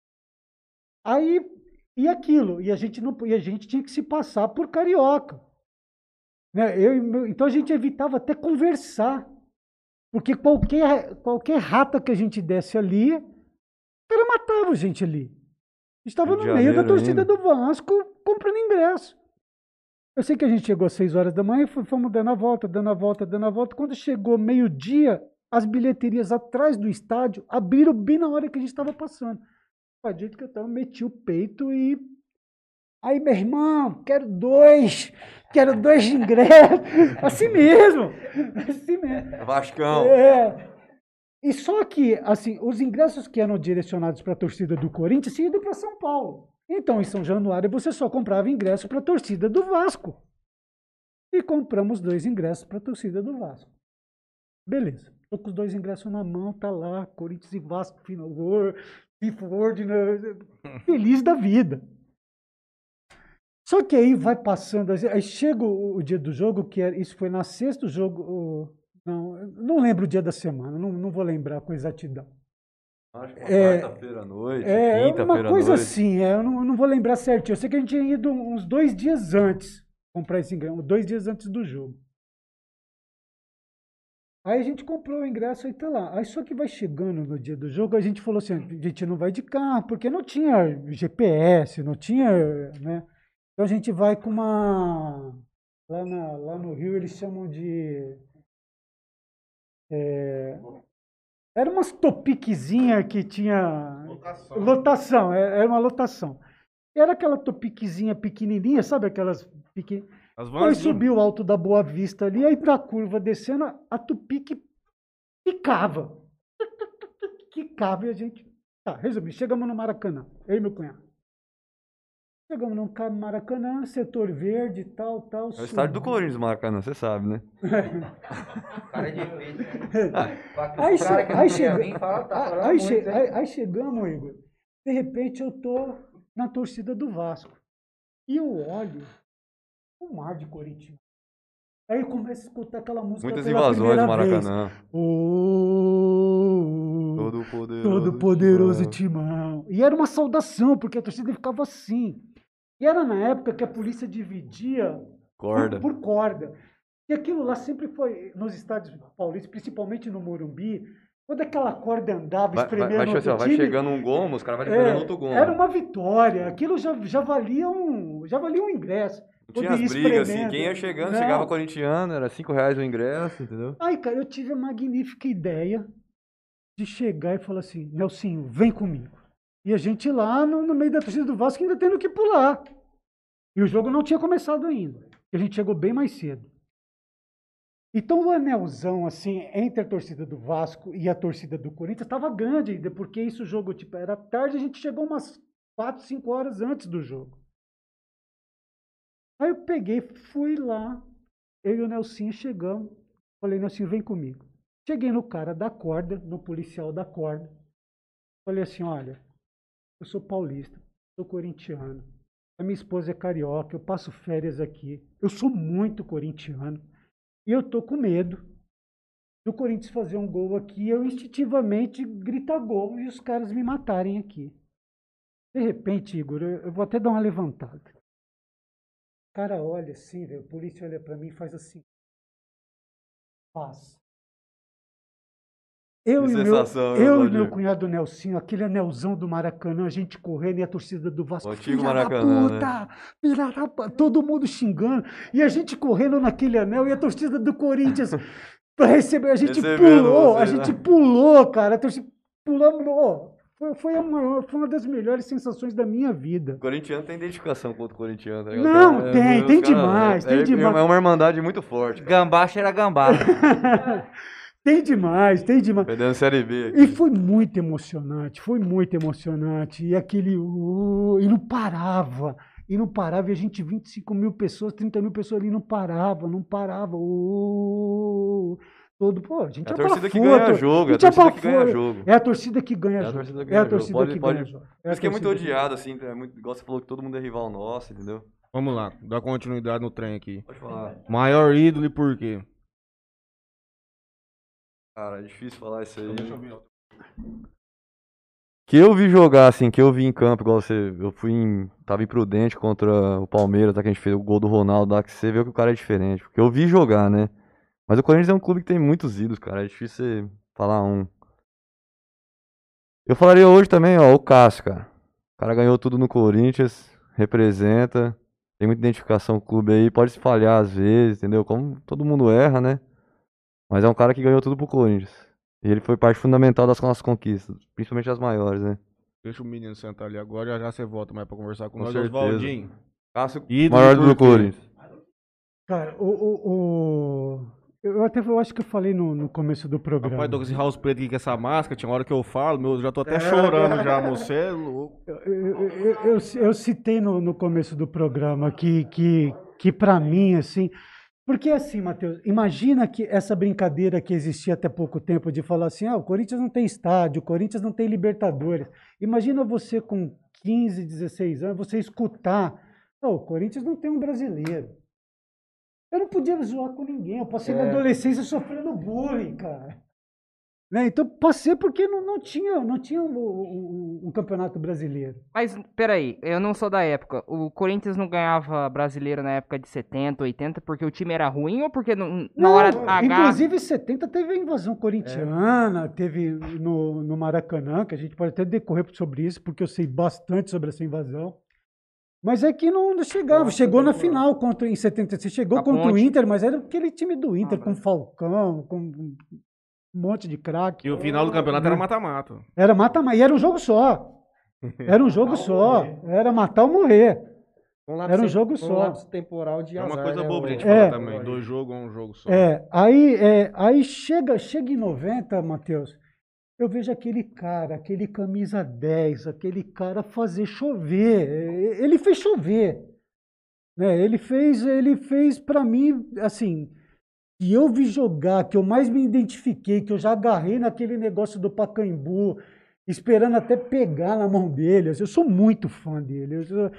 Aí, e aquilo, e a gente não, e a gente tinha que se passar por carioca. Né? Eu, e meu- então a gente evitava até conversar. Porque qualquer, qualquer rata que a gente desse ali, o cara matava a gente ali. A gente estava Rio no de meio da Janeiro torcida ainda. do Vasco comprando ingresso. Eu sei que a gente chegou às seis horas da manhã e foi- fomos dando a volta, dando a volta, dando a volta. Quando chegou meio-dia, as bilheterias atrás do estádio abriram bem na hora que a gente estava passando. A gente que eu tava, meti o peito e. Aí, meu irmão, quero dois, quero dois ingressos. Assim mesmo, assim mesmo. Vascão. É. E só que, assim, os ingressos que eram direcionados para a torcida do Corinthians tinham ido para São Paulo. Então, em São Januário, você só comprava ingresso para a torcida do Vasco. E compramos dois ingressos para a torcida do Vasco. Beleza. Tô com os dois ingressos na mão, tá lá, Corinthians e Vasco, Final World, FIFA World, né? Feliz da vida. Só que aí vai passando, aí chega o, o dia do jogo, que era, isso foi na sexta, o jogo, o, não, eu não lembro o dia da semana, não, não vou lembrar com exatidão. Acho que É, quarta-feira à noite, É quinta-feira uma à coisa noite. assim, é, eu, não, eu não vou lembrar certinho. Eu sei que a gente tinha ido uns dois dias antes comprar esse ingresso, dois dias antes do jogo. Aí a gente comprou o ingresso e tá lá. Aí só que vai chegando no dia do jogo, a gente falou assim, a gente não vai de carro, porque não tinha G P S, não tinha, né? Então a gente vai com uma... Lá, na, lá no Rio eles chamam de... é, era umas topiquezinha que tinha... Lotação. Lotação, é- era uma lotação. Era aquela topiquezinha pequenininha, sabe aquelas pequenininhas? As Aí vans subiu o alto da Boa Vista ali, aí pra curva descendo, a- a Tupique quicava. Quicava e a gente... Tá, resumindo, chegamos no Maracanã, eu e meu cunhado. Chegamos no ca- Maracanã, setor verde, tal, tal. É o estádio do subi- Corinthians, Maracanã, você sabe, né? Cara, é difícil. Pra que Aí, o cara che- que aí, não chega- quer vir fala, tá aí- falando aí muito, che- hein? aí- aí chegamos, Igor. De repente eu tô na torcida do Vasco. E eu olho um mar de corintiano. Aí eu começo a escutar aquela música Muitas pela invasões primeira do Maracanã. vez. O Todo poderoso. todo poderoso Timão. Timão. E era uma saudação, porque a torcida ficava assim. E era na época que a polícia dividia Corda. Por, por corda. E aquilo lá sempre foi, nos estádios paulistas, principalmente no Morumbi, quando aquela corda andava Vai, vai, espremendo vai, outro assim, ó, vai time, chegando um gomo, os caras vão é, liberando outro gomo. era uma vitória. Aquilo já, já, valia um, já valia um ingresso. Não tinha Podia as ir brigas, assim, espremendo. quem ia chegando, Não. chegava corintiano, era cinco reais o ingresso, entendeu? Aí, cara, eu tive a magnífica ideia de chegar e falar assim, Nelsinho, vem comigo. E a gente lá no, no meio da torcida do Vasco ainda tendo que pular. E o jogo não tinha começado ainda. A gente chegou bem mais cedo. Então o anelzão, assim, entre a torcida do Vasco e a torcida do Corinthians estava grande ainda, porque isso o jogo, tipo, era tarde, a gente chegou umas quatro, cinco horas antes do jogo. Aí eu peguei, fui lá, eu e o Nelsinho chegamos, falei, Nelsinho, vem comigo. Cheguei no cara da corda, no policial da corda, falei assim, olha, eu sou paulista, sou corintiano, a minha esposa é carioca, eu passo férias aqui, eu sou muito corintiano, e eu tô com medo do Corinthians fazer um gol aqui e eu instintivamente gritar gol e os caras me matarem aqui. De repente, Igor, eu, eu vou até dar uma levantada. O cara olha assim, velho, o polícia olha pra mim e faz assim. Paz. Eu, Que e, sensação, meu, né, eu e Valdir? meu cunhado Nelsinho, aquele anelzão do Maracanã, a gente correndo e a torcida do Vasco. O antigo Filha Maracanã, da puta! Filha da puta! Todo mundo xingando. E a gente correndo naquele anel e a torcida do Corinthians para receber. A gente Recebendo pulou, você, a gente né? pulou, cara. A torcida pulamos. Oh, foi, foi, a maior, foi uma das melhores sensações da minha vida. O corintiano tem identificação com outro corintiano, tá ligado? Não, Então, tem, os tem caras- demais, é, tem é, demais. É uma irmandade muito forte. cara. Gambá cheira gambá. Tem demais, tem demais. Perdendo Série B aqui. E foi muito emocionante, foi muito emocionante. E aquele. Uh, e não parava, e não parava. E a gente, vinte e cinco mil pessoas, trinta mil pessoas ali, não parava, não parava. Uh, todo, pô, a gente É a torcida que abafou, ganha tor- jogo, é a gente torcida que abafou. ganha jogo. É a torcida que ganha É a jogo. torcida que É a ganha jogo. torcida Pode- que pode- ganha jogo. É Por a isso que é muito torcida que- odiado, assim, é muito, igual você falou que todo mundo é rival nosso, entendeu? Vamos lá, dá continuidade no trem aqui. Pode falar. Maior ídolo e por quê? Cara, é difícil falar isso aí. Que eu vi jogar, assim, que eu vi em campo, igual você, eu fui em, tava imprudente contra o Palmeiras, tá, que a gente fez o gol do Ronaldo lá, que você vê que o cara é diferente, porque eu vi jogar, né? Mas o Corinthians é um clube que tem muitos ídolos, cara, é difícil você falar um. Eu falaria hoje também, ó, o Cássio, cara. O cara ganhou tudo no Corinthians, representa, tem muita identificação com o clube aí, pode se falhar às vezes, entendeu? Como todo mundo erra, né? Mas é um cara que ganhou tudo pro Corinthians. E ele foi parte fundamental das nossas conquistas, principalmente as maiores, né? Deixa o menino sentar ali agora e já já você volta mais pra conversar com, Com nós. certeza. Oswaldinho. Cássio, Ídolo maior por do quê? Corinthians. Cara, o, o, o- eu até eu acho que eu falei no, no começo do programa. Rapaz, tô com esse house preto aqui com essa máscara, tinha hora que eu falo, meu, eu já tô até chorando já, você é louco. Eu, eu, eu, eu, eu citei no, no começo do programa que, que, que para mim, assim. Porque assim, Matheus, imagina que essa brincadeira que existia até pouco tempo de falar assim: ah, o Corinthians não tem estádio, o Corinthians não tem Libertadores. Imagina você com quinze, dezesseis anos, você escutar: oh, o Corinthians não tem um brasileiro. Eu não podia zoar com ninguém, eu passei minha adolescência sofrendo bullying, cara. Né? Então, passei porque não, não tinha, não tinha um, um- um campeonato brasileiro. Mas, peraí, eu não sou da época. O Corinthians não ganhava brasileiro na época de setenta, oitenta, porque o time era ruim ou porque não- na hora H... Inclusive, em setenta teve a invasão corintiana, teve no, no Maracanã, que a gente pode até decorrer sobre isso, porque eu sei bastante sobre essa invasão. Mas é que não, não chegava. Chegou na final contra, em setenta e seis, chegou A contra o Ponte. Inter, mas era aquele time do Inter, com Falcão, com um monte de craque. E o final do campeonato era mata-mata. Era mata-mata, e era um jogo só. Era um jogo só. Era matar ou morrer. Um Era um jogo só. Um lapso temporal de É uma azar, coisa né, boba a o- gente É. falar também. Dois jogos ou um jogo só. É, aí, é, aí chega, chega em noventa, Matheus, eu vejo aquele cara, aquele camisa dez, aquele cara fazer chover. É, ele fez chover. Né? Ele fez, ele fez para mim, assim, que eu vi jogar, que eu mais me identifiquei, que eu já agarrei naquele negócio do Pacaembu, esperando até pegar na mão dele. Eu sou muito fã dele. Eu sou-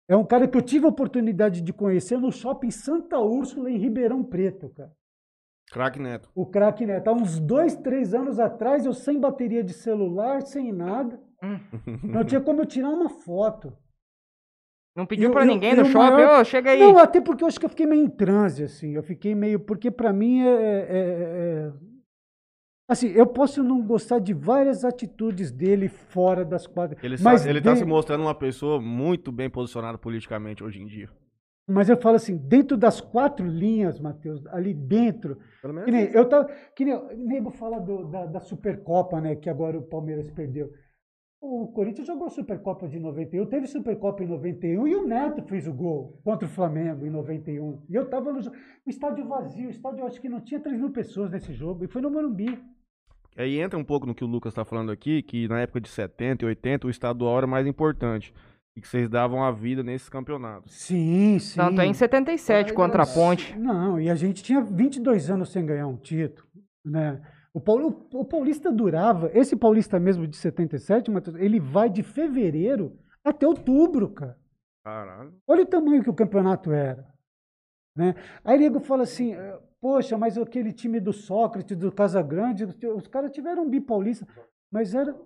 É um cara que eu tive a oportunidade de conhecer no shopping Santa Úrsula, em Ribeirão Preto, cara. Craque Neto. O craque Neto. Há uns dois, três anos atrás, eu sem bateria de celular, sem nada. Não tinha como eu tirar uma foto. Não pediu Eu- pra eu- ninguém eu no shopping, maior- ô, chega aí. Não, até porque eu acho que eu fiquei meio em transe, assim. Eu fiquei meio... Porque pra mim é... é- é- Assim, eu posso não gostar de várias atitudes dele fora das quadras. Ele, mas sa- ele tá de- se mostrando uma pessoa muito bem posicionada politicamente hoje em dia. Mas eu falo assim, dentro das quatro linhas, Matheus, ali dentro... Pelo menos Que nem, eu tava, que nem, o nego fala do- da, da Supercopa, né? Que agora o Palmeiras perdeu. O Corinthians jogou Supercopa de noventa e um, teve Supercopa em noventa e um e o Neto fez o gol contra o Flamengo em noventa e um. E eu tava no, jo- no estádio vazio, o estádio eu acho que não tinha três mil pessoas nesse jogo, e foi no Morumbi. Aí entra um pouco no que o Lucas tá falando aqui, que na época de setenta e oitenta o estadual era mais importante. E que vocês davam a vida nesses campeonatos. Sim, sim. Tanto é em setenta e sete contra a Ponte. Não, e a gente tinha vinte e dois anos sem ganhar um título, né? O, Paul- o Paulista durava, esse Paulista mesmo de setenta e sete, Matheus, ele vai de fevereiro até outubro, cara. Caralho. Olha o tamanho que o campeonato era, né? Aí o nego fala assim, eh, poxa, mas aquele time do Sócrates, do Casagrande, os, os caras tiveram um bipaulista, mas era,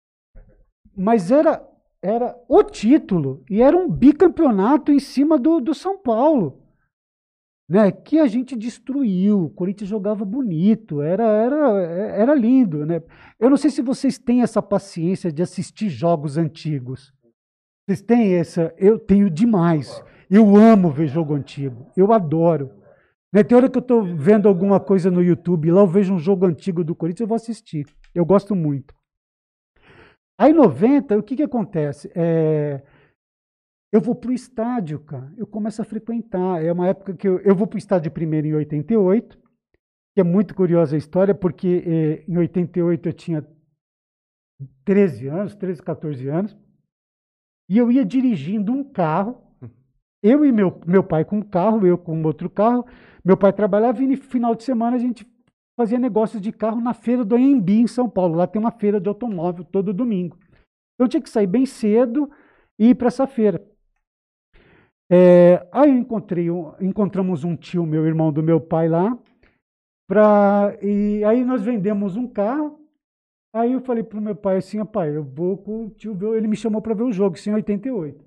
mas era, era o título e era um bicampeonato em cima do, do São Paulo, né? Que a gente destruiu. O Corinthians jogava bonito, era, era, era lindo, né? Eu não sei se vocês têm essa paciência de assistir jogos antigos. Vocês têm essa? Eu tenho demais. Eu amo ver jogo antigo. Eu adoro. Né? Tem hora que eu estou vendo alguma coisa no YouTube, lá eu vejo um jogo antigo do Corinthians, eu vou assistir. Eu gosto muito. Aí em noventa, o que que acontece? É, eu vou pro estádio, cara. Eu começo a frequentar. É uma época que eu, eu vou pro estádio primeiro em oitenta e oito, que é muito curiosa a história, porque eh, em oitenta e oito eu tinha treze anos, treze, quatorze anos, e eu ia dirigindo um carro, eu e meu, meu pai com um carro, eu com outro carro. Meu pai trabalhava e no final de semana a gente fazia negócios de carro na feira do Anhembi, em São Paulo. Lá tem uma feira de automóvel todo domingo. Então eu tinha que sair bem cedo e ir para essa feira. É, aí eu encontrei, um- encontramos um tio, meu irmão do meu pai lá, pra, e aí nós vendemos um carro. Aí eu falei pro meu pai assim, ó, pai, eu vou com o tio ver, ele me chamou para ver o jogo, isso em oitenta e oito.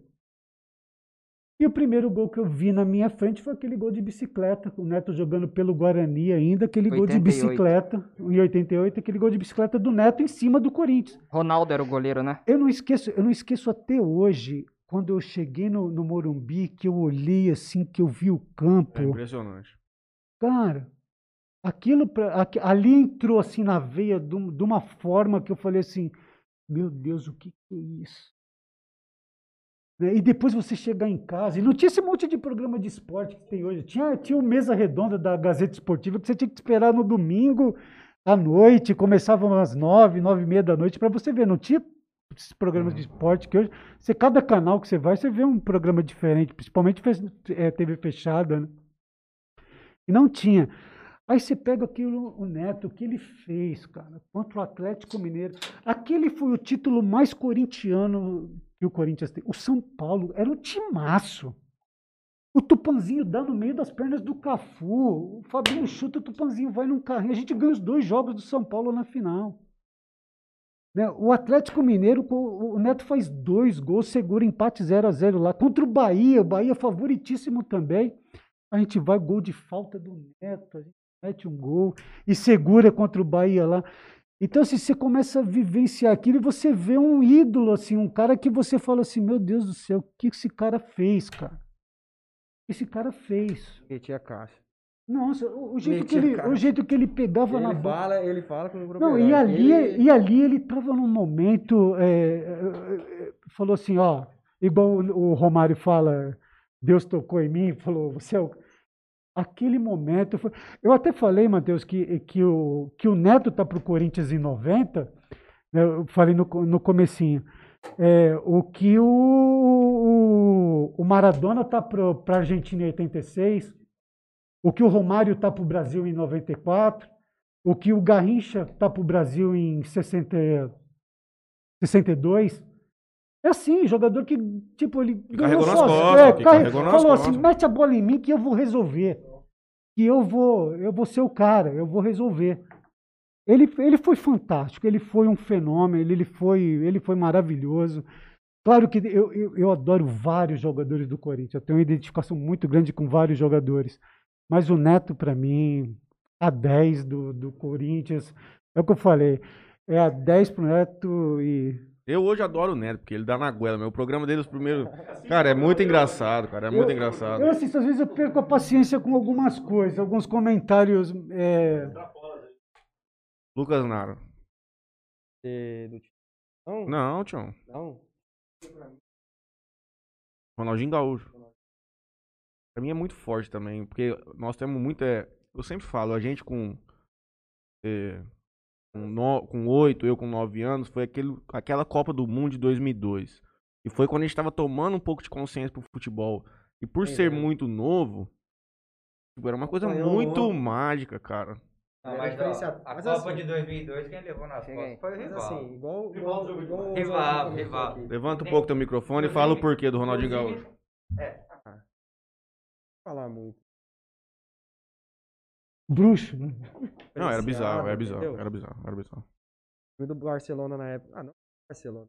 E o primeiro gol que eu vi na minha frente foi aquele gol de bicicleta, o Neto jogando pelo Guarani ainda, aquele gol de oitenta e oito. bicicleta, em oitenta e oito, aquele gol de bicicleta do Neto em cima do Corinthians. Ronaldo era o goleiro, né? Eu não esqueço, eu não esqueço até hoje, quando eu cheguei no, no Morumbi, que eu olhei assim, que eu vi o campo. É impressionante. Cara, aquilo pra, aqui- ali entrou assim na veia de, um- de uma forma que eu falei assim, meu Deus, o que, que é isso? Né, e depois você chegar em casa, e não tinha esse monte de programa de esporte que tem hoje, tinha, tinha o Mesa Redonda da Gazeta Esportiva que você tinha que esperar no domingo à noite, começavam às nove, nove e meia da noite, para você ver, não tinha esses programas de esporte que hoje, você, cada canal que você vai, você vê um programa diferente, principalmente fe- é, T V fechada, né? E não tinha. Aí você pega aquilo, o Neto, o que ele fez, cara, contra o Atlético Mineiro. Aquele foi o título mais corintiano que o Corinthians tem. O São Paulo era um timaço. O Tupanzinho dá no meio das pernas do Cafu. O Fabinho chuta, o Tupanzinho vai num carrinho. A gente ganha os dois jogos do São Paulo na final. Né? O Atlético Mineiro, o o Neto faz dois gols, segura empate zero a zero lá. Contra o Bahia, o Bahia favoritíssimo também. A gente vai, gol de falta do Neto, a gente mete um gol e segura contra o Bahia lá. Então, assim, você começa a vivenciar aquilo e você vê um ídolo, assim, um cara que você fala assim, meu Deus do céu, o que esse cara fez, cara? O que esse cara fez? Metia a caixa. Nossa, o, o jeito, que Metia a ele, cara. o jeito que ele pegava na Ele bola. fala, ele fala com o Não, e ali, e ali ele estava num momento, é, é, é, falou assim, ó, igual o o Romário fala, Deus tocou em mim, falou, você é o... Aquele momento, foi... eu até falei, Matheus, que, que, o, que o Neto tá para o Corinthians em noventa, né, eu falei no, co- no comecinho, é, o que o, o, o Maradona tá para a Argentina em oitenta e seis, o que o Romário tá para o Brasil em noventa e quatro, o que o Garrincha tá para o Brasil em sessenta, sessenta e dois, É assim, jogador que, tipo, ele carregou nas sozinho, costas, é, que carre- carregou nas falou costas. assim, mete a bola em mim que eu vou resolver. Que eu vou, eu vou ser o cara, eu vou resolver. Ele, ele foi fantástico, ele foi um fenômeno, ele, ele, foi, ele foi maravilhoso. Claro que eu, eu, eu adoro vários jogadores do Corinthians, eu tenho uma identificação muito grande com vários jogadores. Mas o Neto, para mim, a dez do, do Corinthians, é o que eu falei, é a dez pro Neto e... Eu hoje adoro o Neto, porque ele dá na goela, meu. O programa dele, os primeiros... Cara, é muito engraçado, cara, é muito eu, engraçado. Eu assisto, às vezes eu perco a paciência com algumas coisas, alguns comentários... É... Lucas Naro. É, do Não? Não, Tião. Não. Ronaldinho Gaúcho. Pra mim é muito forte também, porque nós temos muito... É, eu sempre falo, a gente com... É, com, no, com oito, eu com nove anos, foi aquele, aquela Copa do Mundo de dois mil e dois. E foi quando a gente tava tomando um pouco de consciência pro futebol. E por Sim, ser né? muito novo, tipo, era uma coisa Ganhou muito ontem. mágica, cara. Não, É, mas, ó, diferenciado. a Mas Copa assim- de dois mil e dois, quem levou nas Chega aí. costas foi o Mas rival. assim, igual... igual, igual Rival, o- rival. aqui. Levanta um pouco teu microfone e fala o porquê do Ronaldinho Inclusive- Gaúcho. É, falar muito. Bruxo, né? Não, era bizarro, era Diferenciado, bizarro, entendeu? era bizarro, era bizarro. Fui do Barcelona na época. Ah, não, Barcelona.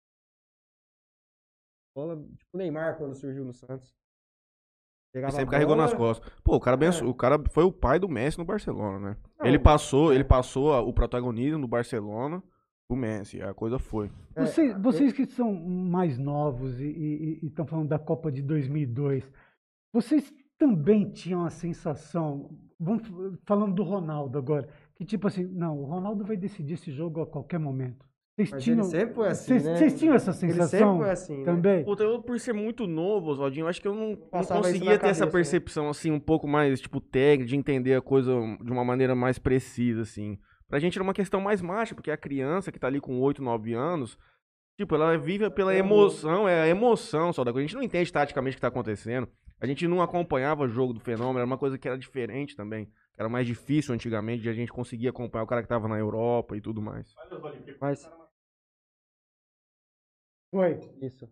Bola, tipo o Neymar quando surgiu no Santos. Ele Pegava sempre a carregou bola, nas costas. Pô, o cara, abenço- É. o cara foi o pai do Messi no Barcelona, né? Não, ele passou, é. ele passou a- o protagonismo do Barcelona pro Messi. A coisa foi. É, Vocês, vocês que são mais novos e estão falando da Copa de dois mil e dois, vocês também tinham a sensação, vamos f- falando do Ronaldo agora, que tipo assim, não, o Ronaldo vai decidir esse jogo a qualquer momento. Vocês Mas tinham, ele sempre foi assim, vocês, né? vocês tinham essa Ele sempre sensação foi assim, né? também? Puta, eu por ser muito novo, Oswaldinho, eu acho que eu não, não Passava isso conseguia na ter essa cabeça, né? percepção, assim, um pouco mais, tipo, técnica, de entender a coisa de uma maneira mais precisa, assim. Pra gente era uma questão mais mágica, porque a criança que tá ali com oito, nove anos, tipo, ela vive pela emoção, é a emoção só da coisa. A gente não entende taticamente o que tá acontecendo. A gente não acompanhava o jogo do fenômeno, era uma coisa que era diferente também. Era mais difícil antigamente de a gente conseguir acompanhar o cara que tava na Europa e tudo mais. Mas, Foi. isso.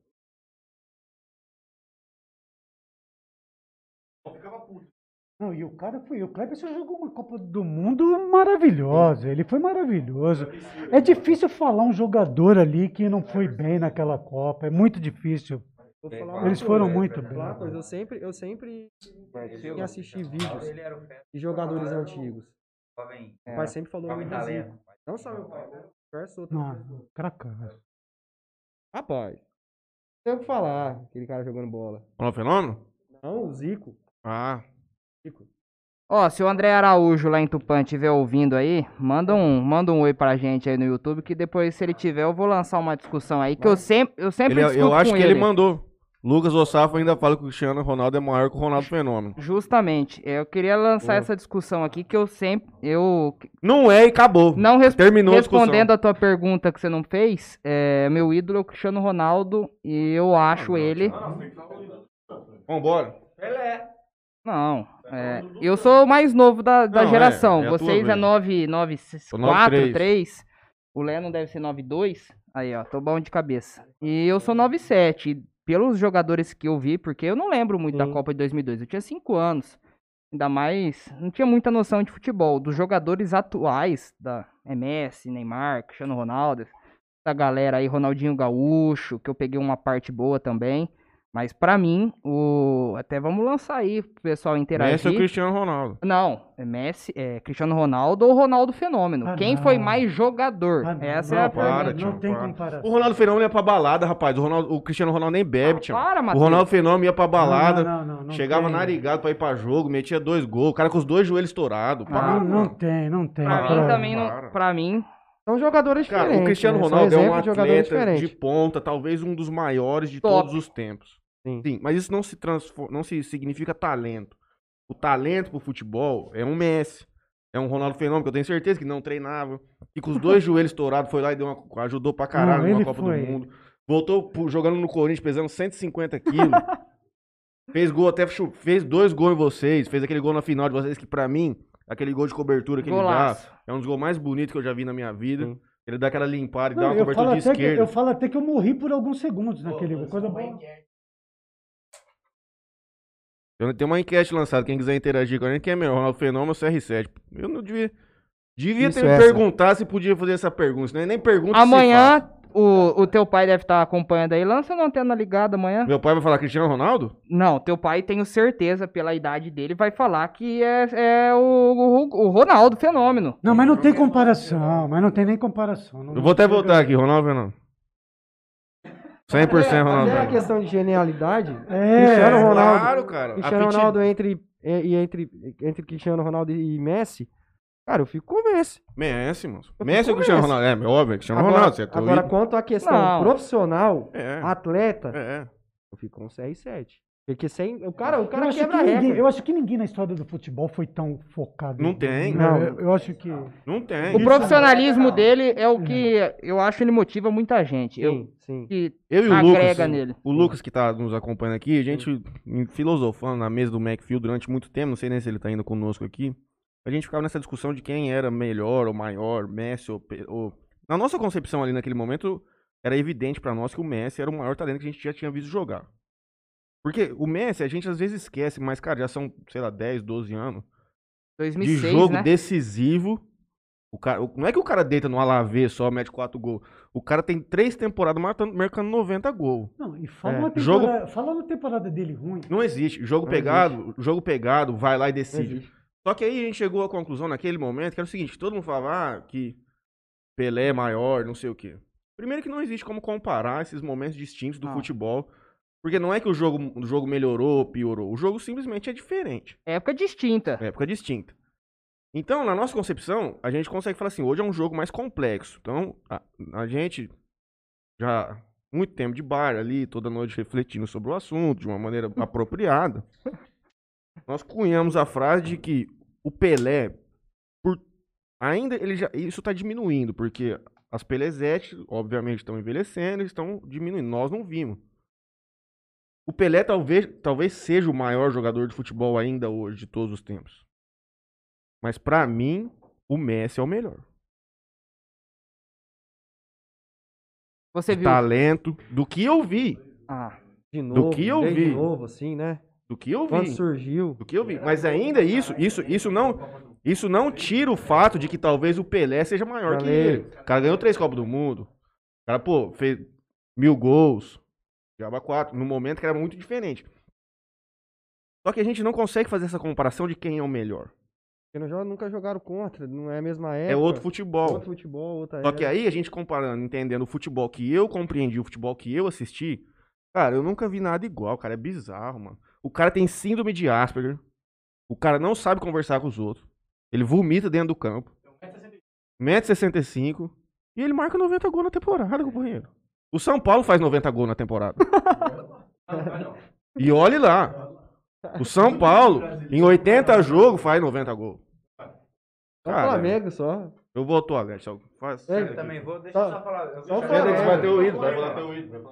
Não, e o cara foi, o Kleber jogou uma Copa do Mundo maravilhosa, ele foi maravilhoso. É difícil falar um jogador ali que não foi bem naquela Copa, é muito difícil. Vou falar Eles uma foram coisa, muito vou falar uma bem. coisa, eu sempre, eu sempre ia assistir vídeos de jogadores antigos. É. O pai sempre falou muito do Zico. Não só meu pai, né? Diversos outros. Não, cracaço. Rapaz, tem o que falar, aquele cara jogando bola. Qual é o fenômeno? Não, o Zico. Ah, Zico. Ó, se o André Araújo lá em Tupã estiver ouvindo aí, manda um, manda um oi pra gente aí no YouTube, que depois, se ele tiver, eu vou lançar uma discussão aí, que eu sempre, eu sempre ele, discuto eu acho com que ele. ele mandou. Lucas Ossafo ainda fala que o Cristiano Ronaldo é maior que o Ronaldo Fenômeno. Justamente, eu queria lançar Boa. essa discussão aqui, que eu sempre, eu Não é e acabou. não res- Terminou a respondendo discussão. a tua pergunta que você não fez, é, meu ídolo é o Cristiano Ronaldo, e eu acho ele... Vambora. Não, é, eu sou o mais novo da, da Não, é, geração. é a tua Vocês é vez. nove, nove, Sou nove quatro, três. três. O Leno deve ser nove dois. Aí, ó, tô bom de cabeça. E eu sou nove sete. E pelos jogadores que eu vi, porque eu não lembro muito da Sim. Copa de dois mil e dois. Eu tinha cinco anos. Ainda mais, não tinha muita noção de futebol. Dos jogadores atuais, da M S, Neymar, Cristiano Ronaldo, da galera aí, Ronaldinho Gaúcho, que eu peguei uma parte boa também. Mas pra mim, o até vamos lançar aí pro pessoal interagir. Messi é o Cristiano Ronaldo. Não, é Messi, é Cristiano Ronaldo ou Ronaldo Fenômeno. Ah, Quem não. foi mais jogador? Ah, não, Essa não, é a para, pergunta. tio. Não tem para. comparação. O Ronaldo Fenômeno ia pra balada, rapaz. O, Ronaldo, o Cristiano Ronaldo nem bebe, Ah, tio. para, O Matheus. Ronaldo Fenômeno ia pra balada, Não, não, não, não chegava tem. narigado pra ir pra jogo, metia dois gols. O cara com os dois joelhos estourados. Ah, Para, Não, não mano. tem, não tem. Pra Para, mim também, não, para. pra mim, São jogadores Cara, diferentes. o Cristiano né? São Ronaldo é um exemplos de jogadores atleta de diferentes. ponta, talvez um dos maiores de Top. todos os tempos. Sim. Sim, mas isso não se transforma, não se significa talento. O talento pro futebol é um Messi, é um Ronaldo Fenômeno, que eu tenho certeza que não treinava, e com os dois joelhos estourados foi lá e deu uma, ajudou pra caralho Não, na ele Copa foi. do Mundo. Voltou pro- jogando no Corinthians, pesando cento e cinquenta quilos. Fez gol até, chu- fez dois gols em vocês, fez aquele gol na final de vocês, que pra mim, aquele gol de cobertura que Golaço. ele dá, é um dos gols mais bonitos que eu já vi na minha vida. Sim. Ele dá aquela limpada e dá Não, uma eu, falo cobertura de até que, esquerda. eu falo até que eu morri por alguns segundos naquele. Coisa boa. Eu tenho uma enquete lançada, quem quiser interagir com a gente, quem é melhor, Ronaldo Fenômeno ou C R sete? Eu não devia... Devia Isso, ter me essa. perguntado se podia fazer essa pergunta, senão eu nem pergunta se Amanhã, o, o teu pai deve estar acompanhando aí. Lança uma antena ligada amanhã. Meu pai vai falar Cristiano Ronaldo? Não, teu pai, tenho certeza, pela idade dele, vai falar que é, é o, o, o Ronaldo Fenômeno. Não, mas não tem comparação. Mas não tem nem comparação. Não, Eu vou até não voltar aqui, Ronaldo Fenômeno. cem por cento Ronaldo Até a Fenômeno. questão de genialidade, É, Cristiano Ronaldo, Claro, cara. Cristiano Apeti- Ronaldo entre, e, e entre, entre Cristiano Ronaldo e Messi, cara, eu fico com o Messi. Messi, moço. Eu Messi fico ou Cristiano Messi. Ronaldo? É, óbvio, é Cristiano Agora, Ronaldo. Você é teu agora ídolo. quanto à questão Não. profissional, É, atleta, é. eu fico com o C R sete. Porque sem, o cara, o Eu cara acho, quebra que a ninguém, regra. eu acho que ninguém na história do futebol foi tão focado. Não tem. Não, Não. eu, eu acho que. Não tem. O profissionalismo dele é o que eu acho que ele motiva muita gente. Eu, Sim, sim. que Eu e o agrega Lucas, nele. o Lucas que tá nos acompanhando aqui, a gente em- filosofando na mesa do Macfield durante muito tempo, não sei nem se ele tá indo conosco aqui, a gente ficava nessa discussão de quem era melhor ou maior, Messi ou, Pe- ou... Na nossa concepção ali naquele momento, era evidente pra nós que o Messi era o maior talento que a gente já tinha visto jogar. Porque o Messi, a gente às vezes esquece, mas, cara, já são, sei lá, dez, doze anos dois mil de e seis, jogo né? decisivo. O cara, o- não é que o cara deita no Alavés só, mete quatro gols. O cara tem três temporadas marcando, marcando noventa gols. Não, e fala, É. uma Jogo- temporada, fala uma temporada dele ruim. Não existe. Jogo Não pegado, jogo pegado, vai lá e Não decide. existe. Só que aí a gente chegou à conclusão naquele momento que era o seguinte, todo mundo falava ah, que Pelé é maior, não sei o quê. Primeiro que não existe como comparar esses momentos distintos do Não. futebol, porque não é que o jogo, o jogo melhorou ou piorou, o jogo simplesmente é diferente. Época distinta. É época distinta. Então, na nossa concepção, a gente consegue falar assim, hoje é um jogo mais complexo. Então, a, a gente já há muito tempo de bar ali, toda noite refletindo sobre o assunto de uma maneira apropriada. Nós cunhamos a frase de que o Pelé, por ainda ele já isso está diminuindo, porque as Pelezetes, obviamente, estão envelhecendo, estão diminuindo. Nós não vimos. O Pelé talvez, talvez seja o maior jogador de futebol ainda hoje de todos os tempos. Mas pra mim, o Messi é o melhor. Você De viu? talento, do que eu vi, Ah, De novo, que eu desde vi. novo, assim, né? do que eu Quando vi. surgiu. Do que eu vi. Mas ainda isso, isso, isso não, isso não tira o fato de que talvez o Pelé seja maior que Valeu. ele. O cara ganhou três Copas do Mundo. O cara, pô, fez mil gols. Jogava quatro. No momento que era muito diferente. Só que a gente não consegue fazer essa comparação de quem é o melhor. Porque não joga- nunca jogaram contra, não é a mesma época. É outro futebol. Outro futebol, outra Só que época. aí a gente comparando, entendendo o futebol que eu compreendi, o futebol que eu assisti, cara, eu nunca vi nada igual, cara. É bizarro, mano. O cara tem síndrome de Asperger. O cara não sabe conversar com os outros. Ele vomita dentro do campo. um metro e sessenta e cinco. E ele marca noventa gols na temporada, companheiro. O São Paulo faz noventa gols na temporada. E olhe lá. O São Paulo, em oitenta jogos, faz noventa gols. Só o Cara, Flamengo só. eu vou atuar, Alex. só Faz, É, sai Eu daqui. também vou, deixa eu só falar. Eu Só o já- Flamengo. Vai ter o ídolo, vai falar teu ídolo.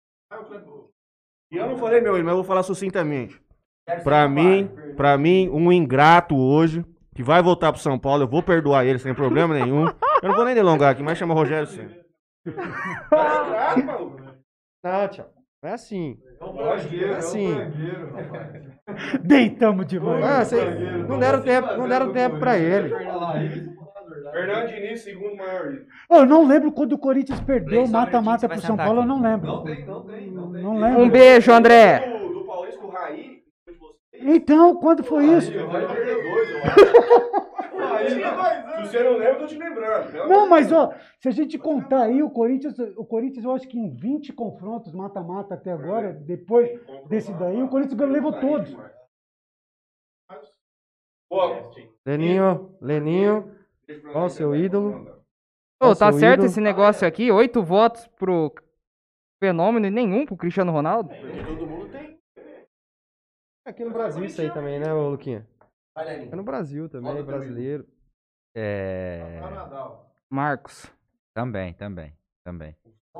E eu não falei meu ídolo, mas eu vou falar sucintamente. Pra mim, pra mim, um ingrato hoje, que vai voltar pro São Paulo, eu vou perdoar ele sem problema nenhum. Eu não vou nem delongar aqui, mas chama Rogério Ceni. Não, tchau. É assim. É assim. Deitamos demais. Ah, cê- não deram tempo, não deram tempo pra ele. Fernando Diniz, segundo maior ídolo. Eu não lembro quando o Corinthians perdeu Três o mata-mata vai pro São sentar Paulo, eu aqui. não lembro. Não tem, não tem, não tem. Não lembro. um beijo, André. Do, do Paulista com o Raí, foi de você. Então, quando foi isso? Vai perder dois, eu acho. Raí, se você não lembra, eu tô te lembrando. Pelo Não, amor mas de Deus. ó, se a gente contar aí, o Corinthians, o Corinthians, eu acho que em vinte confrontos mata-mata até agora, depois desse daí, o Corinthians levou todos. Pô, Leninho, Leninho, qual o seu ídolo? Ô, tá seu certo ídolo? esse negócio aqui? Oito votos pro Fenômeno e nenhum pro Cristiano Ronaldo? todo mundo tem. Aqui no Brasil isso aí também, né, ô Luquinha? É no Brasil também, brasileiro. É... Marcos. Também, também, também.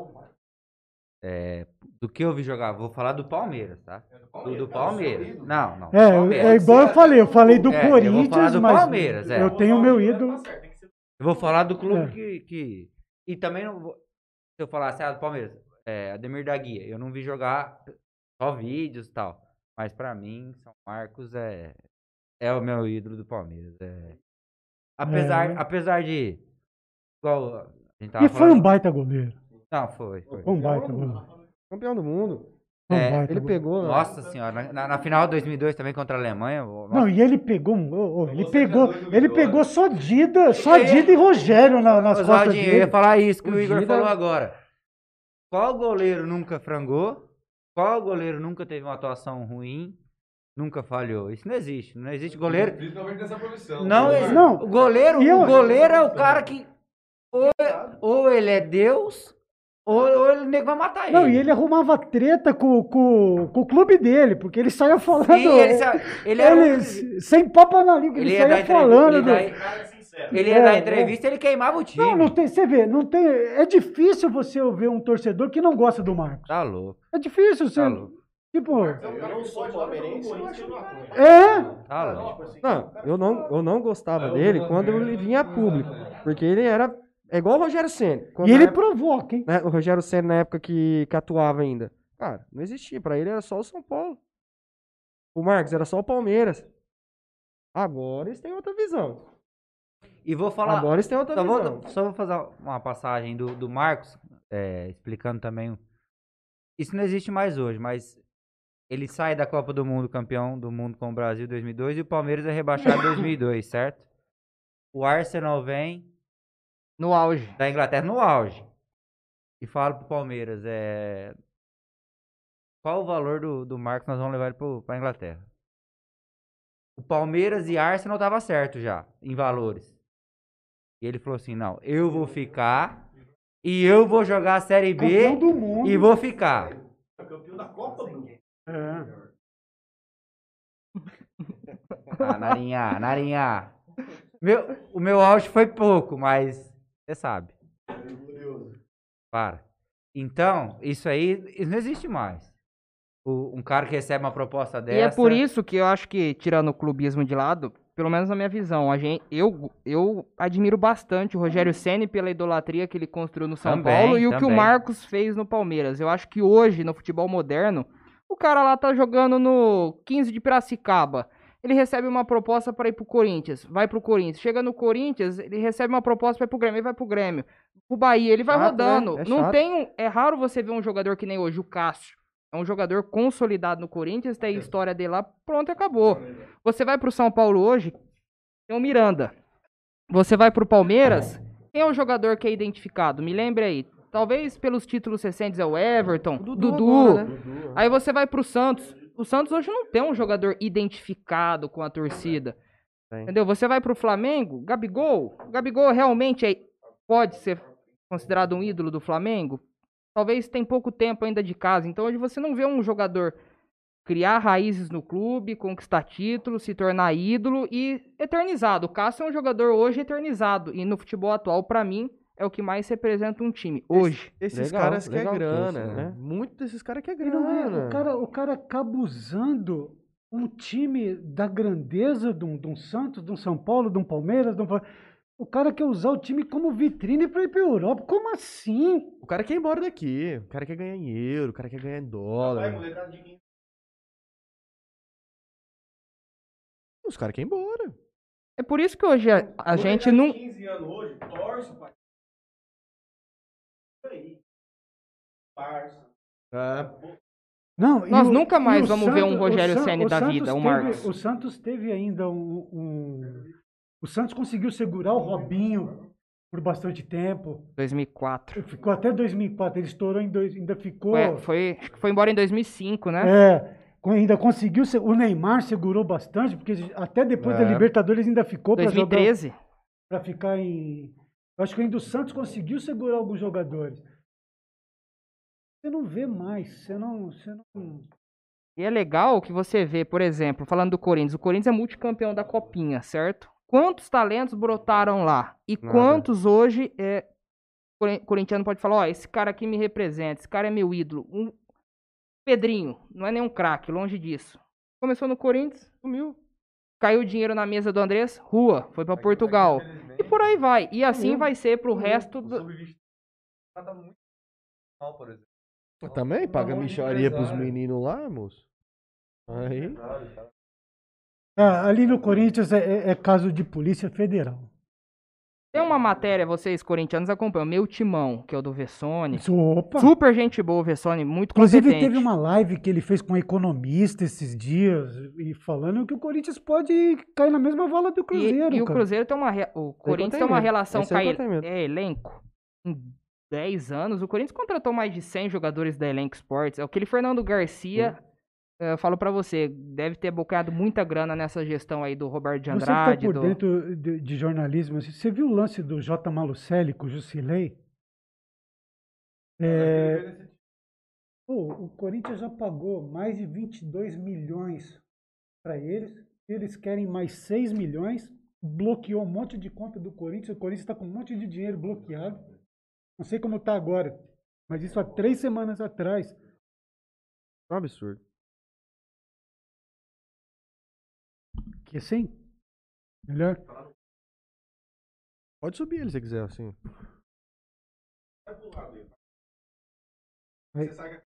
É, do que eu vi jogar, vou falar do Palmeiras, tá? Do, do Palmeiras. Não, não. do É, Palmeiras. é igual eu falei, eu falei do É, eu vou falar Corinthians, do mas Palmeiras, é. eu tenho o meu ídolo. Eu vou falar do clube É. que, que, E também não vou. Se eu falasse, ah, do Palmeiras, é, Ademir da Guia, eu não vi jogar só vídeos e tal. Mas pra mim, São Marcos é, é o meu ídolo do Palmeiras. É. Apesar, É. apesar de. Igual a gente tava E foi um falando. baita goleiro. Não, foi, foi. Foi um baita goleiro. Campeão do mundo. Foi um É, baita Ele goleiro. pegou. Nossa senhora, na, na final de dois mil e dois também contra a Alemanha. o- Não, nossa, e ele pegou, um- ô, ô, ele pegou, ele pegou só Dida, só Dida e Rogério na- nas costas Oswaldinho, eu ia dele. falar isso que o, O Igor Dida- falou agora. Qual goleiro nunca frangou? Qual goleiro nunca teve uma atuação ruim? Nunca falhou. Isso não existe. Não existe goleiro. Principalmente nessa profissão. Não existe. Não. O goleiro, E eu- o goleiro é o cara que ou, ou ele é Deus, ou, ou ele o nego vai matar ele. Não, e ele arrumava treta com, com, com o clube dele, porque ele saia falando. Sim, ele, sa- ele era ele, um- sem papo na língua, ele, ele ia dar saia entrevista, falando. ele, do- ia dar- ele ia dar É, entrevista e ele queimava o time. Não, não tem, você vê, não tem, é difícil você ver um torcedor que não gosta do Marcos. Tá louco, É difícil você, tá louco. tipo, Eu não sou palmeirense, eu acho que não apoio. é, Tá louco. Não, eu não, eu não gostava dele quando ele vinha a público. Porque ele era. É igual o Rogério Ceni. Quando e na ele época- provoca, hein? né, o Rogério Ceni na época que, que atuava ainda. Cara, não existia. Pra ele era só o São Paulo. O Marcos era só o Palmeiras. Agora eles têm outra visão. E vou falar. Agora eles têm outra Só visão. vou, só vou fazer uma passagem do, do Marcos, é, explicando também. o- Isso não existe mais hoje, mas ele sai da Copa do Mundo campeão do mundo com o Brasil em dois mil e dois e o Palmeiras é rebaixado em dois mil e dois, certo? O Arsenal vem No auge. da Inglaterra no auge e fala pro Palmeiras, é... qual o valor do, do Marcos nós vamos levar ele pro, pra Inglaterra? O Palmeiras e Arsenal tava certo já, em valores. E ele falou assim, não, eu vou ficar e eu vou jogar a Série B Campeão do mundo. e vou ficar. Campeão da Copa do Mundo. É. Ah, Narinha, Narinha. Meu, o meu auge foi pouco, mas você sabe. Para. Então, isso aí isso não existe mais. O- um cara que recebe uma proposta dessa... E é por isso que eu acho que, tirando o clubismo de lado, pelo menos na minha visão, a gente, eu, eu admiro bastante o Rogério Ceni pela idolatria que ele construiu no São Também, Paulo e o que o também. Marcos fez no Palmeiras. Eu acho que hoje, no futebol moderno, o cara lá tá jogando no quinze de Piracicaba. Ele recebe uma proposta para ir pro Corinthians, vai pro Corinthians. Chega no Corinthians, ele recebe uma proposta para ir pro Grêmio, ele vai pro Grêmio. O Bahia, ele vai Chato, rodando. né? É Não chato. tem um, é raro você ver um jogador que nem hoje, o Cássio. É um jogador consolidado no Corinthians, tem a história dele lá, pronto, acabou. Você vai pro São Paulo hoje, tem o Miranda. Você vai pro Palmeiras, quem é o jogador que é identificado? Me lembre aí. Talvez pelos títulos recentes é o Everton, O Dudu. Dudu agora, né? Aí você vai pro Santos. O Santos hoje não tem um jogador identificado com a torcida. Tem. Entendeu? Você vai pro Flamengo, Gabigol. O Gabigol realmente é- pode ser considerado um ídolo do Flamengo? Talvez tem pouco tempo ainda de casa. Então hoje você não vê um jogador criar raízes no clube, conquistar títulos, se tornar ídolo e eternizado. O Cássio é um jogador hoje eternizado. E no futebol atual, pra mim, é o que mais representa um time. Hoje. Esses Legal, caras legal, que é grana, isso, né? Muito desses caras que é E não é, grana. o, cara, o cara acaba usando um time da grandeza de um, de um Santos, de um São Paulo, de um Palmeiras, de um... Fla- o cara quer usar o time como vitrine para ir para Europa. Como assim? O cara quer ir embora daqui. O cara quer ganhar em euro, o cara quer ganhar em dólar. Os caras querem ir embora. É por isso que hoje a, a gente não. quinze anos hoje, torce, pai. Isso aí. Parça. É. Não, e Nós o- nunca e mais o vamos ver um Santos- o Rogério San- Ceni o da Santos vida, o teve- Marcos. O Santos teve ainda um, um- O Santos conseguiu segurar o Robinho por bastante tempo. dois mil e quatro. Ficou até dois mil e quatro. Ele estourou em dois, ainda ficou. Foi, foi, acho que foi embora em dois mil e cinco, né? É, co- ainda conseguiu. se- O Neymar segurou bastante, porque até depois da É. Libertadores ainda ficou para dois mil e jogar. treze. Para ficar em. Eu acho que ainda o Santos conseguiu segurar alguns jogadores. Você não vê mais. Você não. Você não... E é legal que você vê, por exemplo, falando do Corinthians, o Corinthians é multicampeão da Copinha, certo? Quantos talentos brotaram lá? E Nada. quantos hoje é corin- corintiano pode falar, ó, esse cara aqui me representa, esse cara é meu ídolo. Um Pedrinho, não é nenhum craque, longe disso. Começou no Corinthians, sumiu. Caiu o dinheiro na mesa do Andrés, rua, foi pra Portugal. E por aí vai. E assim vai ser pro resto do, tá muito mal, por exemplo. Mas também paga mão de micharia pros empresário. meninos lá, moço. Aí. Ah, ali no Corinthians é, é- é caso de Polícia Federal. Tem uma matéria, vocês corintianos acompanham, meu timão, que é o do Vessone. Isso, opa. Super gente boa, o Vessone, muito Inclusive, competente. teve uma live que ele fez com um economista esses dias e falando que o Corinthians pode cair na mesma vala do E, Cruzeiro. e o cara. Cruzeiro tem uma. re- O Corinthians tenho tem uma medo. relação Esse com aí a eu tenho medo. é, elenco. Em dez anos, o Corinthians contratou mais de cem jogadores da Elenco Sports. É aquele Fernando Garcia. eh, Eu falo pra você, deve ter bocado muita grana nessa gestão aí do Roberto de Você que tá Andrade. por do... dentro de, de jornalismo, assim, você viu o lance do J. Malucelli com o Jusilei? É, pô, o Corinthians já pagou mais de vinte e dois milhões para eles. Eles querem mais seis milhões. Bloqueou um monte de conta do Corinthians. O Corinthians está com um monte de dinheiro bloqueado. Não sei como está agora, mas isso há três semanas atrás. É um absurdo. Que assim, melhor. Pode subir ele se quiser, assim. Aí,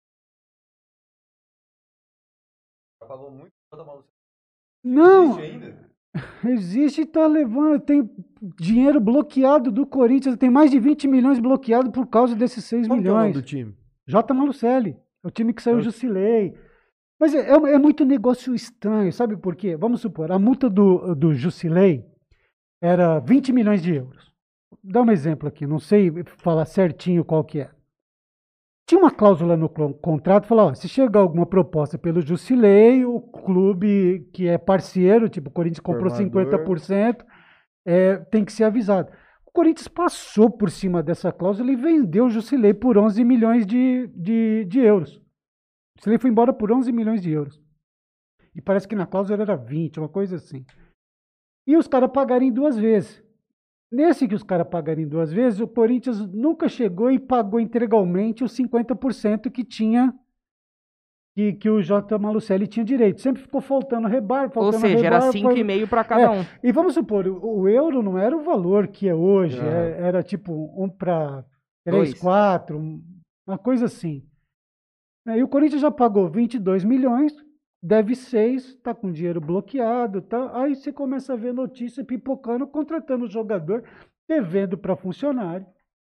Pagou muito, tá maluco. não, Existe ainda? existe e tá levando. Tem dinheiro bloqueado do Corinthians. Tem mais de vinte milhões bloqueado por causa desses seis Como que é o nome milhões. do time? J. Malucelli. É o time que saiu o Jusilei. Mas é, é- é muito negócio estranho, sabe por quê? Vamos supor, a multa do, do Jusilei era vinte milhões de euros. Dá um exemplo aqui, não sei falar certinho qual que é. Tinha uma cláusula no clon- contrato, falou, ó, se chegar alguma proposta pelo Jusilei, o clube que é parceiro, tipo o Corinthians comprou Formador. cinquenta por cento, é, tem que ser avisado. O Corinthians passou por cima dessa cláusula e vendeu o Jusilei por onze milhões de, de, de euros. O Jusilei foi embora por onze milhões de euros. E parece que na cláusula era vinte, uma coisa assim. E os caras pagaram em duas vezes. Nesse que os caras pagaram em duas vezes, o Corinthians nunca chegou e pagou integralmente os cinquenta por cento que tinha, que, que o J. Malucelli tinha direito. Sempre ficou faltando rebar, Ou faltando seja, era rebar, cinco foi- e meio para cada É, um. E vamos supor, o, o euro não era o valor que é hoje, Aham. é- era tipo um para três, Dois. quatro, um- uma coisa assim. E o Corinthians já pagou vinte e dois milhões, deve seis, está com dinheiro bloqueado, tá? Aí você começa a ver notícia pipocando, contratando o jogador, devendo para funcionário,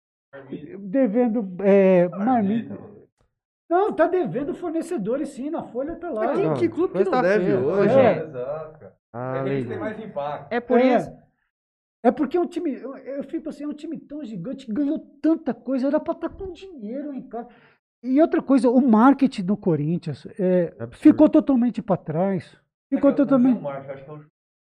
devendo é, marmita. Não, tá devendo fornecedores sim, na folha tá lá. Que, Não, que clube que mas não tá deve feio. hoje? É. Exato, cara. Ah, É que eles têm legal. mais impacto. É por É. isso. É porque é um time, eu, eu fico assim, é um time tão gigante, ganhou tanta coisa, era para estar com dinheiro em casa. E outra coisa, o marketing do Corinthians é, Absurdo. ficou totalmente para trás. Ficou totalmente. Não, Marcos, acho que é o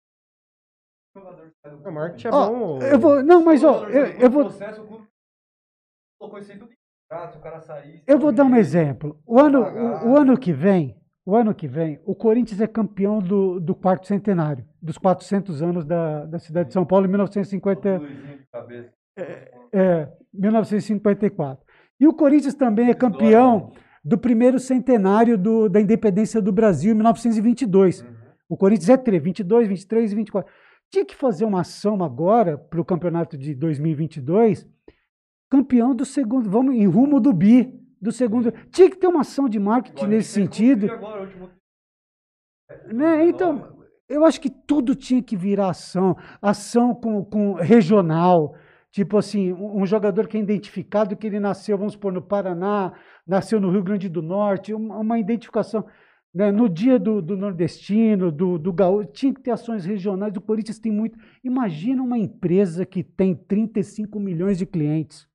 jogador que sai do O clube. marketing é Ó, bom. eu vou, não, mas O ó, jogador eu, sai do eu vou, processo, o clube colocou isso aí tudo em contrato, o cara sair. eu vou dar um exemplo. O ano, Pagar. o, o ano que vem, o ano que vem, o Corinthians é campeão do, do quarto centenário, dos quatrocentos anos da, da cidade de São Paulo, em mil novecentos e cinquenta. Luizinho de cabeça. É, mil novecentos e cinquenta e quatro. E o Corinthians também é campeão do primeiro centenário do- da independência do Brasil, em mil novecentos e vinte e dois. O Corinthians é três, vinte e dois, vinte e três e vinte e quatro. Tinha que fazer uma ação agora para o campeonato de dois mil e vinte e dois, campeão do segundo, vamos em rumo do bi, do segundo. Tinha que ter uma ação de marketing nesse sentido. Agora, o último... Né? Então, eu acho que tudo tinha que virar ação, ação com, com regional, tipo assim, um, um jogador que é identificado, que ele nasceu, vamos supor, no Paraná, nasceu no Rio Grande do Norte, uma, uma identificação, né? No dia do, do nordestino, do, do gaúcho, tinha que ter ações regionais, o Corinthians tem muito. Imagina uma empresa que tem trinta e cinco milhões de clientes.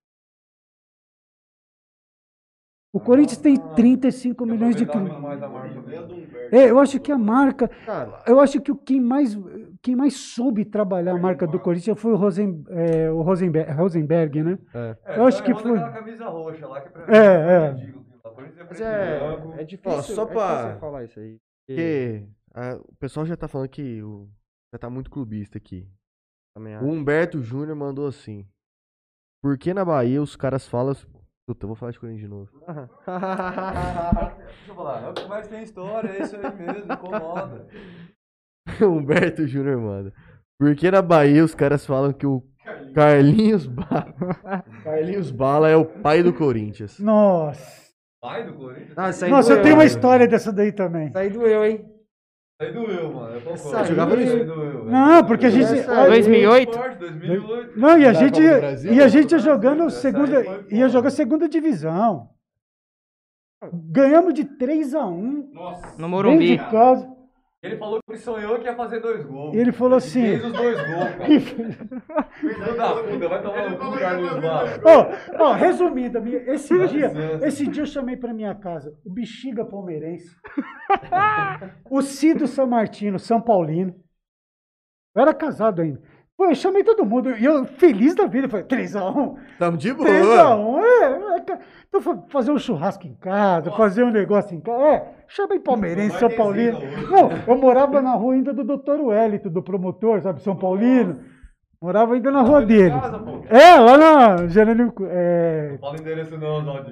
O Corinthians tem trinta e cinco milhões de clientes. mais a marca dele. É, eu acho que a marca, Cara, eu acho que o quem mais, quem mais soube trabalhar a marca do Corinthians foi o, Rosen, é, o Rosenberg, Rosenberg, né? É, Eu acho que só foi- aquela camisa roxa lá, que pra É, é. ridículo. A Corinthians é mas preto e é, branco. é difícil, Ó, só é pra- difícil falar isso aí. Porque ah, o pessoal já tá falando que o, já tá muito clubista aqui. Também O acho. Humberto Júnior mandou assim. Por que na Bahia os caras falam... Puta, eu vou falar de Corinthians de novo. Deixa eu falar, é o que mais tem história, é isso aí mesmo, incomoda. O Humberto Júnior manda. Por que na Bahia os caras falam que o Carlinhos Bala. Carlinhos Bala é o pai do Corinthians. Nossa. Pai do Corinthians? Ah, isso aí Nossa, eu doeu, tenho uma hein? história dessa daí também. Isso aí doeu, hein? Aí doeu, mano. Eu concordo. Aí Jogava no- Aí doeu, velho. Não, porque a gente. Essa aí- dois mil e oito? dois mil e oito. Não, e a Da gente, Copa do Brasil? e a gente ia jogando Essa aí segunda, foi foda. ia jogar segunda divisão. Ganhamos de três a um. Nossa. No Dentro Morumbi. de casa. Ele falou que sonhou que ia fazer dois gols. E ele falou assim. Fez os dois gols, cara. Filho da puta, vai tomar no cu, Carlos Bala. Ó, ó, resumindo, a minha- esse dia, Exato. esse dia eu chamei pra minha casa o Bexiga Palmeirense, o Cido São Martino, São Paulino. Eu era casado ainda. Pô, eu chamei todo mundo, e eu feliz da vida, falei, três a um, Tamo de três a boa. um, é, é, ca- então fa- fazer um churrasco em casa, fazer um negócio em casa, é, chamei palmeirense, Vai São ter Paulino. zica hoje. Não, eu morava na rua ainda do doutor Wellington, do promotor, sabe, São Paulino. Morava ainda na rua dele. Casa, pô. É, lá na Jerônimo, é, Não fala endereço não, Zaldi.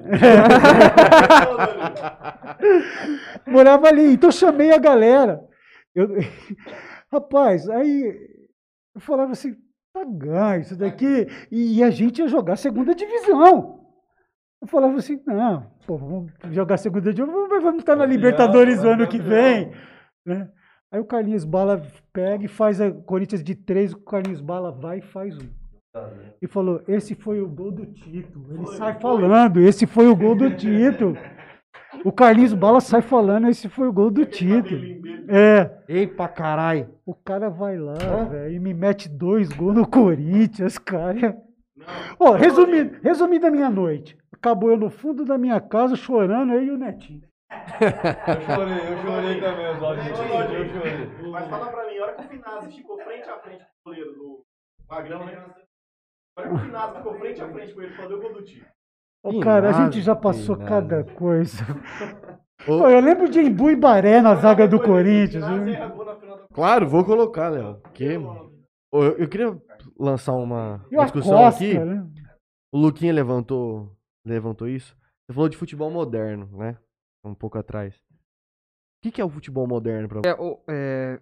morava ali, então chamei a galera. Eu- rapaz, aí eu falava assim, tá ganho isso daqui, e a gente ia jogar segunda divisão. Eu falava assim, não, pô, vamos jogar segunda divisão, vamos, vamos estar na Libertadores o ano que vem. Né? Aí o Carlinhos Bala pega e faz a Corinthians de três, o Carlinhos Bala vai e faz um. E falou, esse foi o gol do Tito. Ele sai falando, esse foi o gol do Tito. O Carlinhos Bala sai falando, esse foi o gol do Tito. É. Ei, pra caralho. O cara vai lá, velho, e me mete dois gols no Corinthians, cara. Ó, resumindo, resumindo a minha noite. Acabou eu no fundo da minha casa chorando, eu e o Netinho. Eu chorei, eu chorei também, Zaldi. Eu chorei. Mas fala pra mim, a hora que o Finazzi ficou frente a frente com o goleiro do Magrão, né? A hora que o Finazzi ficou frente a frente com ele, falou, deu gol do time. Ô, cara, a nada, gente já passou que cada nada. coisa. Ô, Pô, eu lembro de Embu e Baré na zaga do Corinthians. O Finazzi né? erra gol na final da Claro, vou colocar, Léo. Porque Ô, eu, eu queria lançar uma, E uma a discussão Costa, aqui. né? O Luquinha levantou, levantou isso. Você falou de futebol moderno, né? Um pouco atrás. O que, que é o futebol moderno pra você? É, o- é,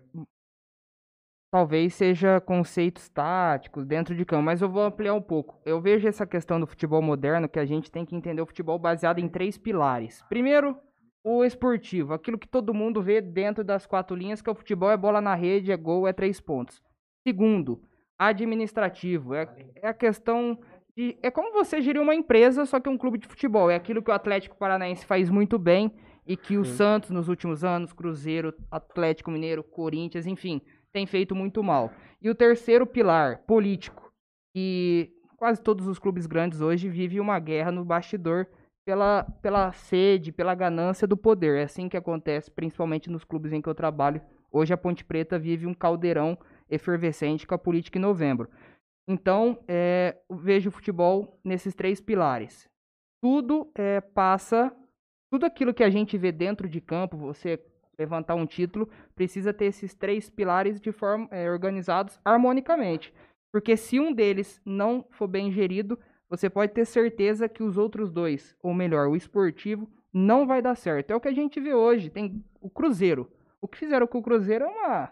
talvez seja conceitos táticos dentro de campo, mas eu vou ampliar um pouco. Eu vejo essa questão do futebol moderno que a gente tem que entender o futebol baseado em três pilares. Primeiro, o esportivo, aquilo que todo mundo vê dentro das quatro linhas, que é o futebol é bola na rede, é gol, é três pontos. Segundo, administrativo, é, é a questão de... É como você gerir uma empresa, só que um clube de futebol. É aquilo que o Atlético Paranaense faz muito bem e que o Santos, nos últimos anos, Cruzeiro, Atlético Mineiro, Corinthians, enfim, tem feito muito mal. E o terceiro pilar, político. E quase todos os clubes grandes hoje vivem uma guerra no bastidor pela, pela sede, pela ganância do poder. É assim que acontece, principalmente nos clubes em que eu trabalho. Hoje a Ponte Preta vive um caldeirão efervescente com a política em novembro. Então, é, eu vejo o futebol nesses três pilares. Tudo é, passa... Tudo aquilo que a gente vê dentro de campo, você levantar um título, precisa ter esses três pilares de forma é, organizados harmonicamente. Porque se um deles não for bem gerido, você pode ter certeza que os outros dois, ou melhor, o esportivo, não vai dar certo. É o que a gente vê hoje. Tem o Cruzeiro. O que fizeram com o Cruzeiro é uma...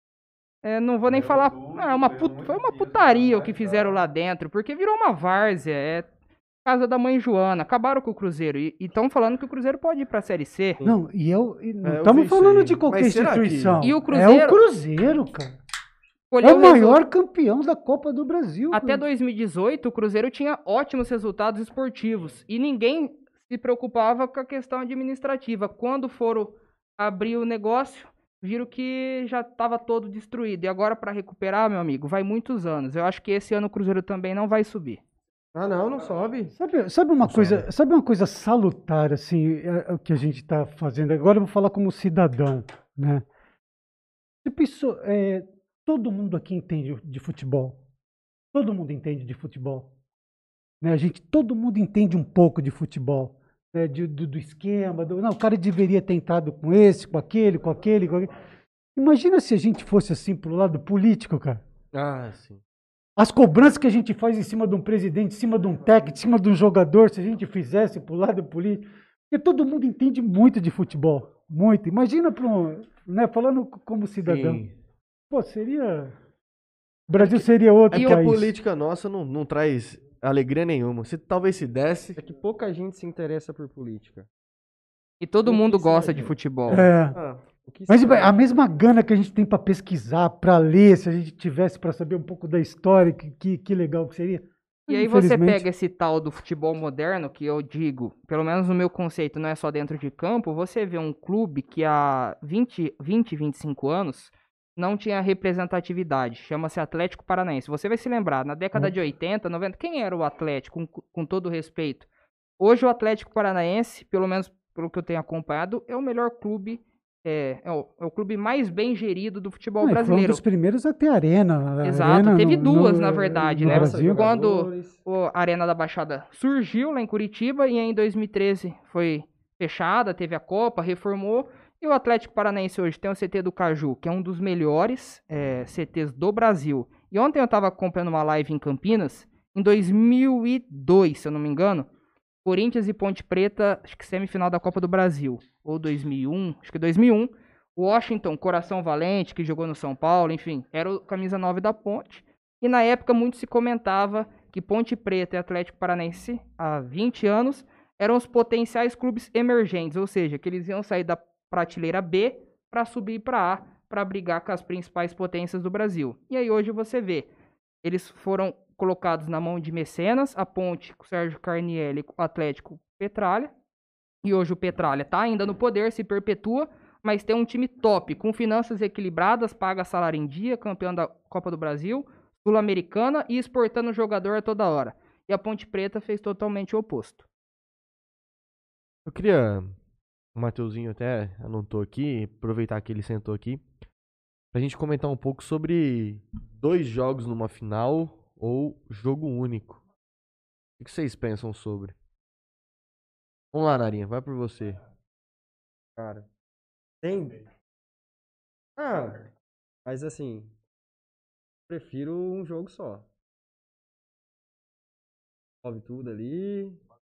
É, não vou nem falar... Ah, é uma put- foi uma putaria o que fizeram lá dentro, porque virou uma várzea. É casa da mãe Joana. Acabaram com o Cruzeiro. E estão falando que o Cruzeiro pode ir pra Série C. Não, e eu, e não É, eu vi estamos isso falando aí. de qualquer Mas será que- instituição. E o É Cruzeiro- o Cruzeiro, cara. É Escolheu o resu- maior campeão da Copa do Brasil. Até cara. dois mil e dezoito, o Cruzeiro tinha ótimos resultados esportivos. E ninguém se preocupava com a questão administrativa. Quando foram abrir o negócio, viram que já estava todo destruído. E agora, para recuperar, meu amigo, vai muitos anos. Eu acho que esse ano o Cruzeiro também não vai subir. Ah, não, não sobe. Sabe, sabe uma coisa, sabe uma coisa salutar assim, é, é o que a gente está fazendo agora? Eu vou falar como cidadão, né? Você pensou, é, todo mundo aqui entende de futebol. Todo mundo entende de futebol. Né? A gente, todo mundo entende um pouco de futebol, né? de, do, do esquema. Do, não, o cara deveria ter entrado com esse, com aquele, com aquele, com aquele. Imagina se a gente fosse assim pro lado político, cara. Ah, sim. As cobranças que a gente faz em cima de um presidente, em cima de um técnico, em cima de um jogador, se a gente fizesse pro lado político. Porque todo mundo entende muito de futebol. Muito. Imagina para um. Né, falando como cidadão. Sim. Pô, seria. O Brasil seria outro É que a país. política nossa não, não traz alegria nenhuma. Se talvez se desse. É que pouca gente se interessa por política. E todo O que mundo serve? gosta de futebol. É. Ah, o que Mas serve? a mesma gana que a gente tem para pesquisar, para ler, se a gente tivesse para saber um pouco da história, que, que, que legal que seria. E aí você Infelizmente- pega esse tal do futebol moderno, que eu digo, pelo menos no meu conceito, não é só dentro de campo, você vê um clube que há vinte, vinte, vinte e cinco anos não tinha representatividade, chama-se Atlético Paranaense. Você vai se lembrar, na década Hum. de oitenta, noventa, quem era o Atlético, com, com todo respeito? Hoje o Atlético Paranaense, pelo menos pelo que eu tenho acompanhado, é o melhor clube, é, é, o, é o clube mais bem gerido do futebol Ah, e foi um brasileiro. dos primeiros a ter arena. a Exato, arena teve no- duas, no- na verdade, no né? Brasil. Quando Jogadores. o Arena da Baixada surgiu lá em Curitiba e em dois mil e treze foi fechada, teve a Copa, reformou. E o Atlético Paranaense hoje tem o C T do Caju, que é um dos melhores é, C Ts do Brasil. E ontem eu estava acompanhando uma live em Campinas, em dois mil e dois, se eu não me engano, Corinthians e Ponte Preta, acho que semifinal da Copa do Brasil, ou dois mil e um, acho que dois mil e um. Washington, Coração Valente, que jogou no São Paulo, enfim, era o camisa nove da Ponte. E na época muito se comentava que Ponte Preta e Atlético Paranaense, há vinte anos, eram os potenciais clubes emergentes, ou seja, que eles iam sair da prateleira B para subir para A, para brigar com as principais potências do Brasil. E aí hoje você vê, eles foram colocados na mão de mecenas, a Ponte com o Sérgio Carnielli, o Atlético Petralha, e hoje o Petralha está ainda no poder, se perpetua, mas tem um time top, com finanças equilibradas, paga salário em dia, campeão da Copa do Brasil, Sul-Americana e exportando jogador a toda hora. E a Ponte Preta fez totalmente o oposto. Eu queria. O Mateuzinho até anotou aqui, aproveitar que ele sentou aqui, pra gente comentar um pouco sobre dois jogos numa final ou jogo único. O que vocês pensam sobre? Vamos lá, Narinha, vai por você. Cara, tem. Ah, mas assim, prefiro um jogo só. Resolve tudo ali.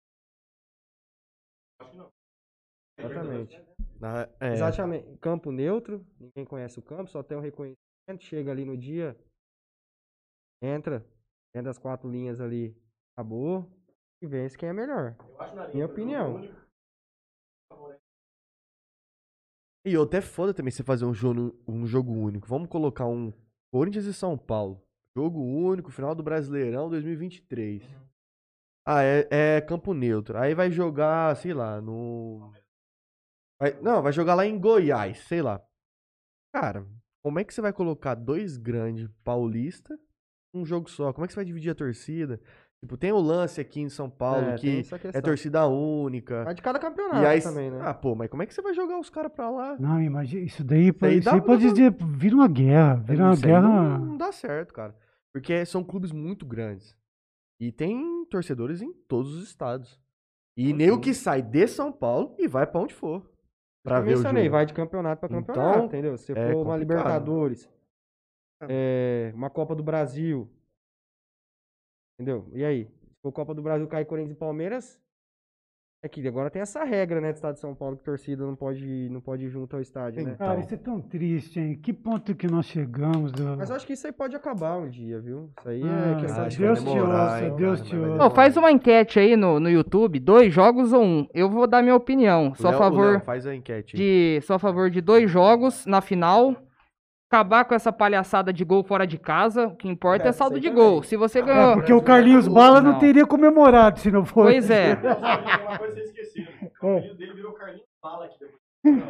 Exatamente. Na- é, Exatamente. Campo neutro, ninguém conhece o campo, só tem um reconhecimento. Chega ali no dia, entra, dentro das quatro linhas ali, acabou. E vence quem é melhor. Minha opinião. E outra é foda também você fazer um jogo, um jogo único. Vamos colocar um Corinthians e São Paulo. Jogo único, final do Brasileirão dois mil e vinte e três. Ah, é, é campo neutro. Aí vai jogar, sei lá, no. vai- não, vai jogar lá em Goiás, sei lá. Cara, como é que você vai colocar dois grandes paulistas num jogo só? Como é que você vai dividir a torcida? Tipo, tem o lance aqui em São Paulo É, tem que essa é questão. torcida única. Mas de cada E campeonato aí, também, né? ah, pô, mas como é que você vai jogar os caras pra lá? Não, imagina, isso daí, Isso aí isso dá- aí pode dá- dizer, vira uma guerra, vira uma Isso aí guerra. não, não dá certo, cara. Porque são clubes muito grandes. E tem torcedores em todos os estados. E nego que sai de São Paulo e vai pra onde for. Pra Eu ver o mencionei, jogo. vai de campeonato pra Então, campeonato, entendeu? Se é for uma complicado. Libertadores, é, uma Copa do Brasil, entendeu? E aí? Se for Copa do Brasil cair Corinthians e Palmeiras, é que agora tem essa regra, né, do estado de São Paulo, que torcida não pode, não pode ir junto ao estádio, né? Cara, isso é tão triste, hein? Que ponto que nós chegamos? Do... Mas eu acho que isso aí pode acabar um dia, viu? Isso aí é Ah, questão acho de que vai Deus te demorar, ouça, hein, Deus cara, te mas vai ouça. Ó, faz uma enquete aí no, no YouTube, dois jogos ou um. Eu vou dar minha opinião. Sou a Léo- o favor Léo, faz a enquete aí. de, sou a favor de dois jogos na final. Acabar com essa palhaçada de gol fora de casa. O que importa é, É, saldo isso de aí gol. também. Se você É, ganhou. porque o Carlinhos Bala não, Não. teria comemorado se não fosse. Pois é. Uma coisa que vocês esqueceram. O apelido dele virou Carlinhos Bala aqui depois.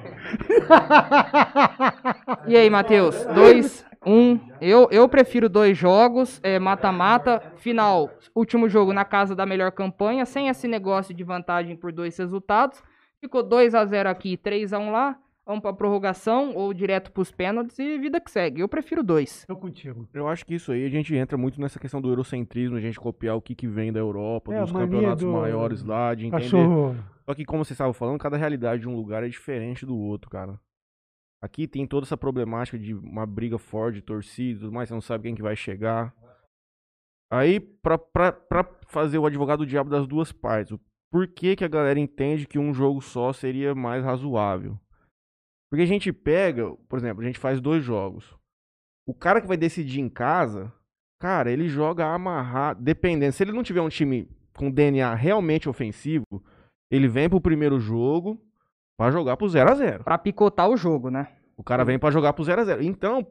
E aí, Matheus? Dois, um. Eu, eu prefiro dois jogos, é, mata-mata, final, último jogo na casa da melhor campanha, sem esse negócio de vantagem por dois resultados. Ficou dois a zero aqui, três a um lá. Vamos pra prorrogação ou direto pros pênaltis e vida que segue. Eu prefiro dois. Tô contigo. Eu acho que isso aí a gente entra muito nessa questão do eurocentrismo, a gente copiar o que, que vem da Europa, É, a dos mania campeonatos do maiores lá, de entender. Cachorro. Só que, como você estava falando, cada realidade de um lugar é diferente do outro, cara. Aqui tem toda essa problemática de uma briga forte de torcida e tudo mais, você não sabe quem que vai chegar. Aí, pra, pra, pra fazer o advogado do diabo das duas partes, o por que que a galera entende que um jogo só seria mais razoável? Porque a gente pega, por exemplo, a gente faz dois jogos. O cara que vai decidir em casa, Cara, ele joga amarrado, dependendo. Se ele não tiver um time com D N A realmente ofensivo, ele vem pro primeiro jogo pra jogar pro zero a zero. Pra picotar o jogo, né? O cara vem pra jogar pro zero a zero. Então,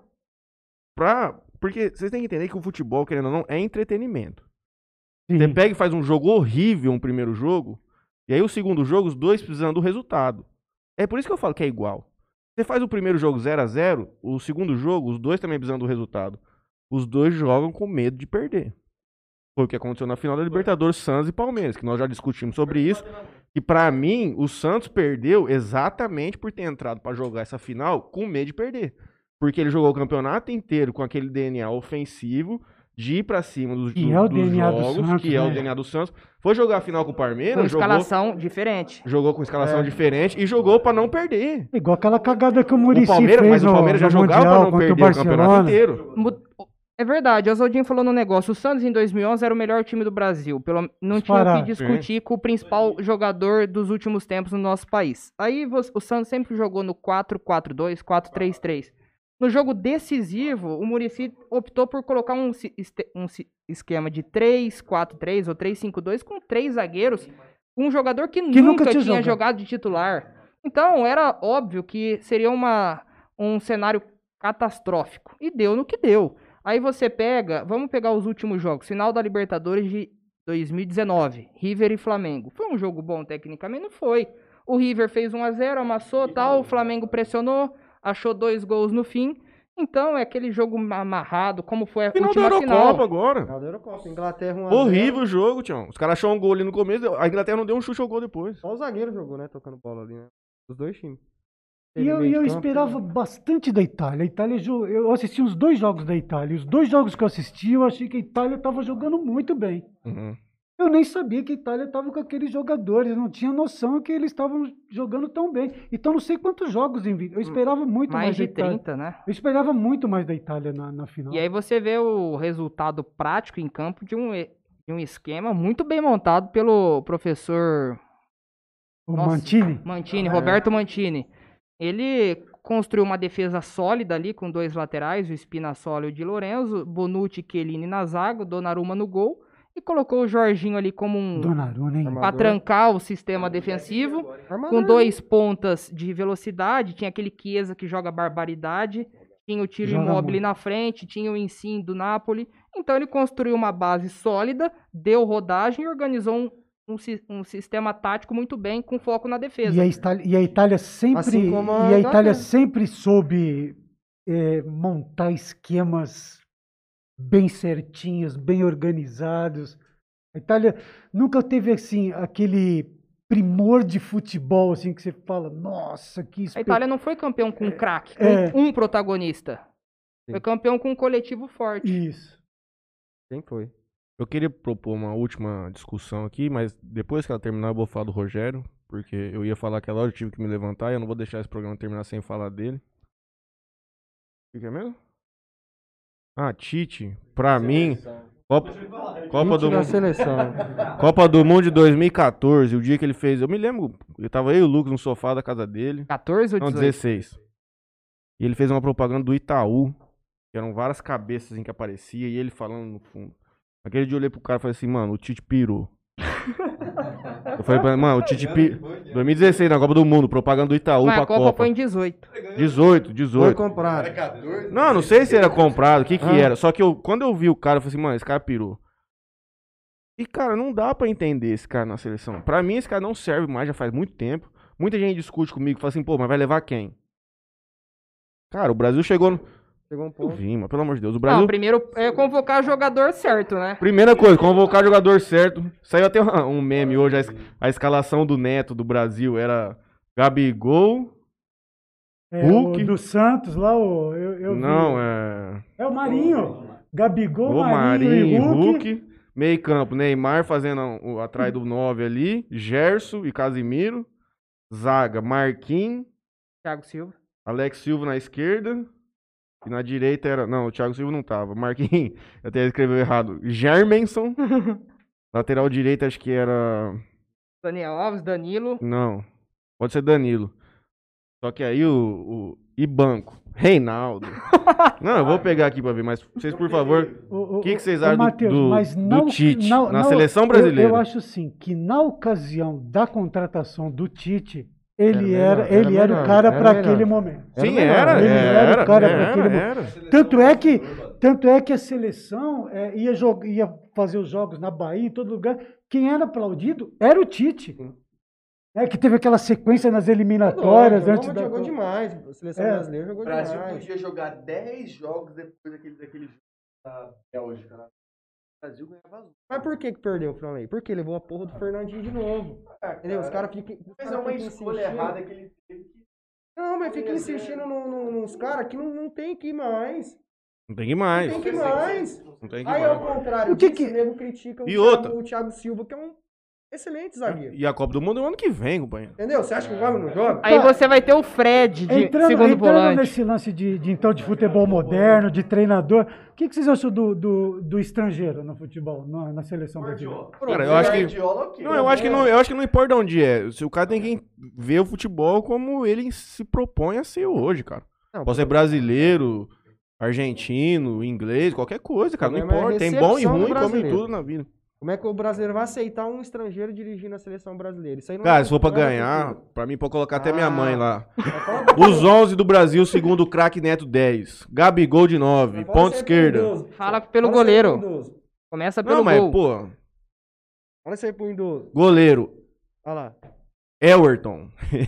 pra... porque vocês têm que entender que o futebol, querendo ou não, é entretenimento. Sim. Você pega e faz um jogo horrível, um primeiro jogo, e aí o segundo jogo, os dois precisando do resultado. É por isso que eu falo que é igual. Você faz o primeiro jogo zero a zero, o segundo jogo, os dois também precisando do resultado. Os dois jogam com medo de perder. Foi o que aconteceu na final da Libertadores, Santos e Palmeiras, que nós já discutimos sobre isso. E pra mim, o Santos perdeu exatamente por ter entrado pra jogar essa final com medo de perder. Porque ele jogou o campeonato inteiro com aquele D N A ofensivo, de ir pra cima dos, Que do- é o dos D N A do jogos, Santos, que é o né? D N A do Santos. Foi jogar a final com o Com Palmeiras, jogou, escalação diferente. jogou com escalação É. diferente e jogou pra não perder. Igual aquela cagada que o O Muricy Palmeiras, fez mas o no, Palmeiras já no jogava Mundial pra não contra o perder o campeonato Barcelona. inteiro. Mu- É verdade, o Oswaldinho falou no negócio. O Santos em dois mil e onze era o melhor time do Brasil. Pelo... Não tinha o que Disparado. discutir com o principal jogador dos últimos tempos no nosso país. Aí vo- o Santos sempre jogou no quatro quatro dois, quatro três três. No jogo decisivo, o Muricy optou por colocar um, si- este- um si- esquema de três quatro três ou três cinco dois com três zagueiros, um jogador que, Que nunca nunca tinha tinha jogado. jogado de titular. Então, era óbvio que seria uma, um cenário catastrófico. E deu no que deu. Aí você pega, vamos pegar os últimos jogos. Final da Libertadores de dois mil e dezenove, River e Flamengo. Foi um jogo bom tecnicamente? Não foi. O River fez um a zero, amassou, tal, o Flamengo pressionou, achou dois gols no fim. Então é aquele jogo amarrado, como foi a Final da última Eurocopa final. agora. Final da Eurocopa, Inglaterra um a zero. Horrível o jogo, Tião. Os caras acharam um gol ali no começo, a Inglaterra não deu um chute ao gol depois. Só o zagueiro jogou, né? Tocando bola ali, né? Os dois times. E Teve eu, meio e de eu campo, esperava né? bastante da Itália. A Itália jo- eu assisti os dois jogos da Itália. Os dois jogos que eu assisti, eu achei que a Itália estava jogando muito bem. Uhum. Eu nem sabia que a Itália estava com aqueles jogadores. Eu não tinha noção que eles estavam jogando tão bem. Então, não sei quantos jogos em vida. Eu esperava muito mais, Mais da de Itália. trinta, né? Eu esperava muito mais da Itália na, na final. E aí você vê o resultado prático em campo de um, e- de um esquema muito bem montado pelo professor o nossa. Mantini. Mantini, Roberto Mantini. Ele construiu uma defesa sólida ali com dois laterais, o Spinazzola e o Di Lorenzo, Bonucci, Chiellini na zaga, o Donnarumma no gol e colocou o Jorginho ali como um Donnarumma, hein? para trancar o sistema defensivo, com Armador, dois pontas de velocidade, tinha aquele Chiesa que joga barbaridade, tinha o Tiro Joga Immobile muito. na frente, tinha o Insigne do Napoli. Então ele construiu uma base sólida, deu rodagem e organizou um, um, si- um sistema tático muito bem, com foco na defesa. E a, Itália, e a Itália sempre, Assim como a e a Inglaterra. Itália sempre soube eh, montar esquemas bem certinhos, bem organizados. A Itália nunca teve assim aquele primor de futebol assim que você fala, nossa, que A espe- Itália não foi campeão com um craque, com é. um protagonista. Sim. Foi campeão com um coletivo forte. Isso. Quem foi? Eu queria propor uma última discussão aqui, mas depois que ela terminar eu vou falar do Rogério, porque eu ia falar aquela hora, eu tive que me levantar e eu não vou deixar esse programa terminar sem falar dele. O que é mesmo? Ah, Tite, pra mim, Copa, Copa do Tite na Mundo. seleção. Copa do Mundo de dois mil e quatorze, o dia que ele fez, eu me lembro, eu tava aí e o Lucas no sofá da casa dele, quatorze ou não, dezoito? dezesseis. E ele fez uma propaganda do Itaú, que eram várias cabeças em que aparecia, e ele falando no fundo. Aquele dia eu olhei pro cara e falei assim, mano, o Tite pirou. Eu falei pra ele, mano, o Tite pirou. dois mil e dezesseis, na Copa do Mundo, propaganda do Itaú Mas pra a Copa, Copa. foi em dezoito. dezoito, Foi dezoito. comprado. Não, não sei se era comprado, o que que Ah. era. Só que eu, quando eu vi o cara, eu falei assim, mano, esse cara pirou. E, cara, não dá pra entender esse cara na seleção. Pra mim, esse cara não serve mais, já faz muito tempo. Muita gente discute comigo, fala assim, pô, mas vai levar quem? Cara, o Brasil chegou no... Chegou um Eu ponto. vi, mas pelo amor de Deus, o Brasil... Não, primeiro é convocar o jogador certo, né? Primeira coisa, convocar o jogador certo. Saiu até uma- um meme hoje, a, es- a escalação do Neto do Brasil era Gabigol... É, Hulk? o do Santos lá, o, eu, eu vi. Não, é... É o Marinho. Gabigol, Gol, Marinho, Marinho e e Hulk. Hulk. Meio campo, Neymar fazendo o- atrás do nove ali. Gerson e Casimiro. Zaga, Marquinhos. Thiago Silva. Alex Silva na esquerda. E na direita era... Não, o Thiago Silva não tava. Marquinhos, até escreveu errado. Germenson. Lateral direita acho que era... Daniel Alves, Danilo. Não, pode ser Danilo. Só que aí o, o- e banco. Reinaldo. Não, eu vou pegar aqui pra ver, mas vocês, por favor, o que, que vocês Ô, acham do, Matheus, do, mas do não- Tite não- na não- seleção eu- brasileira? Eu, acho assim, que na ocasião da contratação do Tite, ele Era era, melhor, ele era era o melhor, cara era para melhor. aquele momento. Sim, melhor, era, Ele era era, o cara para era, aquele momento. era. Tanto é que, tanto é que a seleção é, ia, jog- ia fazer os jogos na Bahia, em todo lugar. Quem era aplaudido era o Tite. É, que teve aquela sequência nas eliminatórias antes da jogou Copa. demais. A seleção É. brasileira O jogou Brasil demais. podia jogar dez jogos depois daquele, daquele jogo da Bélgica. Né? O Brasil ganhava. Mas por que que perdeu o Franley? Porque levou a porra do Fernandinho de novo. Entendeu? Os caras ficam. os Mas cara é uma ficam escolha insistindo. errada que ele teve. que- Não, mas fica insistindo no, no, nos caras que não, não tem que ir mais. Não tem que ir mais. Tem que ir mais. Não tem que ir Aí, ao mais. contrário, O que disso, que- o nego critica o, E Thiago, outra? o Thiago Silva, que é um excelente zagueiro. E a Copa do Mundo é o ano que vem, companheiro. Entendeu? Você acha que o Gomes não joga? Aí você vai ter o Fred de Entrando, segundo entrando volante. nesse lance de, de, então, de futebol moderno, de treinador, o que, que vocês acham do, do, do estrangeiro no futebol, na, na seleção brasileira? Cara, eu acho que. Guardiola, ok. Não, eu acho que não, eu acho que não importa onde é. Se o cara tem que ver o futebol como ele se propõe a ser hoje, cara. Não, Pode ser brasileiro, argentino, inglês, qualquer coisa, cara. Não O problema é a importa. Tem bom e recepção do ruim, come brasileiro. tudo na vida. Como é que o brasileiro vai aceitar um estrangeiro dirigindo a seleção brasileira? Isso aí não Cara, é se for pra cultura, ganhar, não é pra mim pode colocar até minha Ah. mãe lá. cultura. Os onze do Brasil, segundo o craque Neto dez. Gabigol de nove, Fala ponta sempre esquerda. pro idoso. Fala pelo Fala sempre goleiro. pro idoso. Começa pelo Não, mas, gol. pô, Fala isso aí pro idoso. goleiro, Olha lá. Everton.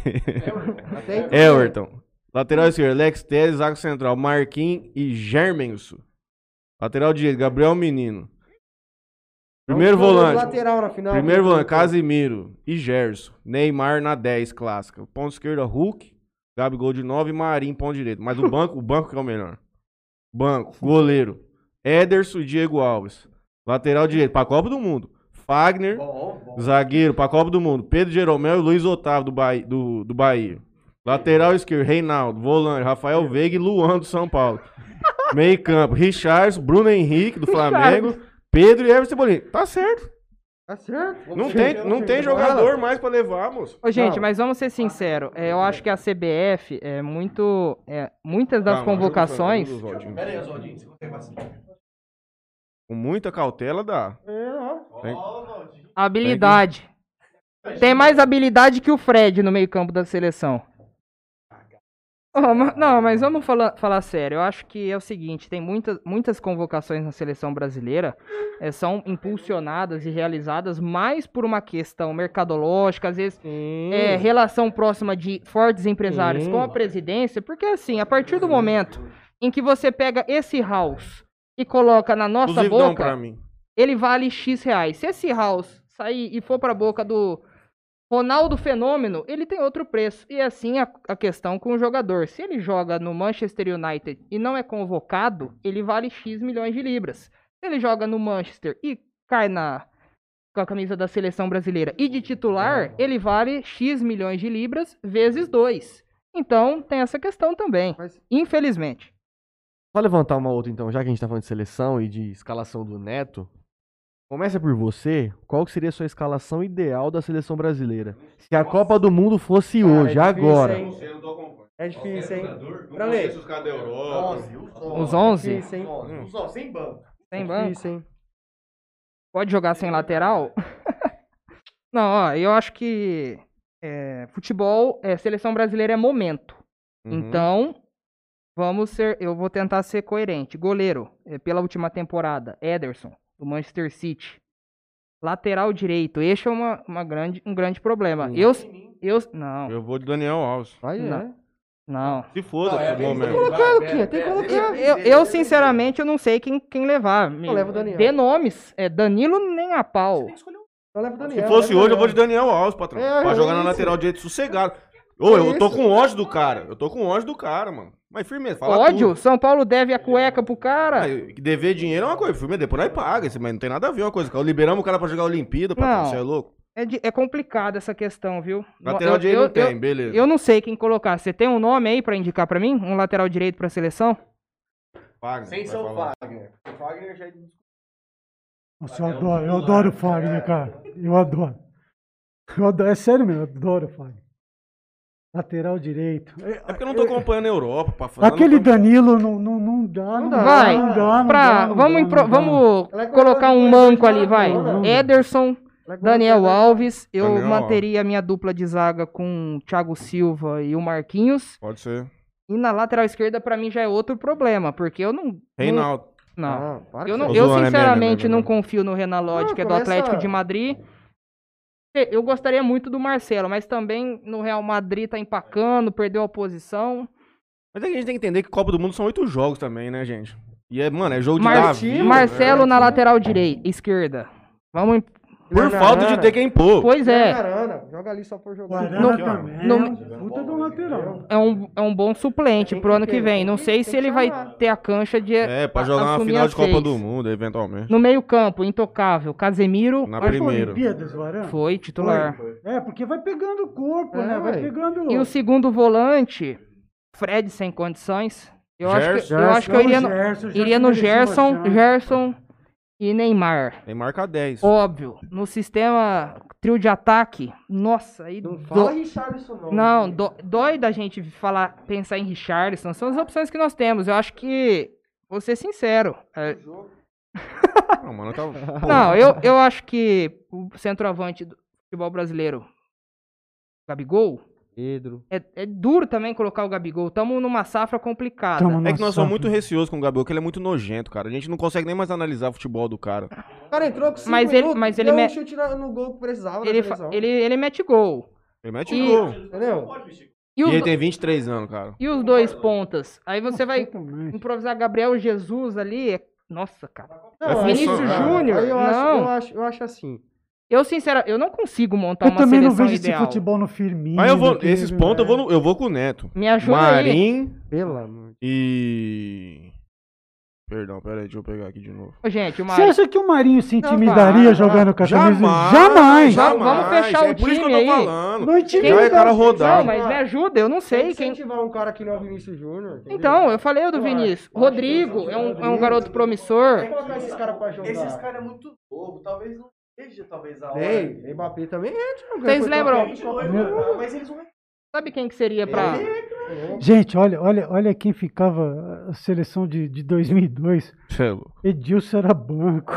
Até aí, Everton. Lateral esquerdo, Alex Telles, zaga central, Marquinhos e Germenso. Lateral direito, Gabriel Menino. Primeiro Vamos jogar volante. Lateral na final. Primeiro Vamos volante, Casimiro e Gerson. Neymar na dez, clássica. Ponto esquerda, Hulk. Gabigol de nove e Marinho, ponto direito. Mas o banco, o banco que é o melhor. Banco, goleiro. Ederson e Diego Alves. Lateral direito, pra Copa do Mundo. Fagner, Bom, bom. zagueiro, pra Copa do Mundo. Pedro Jeromel e Luiz Otávio, do Bahia. Do, do Bahia. Lateral esquerdo, Reinaldo. Volante, Rafael Veiga e Luan, do São Paulo. Meio campo, Richards, Bruno Henrique, do Flamengo. Pedro e Everton Cebolinha. Tá certo. Tá certo. Não tem, não tem jogador mais pra levar, moço. Ô, gente, Não. mas vamos ser sinceros. é, eu acho que a C B F é muito. é, muitas das Calma, convocações. ajuda o Oswaldinho. Pera aí, Oswaldinho, você consegue passar? Com muita cautela dá. É, ó. Tem- Habilidade. Tem mais habilidade que o Fred no meio-campo da seleção. Ô, ma- não, mas vamos falar, falar sério. Eu acho que é o seguinte: tem muitas, muitas convocações na seleção brasileira é, são impulsionadas e realizadas mais por uma questão mercadológica, às vezes é, relação próxima de fortes empresários Sim. com a presidência, porque assim, a partir do momento em que você pega esse house e coloca na nossa Inclusive dão boca, pra mim. ele vale X reais. Se esse house sair e for pra boca do Ronaldo Fenômeno, ele tem outro preço. E assim a, a questão com o jogador. Se ele joga no Manchester United e não é convocado, ele vale X milhões de libras. Se ele joga no Manchester e cai na com a camisa da seleção brasileira e de titular, ele vale X milhões de libras vezes dois. Então tem essa questão também. Mas- Infelizmente. Só levantar uma outra, então, já que a gente tá falando de seleção e de escalação do Neto. Começa por você, qual que seria a sua escalação ideal da seleção brasileira? Se a Copa do Mundo fosse Cara, hoje, é difícil, agora. hein? É difícil, hein? Não Pra ler. os caras da Europa. Os onze? Difícil, hein? Os onze, sem banco. Sem banco. Difícil, hein? Pode jogar sem lateral? Não, ó, eu acho que é, futebol, é, seleção brasileira é momento. Uhum. Então, vamos ser, eu vou tentar ser coerente. Goleiro, é, pela última temporada, Ederson, do Manchester City. Lateral direito, esse é uma, uma grande, um grande problema. Eu, eu, não, Eu vou de Daniel Alves. Vai, Não. é. não. Se foda, Não, é no bem- momento. Colocar o quê? Tem que colocar. Eu, eu, eu, sinceramente, eu não sei quem, quem levar. Me- Eu levo o Daniel. Dê nomes. É Danilo nem a pau. Então leva o Se Daniel. fosse leva o hoje, eu vou de Daniel. Daniel Alves, patrão. É, pra é jogar na isso. lateral direito sossegado. Ô, É eu tô isso. com ódio do cara. Eu tô com ódio do cara, mano. Mas firmeza, fala Ódio? tudo. São Paulo deve a cueca pro cara. Ah, dever dinheiro é uma coisa, firmeza, depois nós paga, mas não tem nada a ver uma coisa. Cara. Liberamos o cara pra jogar a Olimpíada, patrão, Não. você é louco? É, di- é complicado essa questão, viu? Lateral Eu- direito eu- não tem, eu- beleza. Eu não sei quem colocar. Você tem um nome aí pra indicar pra mim? Um lateral direito pra seleção? Paga, Sem vai ser o falar. Fagner. O Fagner já é Nossa, eu adoro, eu adoro o Fagner, cara. Eu adoro. Eu adoro. É sério mesmo, eu adoro o Fagner. Lateral direito. É porque eu não tô acompanhando a Europa pra fazer. Aquele Danilo não, não, não dá, não dá. Vai, não dá, não pra, dá, não vamos, dá, impro- não dá. vamos Ela é colocar um goleadora manco de ali, vai. Não, não dá. Ederson, Daniel Alves. Eu Daniel manteria a minha dupla de zaga com o Thiago Silva e o Marquinhos. Pode ser. E na lateral esquerda, pra mim, já é outro problema, porque eu não. não- Reinaldo. Não. Ah, para Eu, com não, isso. eu Tô zoando, é sinceramente, meme, é não meme. confio no Renan Lodge, Não, que é do começa- Atlético de Madrid. Eu gostaria muito do Marcelo, mas também no Real Madrid tá empacando, perdeu a posição. Mas é que a gente tem que entender que Copa do Mundo são oito jogos também, né, gente? E é, mano, é jogo de Mar- dar vida, Marcelo né? na lateral direita, esquerda. Vamos. em- Por Guilherme falta de Arana. ter quem pôr. Pois é. Arana, joga ali só por O jogar. Arana No- também no- é um puta do lateral. É um, é um bom suplente Tem pro que ano que ter, vem. tem Não que- sei tem se que ele vai chamar. ter a cancha de. É, pra a- jogar uma assumir final as de Copa seis. do Mundo, eventualmente. No meio-campo, intocável. Casemiro Na Vai pra primeira. Olimpíadas, o Arana? foi titular. É, porque vai pegando o corpo, É, né? Vai ué. pegando... E o segundo volante, Fred sem condições. Eu acho que, Gerson. eu, acho que eu iria no, Gerson, iria no merecia uma Gerson, chance. Gerson e Neymar. Tem marca dez. Óbvio, no sistema trio de ataque, nossa, aí Não do- fala Richarlison, não. não, do- dói da gente falar, pensar em Richarlison, são as opções que nós temos. Eu acho que, vou ser sincero, é, Não, mano, tá... não, eu, eu acho que o centroavante do futebol brasileiro, Gabigol, Pedro. é, é duro também colocar o Gabigol. Estamos numa safra complicada. Tamo É que nós Nossa. somos muito receosos com o Gabriel, porque ele é muito nojento, cara. A gente não consegue nem mais analisar o futebol do cara. O cara entrou com cinco Mas ele- minutos, mas ele deu um me- chute na- no gol que precisava da Ele, fa- seleção. ele, ele mete gol. Ele mete E- gol. Entendeu? E E os, ele do- tem vinte e três anos, cara. e os dois pontas? Aí você vai Totalmente. improvisar Gabriel Jesus ali. é- Nossa, cara. É aí- Vinícius função, Júnior, Aí eu acho, não. eu acho, eu acho assim. Eu, sinceramente, eu não consigo montar Eu uma também não seleção vejo ideal. esse futebol no Firmino. Aí eu vou, naquele- esses pontos eu vou, no- eu vou com o Neto. Me ajuda aí. Marim Pelo amor. e... Perdão, pera aí, deixa eu pegar aqui de novo. Ô, gente, o Você Marinho... acha que o Marinho se Não, intimidaria vai, jogando com a camisa? Jamais, Jamais! Vamos- vamos fechar é o por isso que eu time tô aí. falando. Não intimida. Já é cara Não, rodado. mas me ajuda, eu não Tem sei que quem... incentivar um cara que não é o Vinícius Júnior. entendeu? Então, eu falei o do Eu Vinícius. acho, eu acho Rodrigo que é um, é um garoto promissor. Tem que colocar esses caras pra jogar. Esses caras é muito novo, talvez não seja talvez a hora. Ei, Mbappé também é, Thiago. Vocês Foi lembram? campeão. Meu- Mas eles vão Sabe quem que seria pra... Gente, olha, olha, olha quem ficava a seleção de, de dois mil e dois. Cê é louco. Edilson era banco.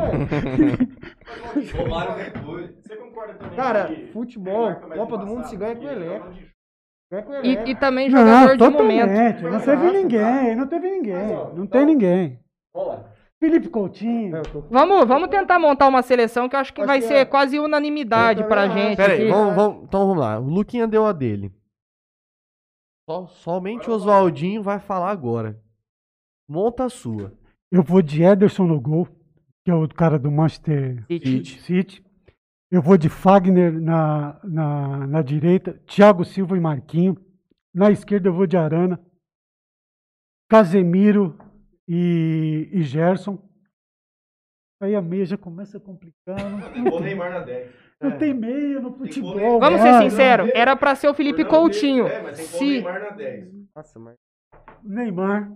É, Romário depois. Você concorda também? cara, que futebol, Neymar foi mais Copa do Mundo embaçado se ganha com porque ele elenco. joga de- Ganha com elenco. E, e também Não, jogador de totalmente. momento. Não teve ninguém, não teve ninguém. Não tem ninguém. Vamos lá. Felipe Coutinho. É, eu tô- Vamos, vamos tentar montar uma seleção que eu acho que Acho vai que ser é. quase unanimidade Eu pra também gente. acho. Pera aí, aqui. vamos, vamos- então vamos lá. O Luquinha deu a dele. Só- somente o Oswaldinho vai falar agora. Monta a sua. Eu vou de Ederson no gol, que é o cara do Manchester City. City. Eu vou de Fagner na, na, na direita, Thiago Silva e Marquinho. Na esquerda eu vou de Arana, Casemiro e, e Gerson. Aí a meia já começa a complicar. Não, não O tem, Neymar na dez. não tem meia no futebol. Neymar. Vamos ser mano. sinceros, era pra ser o Felipe Coutinho. É, mas tem que pôr o Se, Neymar na dez. Nossa, mas... Neymar.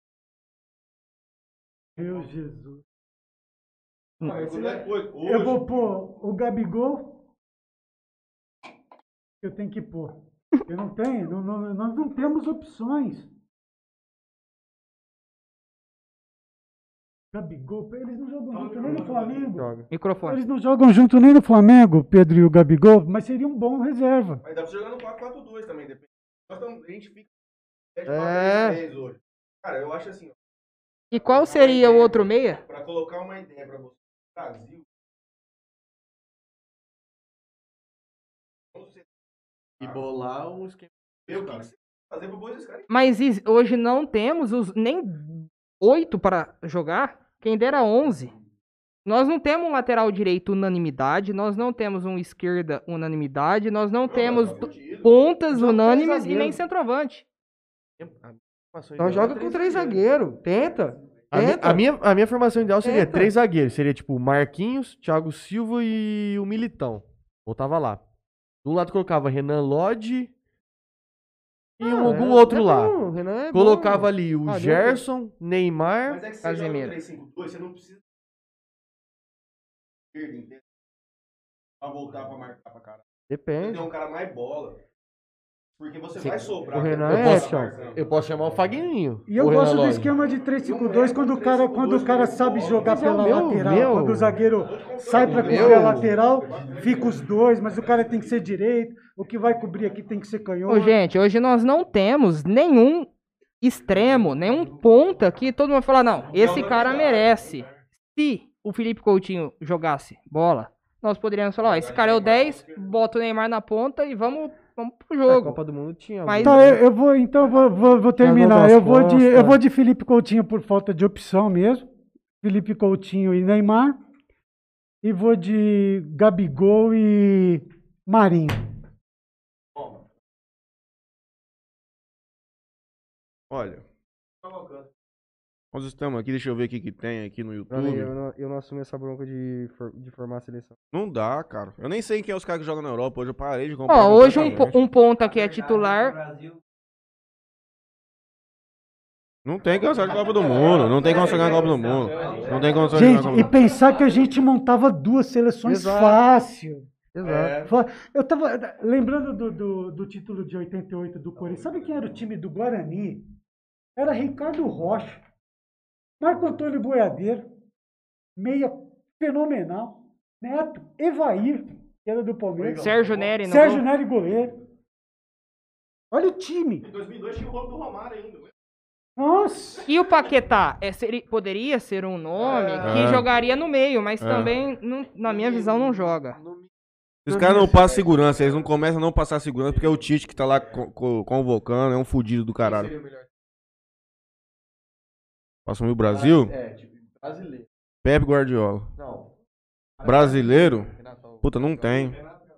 Meu Jesus. Mas depois, hoje, Eu vou pôr o Gabigol. Eu tenho que pôr. Eu não tenho, não- não- nós não temos opções. Gabigol, eles não jogam junto nem no Flamengo. Joga. microfone. Eles não jogam junto nem no Flamengo, Pedro e o Gabigol, mas seria um bom reserva. Mas dá pra você jogar no quatro quatro dois também, depende. Nós tamo, a gente fica É. hoje. Cara, eu acho assim, ó, E qual seria o outro meia? pra colocar uma ideia pra você, Brasil, vamos ser- E bolar um esquema. ver o que, que você vai fazer pra pôr esse cara em Mas is- hoje não temos os nem oito para jogar, quem dera onze. Nós não temos um lateral direito unanimidade, nós não temos um esquerda unanimidade, nós não temos Não, faz sentido. pontas Joga unânimes três e nem zagueiros. centroavante. Então joga com três zagueiros. Tenta. A, mi- Tenta. a minha, a minha formação ideal seria Tenta. três zagueiros. Seria tipo Marquinhos, Thiago Silva e o Militão. Voltava lá. Do lado colocava Renan Lodge e Ah, algum é- outro é lá. bom, o Renan é Colocava bom. ali o Ah, deu- Gerson, Neymar. Mas é que você Casemiro. joga três cinco dois, você não precisa esquerda, entendeu? Pra voltar pra marcar pra cara. Você Depende. tem um cara mais bola. Porque você Sim. vai sobrar. O Renan Eu é, posso, tchau. eu posso chamar o Fagninho. E eu o Renan gosto do Lodge. esquema de três cinco dois quando o cara, quando o cara sabe jogar Mas é o pela meu- lateral. meu- Quando o zagueiro sai para cobrir meu- a lateral, fica os dois, mas o cara tem que ser direito. O que vai cobrir aqui tem que ser canhoto. Ô, gente, hoje nós não temos nenhum extremo, nenhum ponta que todo mundo fala, não, esse cara merece. Se o Felipe Coutinho jogasse bola, nós poderíamos falar, ó, esse cara é o dez, bota o Neymar na ponta e vamos, vamos pro A jogo. Copa do Mundo tinha. Mas- Tá, eu, eu vou, então eu vou, vou, vou terminar. das Eu vou, de, Costas. eu vou de Felipe Coutinho por falta de opção mesmo. Felipe Coutinho e Neymar. E vou de Gabigol e Marinho. Olha. Nós estamos aqui, deixa eu ver o que, que tem aqui no Falei, YouTube. eu, não, eu não assumi essa bronca de, for- de formar a seleção. Não dá, cara. Eu nem sei quem é os caras que jogam na Europa. Hoje eu parei de comprar. Ó, hoje um, po- completamente. um ponta que é titular, Não tem condição de Copa do Mundo. Não tem condição de ganhar a Copa do Mundo. Não tem condição de ganhar a Gente, Copa do e Mundo. pensar que a gente montava duas seleções Exato. fácil. Exato. Fa- Eu tava lembrando do, do, do título de oitenta e oito do Corinthians. Sabe quem era o time do Guarani? Era Ricardo Rocha, Marco Antônio Boiadeiro, meia fenomenal, Neto, Evair, que era do Palmeiras, Sérgio Neri, no Sérgio gol. Nery goleiro. Olha o time. Em dois mil e dois tinha o rolo do Romário ainda. Nossa. E o Paquetá é, seria- poderia ser um nome que É. jogaria no meio, mas É. também, não- na minha visão, não joga. Os caras não passam segurança. Eles não começam a não passar segurança porque é o Tite que tá lá co- co- convocando. É um fudido do caralho. Pra assumir o Brasil, É, tipo, brasileiro. Pepe Guardiola. Não. Brasileiro? Puta, não tem.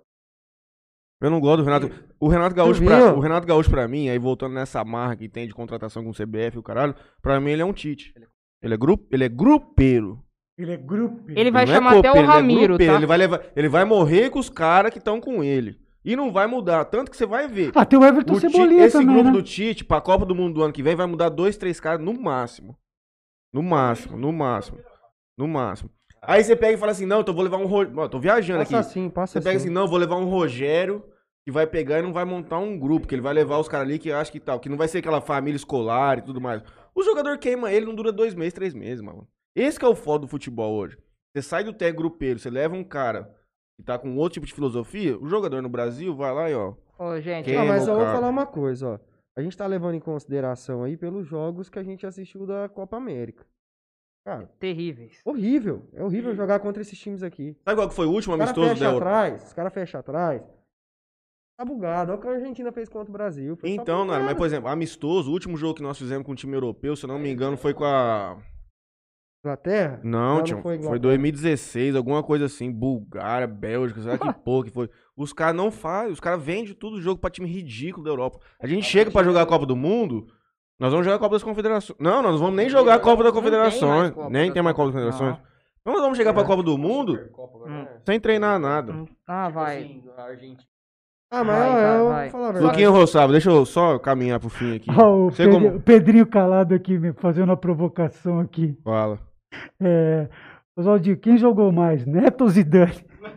Eu não gosto do Renato. O Renato Gaúcho, Tu pra, viu? o Renato Gaúcho pra mim, aí voltando nessa marra que tem de contratação com o C B F e o caralho, pra mim ele é um Tite. Ele é, grupo, ele é grupeiro. Ele é grupo. Ele vai Ele não é chamar até o copeiro, ele é Ramiro, grupeiro. tá? Ele vai, levar, ele vai morrer com os caras que estão com ele. E não vai mudar. Tanto que você vai ver. Ah, tem o Everton O Ti- Cebolinha esse também, grupo né? do Tite, pra Copa do Mundo do ano que vem, vai mudar dois, três caras no máximo. No máximo, no máximo. No máximo. Aí você pega e fala assim, não, então vou levar um... Ro... Ó, tô viajando Passa aqui. assim, passa Você pega assim. assim, não, vou levar um Rogério que vai pegar e não vai montar um grupo, que ele vai levar os caras ali que acha que tal, que não vai ser aquela família escolar e tudo mais. O jogador queima ele, não dura dois meses, três meses, mano. Esse que é o foda do futebol hoje. Você sai do técnico grupeiro, você leva um cara que tá com outro tipo de filosofia, o jogador no Brasil vai lá e ó. Ô, gente, Queima Não, mas o eu vou cara. falar uma coisa, ó. A gente tá levando em consideração aí pelos jogos que a gente assistiu da Copa América. Cara, terríveis. horrível. É horrível jogar contra esses times aqui. Sabe qual que foi o último Os caras amistoso da fecham Europa? atrás, os caras fecham atrás. Tá bugado. Olha o que a Argentina fez contra o Brasil. Foi só Então, Nara, mas bugado. por exemplo, amistoso, o último jogo que nós fizemos com o time europeu, se eu não me engano, foi com a. Inglaterra? Não, Não, tio, não foi foi, Inglaterra. dois mil e dezesseis, alguma coisa assim, Bulgária, Bélgica, sei lá que porra que foi. Os caras não fazem, os caras vendem tudo jogo pra time ridículo da Europa. A gente chega pra jogar a Copa do Mundo, nós vamos jogar a Copa das Confederações. Não, nós não vamos nem jogar a Copa das Não tem Confederações. mais Copa Nem das tem mais Copa das Confederações. Confederações. Então nós vamos chegar pra Copa do Mundo Hum. sem treinar nada. Ah, vai. Ah, mas Vai, ó, vai, eu vai. vou falar a verdade. Luquinha Roçava, deixa eu só caminhar pro fim aqui. Ó, o Você Pedri- como... o Pedrinho calado aqui, me fazendo a provocação aqui. Fala. É, Oswaldinho, quem jogou mais, Neto ou Zidane?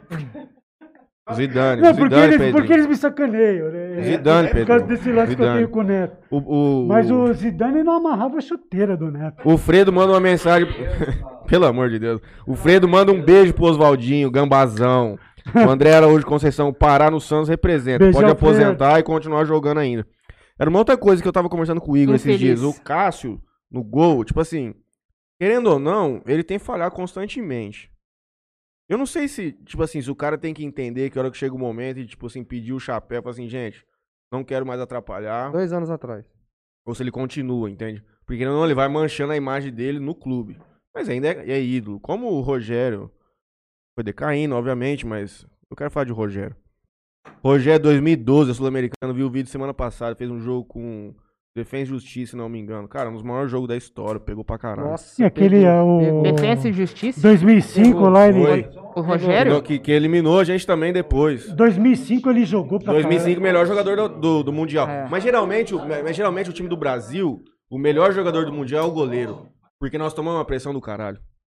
Zidane, Não, porque Zidane, eles, Pedrinho. porque eles me sacaneiam, né? Zidane, Por causa Pedrinho. desse lance que eu Zidane. tenho com o Neto. O, o, Mas o- o Zidane não amarrava a chuteira do Neto. O Fredo manda uma mensagem. Pelo amor de Deus. O Fredo manda um beijo pro Oswaldinho, Gambazão. O André Araújo Conceição, Pará no Santos representa. Beijão, Pode aposentar e continuar jogando ainda. Era uma outra coisa que eu tava conversando com o Igor esses Infeliz. dias. O Cássio, no gol, tipo assim, querendo ou não, ele tem que falhar constantemente. Eu não sei se, tipo assim, se o cara tem que entender que a hora que chega o momento e, tipo assim, pedir o chapéu, falar assim, gente, não quero mais atrapalhar. Dois anos atrás. Ou se ele continua, entende? Porque não, ele vai manchando a imagem dele no clube. Mas ainda é, é ídolo. Como o Rogério foi decaindo, obviamente, mas eu quero falar de Rogério. Rogério, dois mil e doze, sul-americano, viu o vídeo semana passada, fez um jogo com Defensa e Justiça, se não me engano. Cara, um dos maiores jogos da história, pegou pra caralho. Nossa, E aquele pegou, é o pegou. Defensa e Justiça? dois mil e cinco Pegou, lá, ele, Foi. O Rogério? Que, que eliminou a gente também depois. dois mil e cinco ele jogou pra dois mil e cinco, caralho. melhor jogador do, do, do Mundial. É. Mas, geralmente, o- mas geralmente o time do Brasil, o melhor jogador do Mundial é o goleiro. Porque nós tomamos uma pressão do caralho.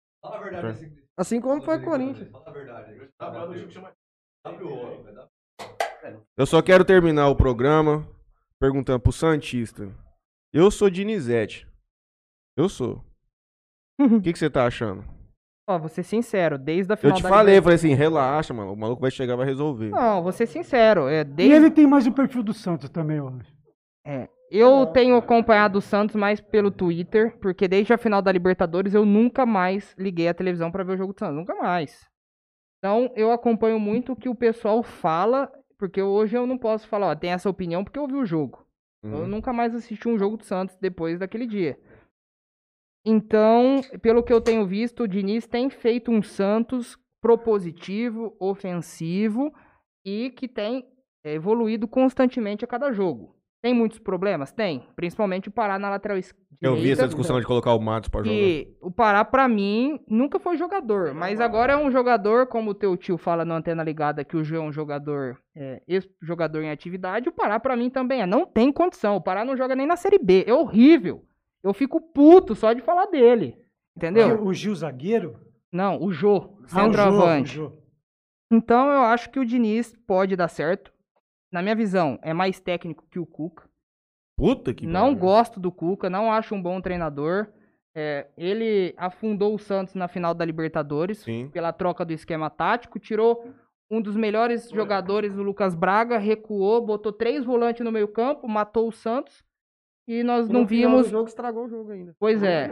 Assim como foi o Corinthians. Eu só quero terminar o programa perguntando pro Santista. Eu sou Dinizete. Eu sou. O que, que você tá achando? Ó, vou ser sincero, desde a Eu final te da falei, eu Libertadores. falei assim, relaxa, mano. O maluco vai chegar e vai resolver. Não, vou ser sincero, é, E desde... ele tem mais o perfil do Santos também, eu acho. É, eu tenho acompanhado o Santos mais pelo Twitter, porque desde a final da Libertadores eu nunca mais liguei a televisão pra ver o jogo do Santos, nunca mais. Então eu acompanho muito o que o pessoal fala, porque hoje eu não posso falar, ó, tem essa opinião porque eu ouvi o jogo. Eu Uhum. nunca mais assisti um jogo do Santos depois daquele dia. Então, pelo que eu tenho visto, o Diniz tem feito um Santos propositivo, ofensivo e que tem é, evoluído constantemente a cada jogo. Tem muitos problemas? Tem. Principalmente o Pará na lateral es- Eu vi direita. essa discussão de colocar o Matos pra jogar. E o Pará, pra mim, nunca foi jogador. Mas agora é um jogador, como o teu tio fala na Antena Ligada, que o João é um jogador, é, ex-jogador em atividade. O Pará, pra mim, também é. Não tem condição. O Pará não joga nem na Série B. É horrível. Eu fico puto só de falar dele. Entendeu? O Gil zagueiro? Não, o Jô, Ah, o Jô, o centroavante. Jô. Então eu acho que o Diniz pode dar certo. Na minha visão, é mais técnico que o Cuca. Puta que Não pariu. gosto do Cuca, não acho um bom treinador. É, ele afundou o Santos na final da Libertadores Sim. pela troca do esquema tático, tirou um dos melhores jogadores, o Lucas Braga, recuou, botou três volantes no meio campo, matou o Santos e nós E não no final vimos... do jogo estragou o jogo ainda. Pois é.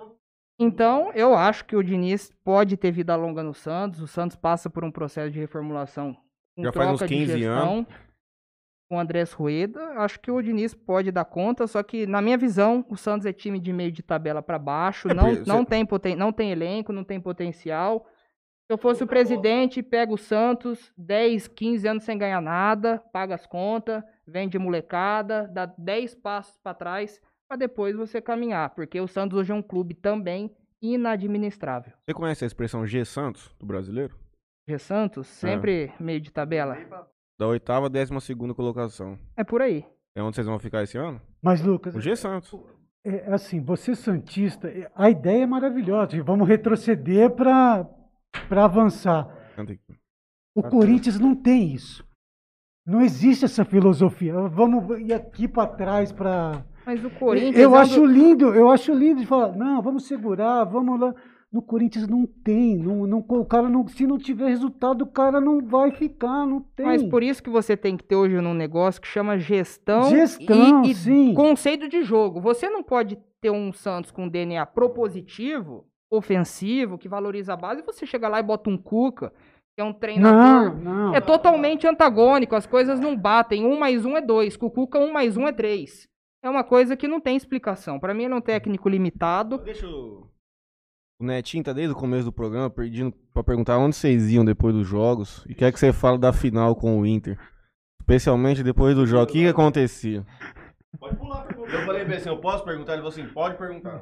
Então, eu acho que o Diniz pode ter vida longa no Santos. O Santos passa por um processo de reformulação com Já faz troca uns de quinze gestão com o Andrés Rueda. Acho que o Diniz pode dar conta, só que, na minha visão, o Santos é time de meio de tabela para baixo. É, não, porque não, você- tem poten não tem elenco, não tem potencial. Se eu fosse o presidente, pega o Santos, dez, quinze anos sem ganhar nada, paga as contas, vende molecada, dá dez passos para trás, para depois você caminhar. Porque o Santos hoje é um clube também inadministrável. Você conhece a expressão G Santos, do brasileiro? G Santos, sempre meio de tabela. Da oitava à décima segunda colocação. É por aí. É onde vocês vão ficar esse ano? Mas, Lucas, O G Santos. é assim, você santista, é, a ideia é maravilhosa. e Vamos retroceder para para avançar. Canta aqui. O Corinthians não tem isso. Não existe essa filosofia. Vamos ir aqui para trás para. Mas o Corinthians. Eu é um acho do- lindo, eu acho lindo de falar, não, vamos segurar, vamos lá. No Corinthians não tem, não, não, o cara não, se não tiver resultado, o cara não vai ficar, não tem. Mas por isso que você tem que ter hoje um negócio que chama gestão, Gestão, e, e sim. conceito de jogo. Você não pode ter um Santos com D N A propositivo, ofensivo, que valoriza a base, e você chega lá e bota um Cuca, que é um treinador. Não, não. É totalmente antagônico, as coisas não batem. Um mais um é dois, com o Cuca um mais um é três. É uma coisa que não tem explicação. Pra mim ele é um técnico limitado. Deixa eu... O Netinho tá desde o começo do programa pedindo pra perguntar onde vocês iam depois dos jogos e quer que você fale da final com o Inter. Especialmente depois do jogo. O que, que acontecia? Pode pular, pergunta. Eu falei bem assim, eu posso perguntar? Ele falou assim, pode perguntar.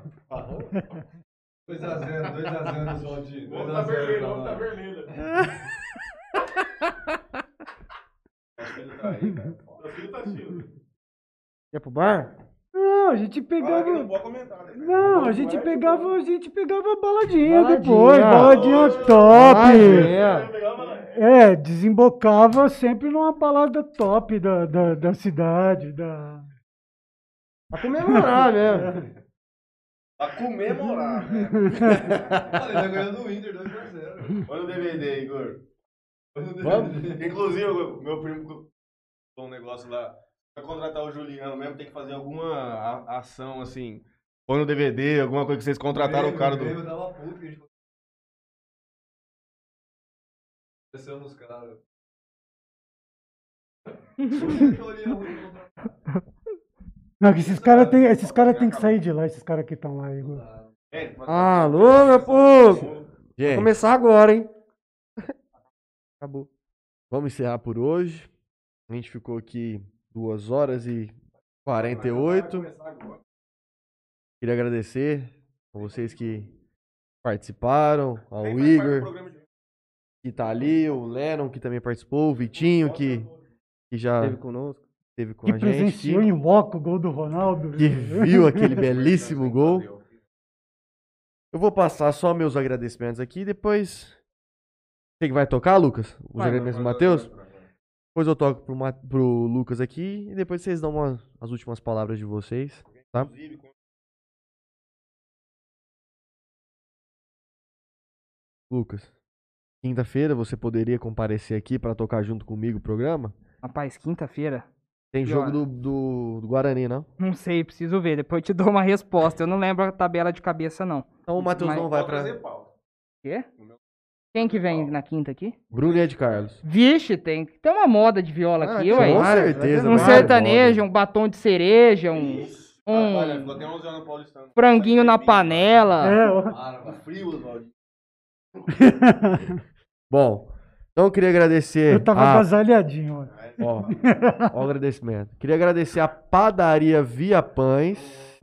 dois a zero, dois a zero, Zaldinho. O homem tá vermelho, o homem tá vermelho. Meu filho tá aí, cara. Meu filho tá assistindo. Ia pro bar? Não, a gente Fala que não pegava. pode comentar, né? Não, a gente pegava, a gente pegava baladinha, Baladinha. depois, baladinha top. É. É, desembocava sempre numa balada top da, da, da cidade, da. Pra comemorar mesmo. Pra comemorar, né? Olha, ele tá ganhando o Inter dois a zero. Olha o D V D, Igor. Vamos? Inclusive, o meu primo um negócio lá. Pra contratar o Juliano mesmo, tem que fazer alguma a- ação assim. Põe no D V D, alguma coisa que vocês contrataram o cara do. Eu tava puto que a gente aconteceu nos caras. Não, que esses caras têm esses cara tem que sair de lá, esses caras que estão lá, Igor. É, mas- Alô, meu povo! Vai Gente, começar agora, hein? Acabou. vamos encerrar por hoje. A gente ficou aqui duas horas e quarenta e oito. Queria agradecer a vocês que participaram, ao Igor, que tá ali, o Lennon, que também participou, o Vitinho, que, que já Esteve conosco. esteve com Que a gente, presenciou que, em loco o gol do Ronaldo. que viu aquele belíssimo gol. Eu vou passar só meus agradecimentos aqui, depois... Você que vai tocar, Lucas? Os Vai, agradecimentos do Matheus? Depois eu toco pro, Ma- pro Lucas aqui e depois vocês dão uma- as últimas palavras de vocês, tá? Lucas, quinta-feira você poderia comparecer aqui pra tocar junto comigo o programa? Rapaz, quinta-feira? Tem Que jogo hora? do, do, do Guarani, não? Não sei, preciso ver. Depois eu te dou uma resposta. Eu não lembro a tabela de cabeça, não. Então o Matheus Mas- não vai pra... Quê? Quem que vem na quinta aqui? Bruno e Ed Carlos. Vixe, tem, tem uma moda de viola Ah, aqui, com ué. certeza. Um várias sertanejo, modas. um batom de cereja, um, um Ficou até onze anos no Paulistano. franguinho na panela. É, ó. Tá frio, Oswaldinho. Bom, então eu queria agradecer... Eu tava a- agasalhadinho, ó. Ó, ó o agradecimento. Queria agradecer a padaria Via Pães.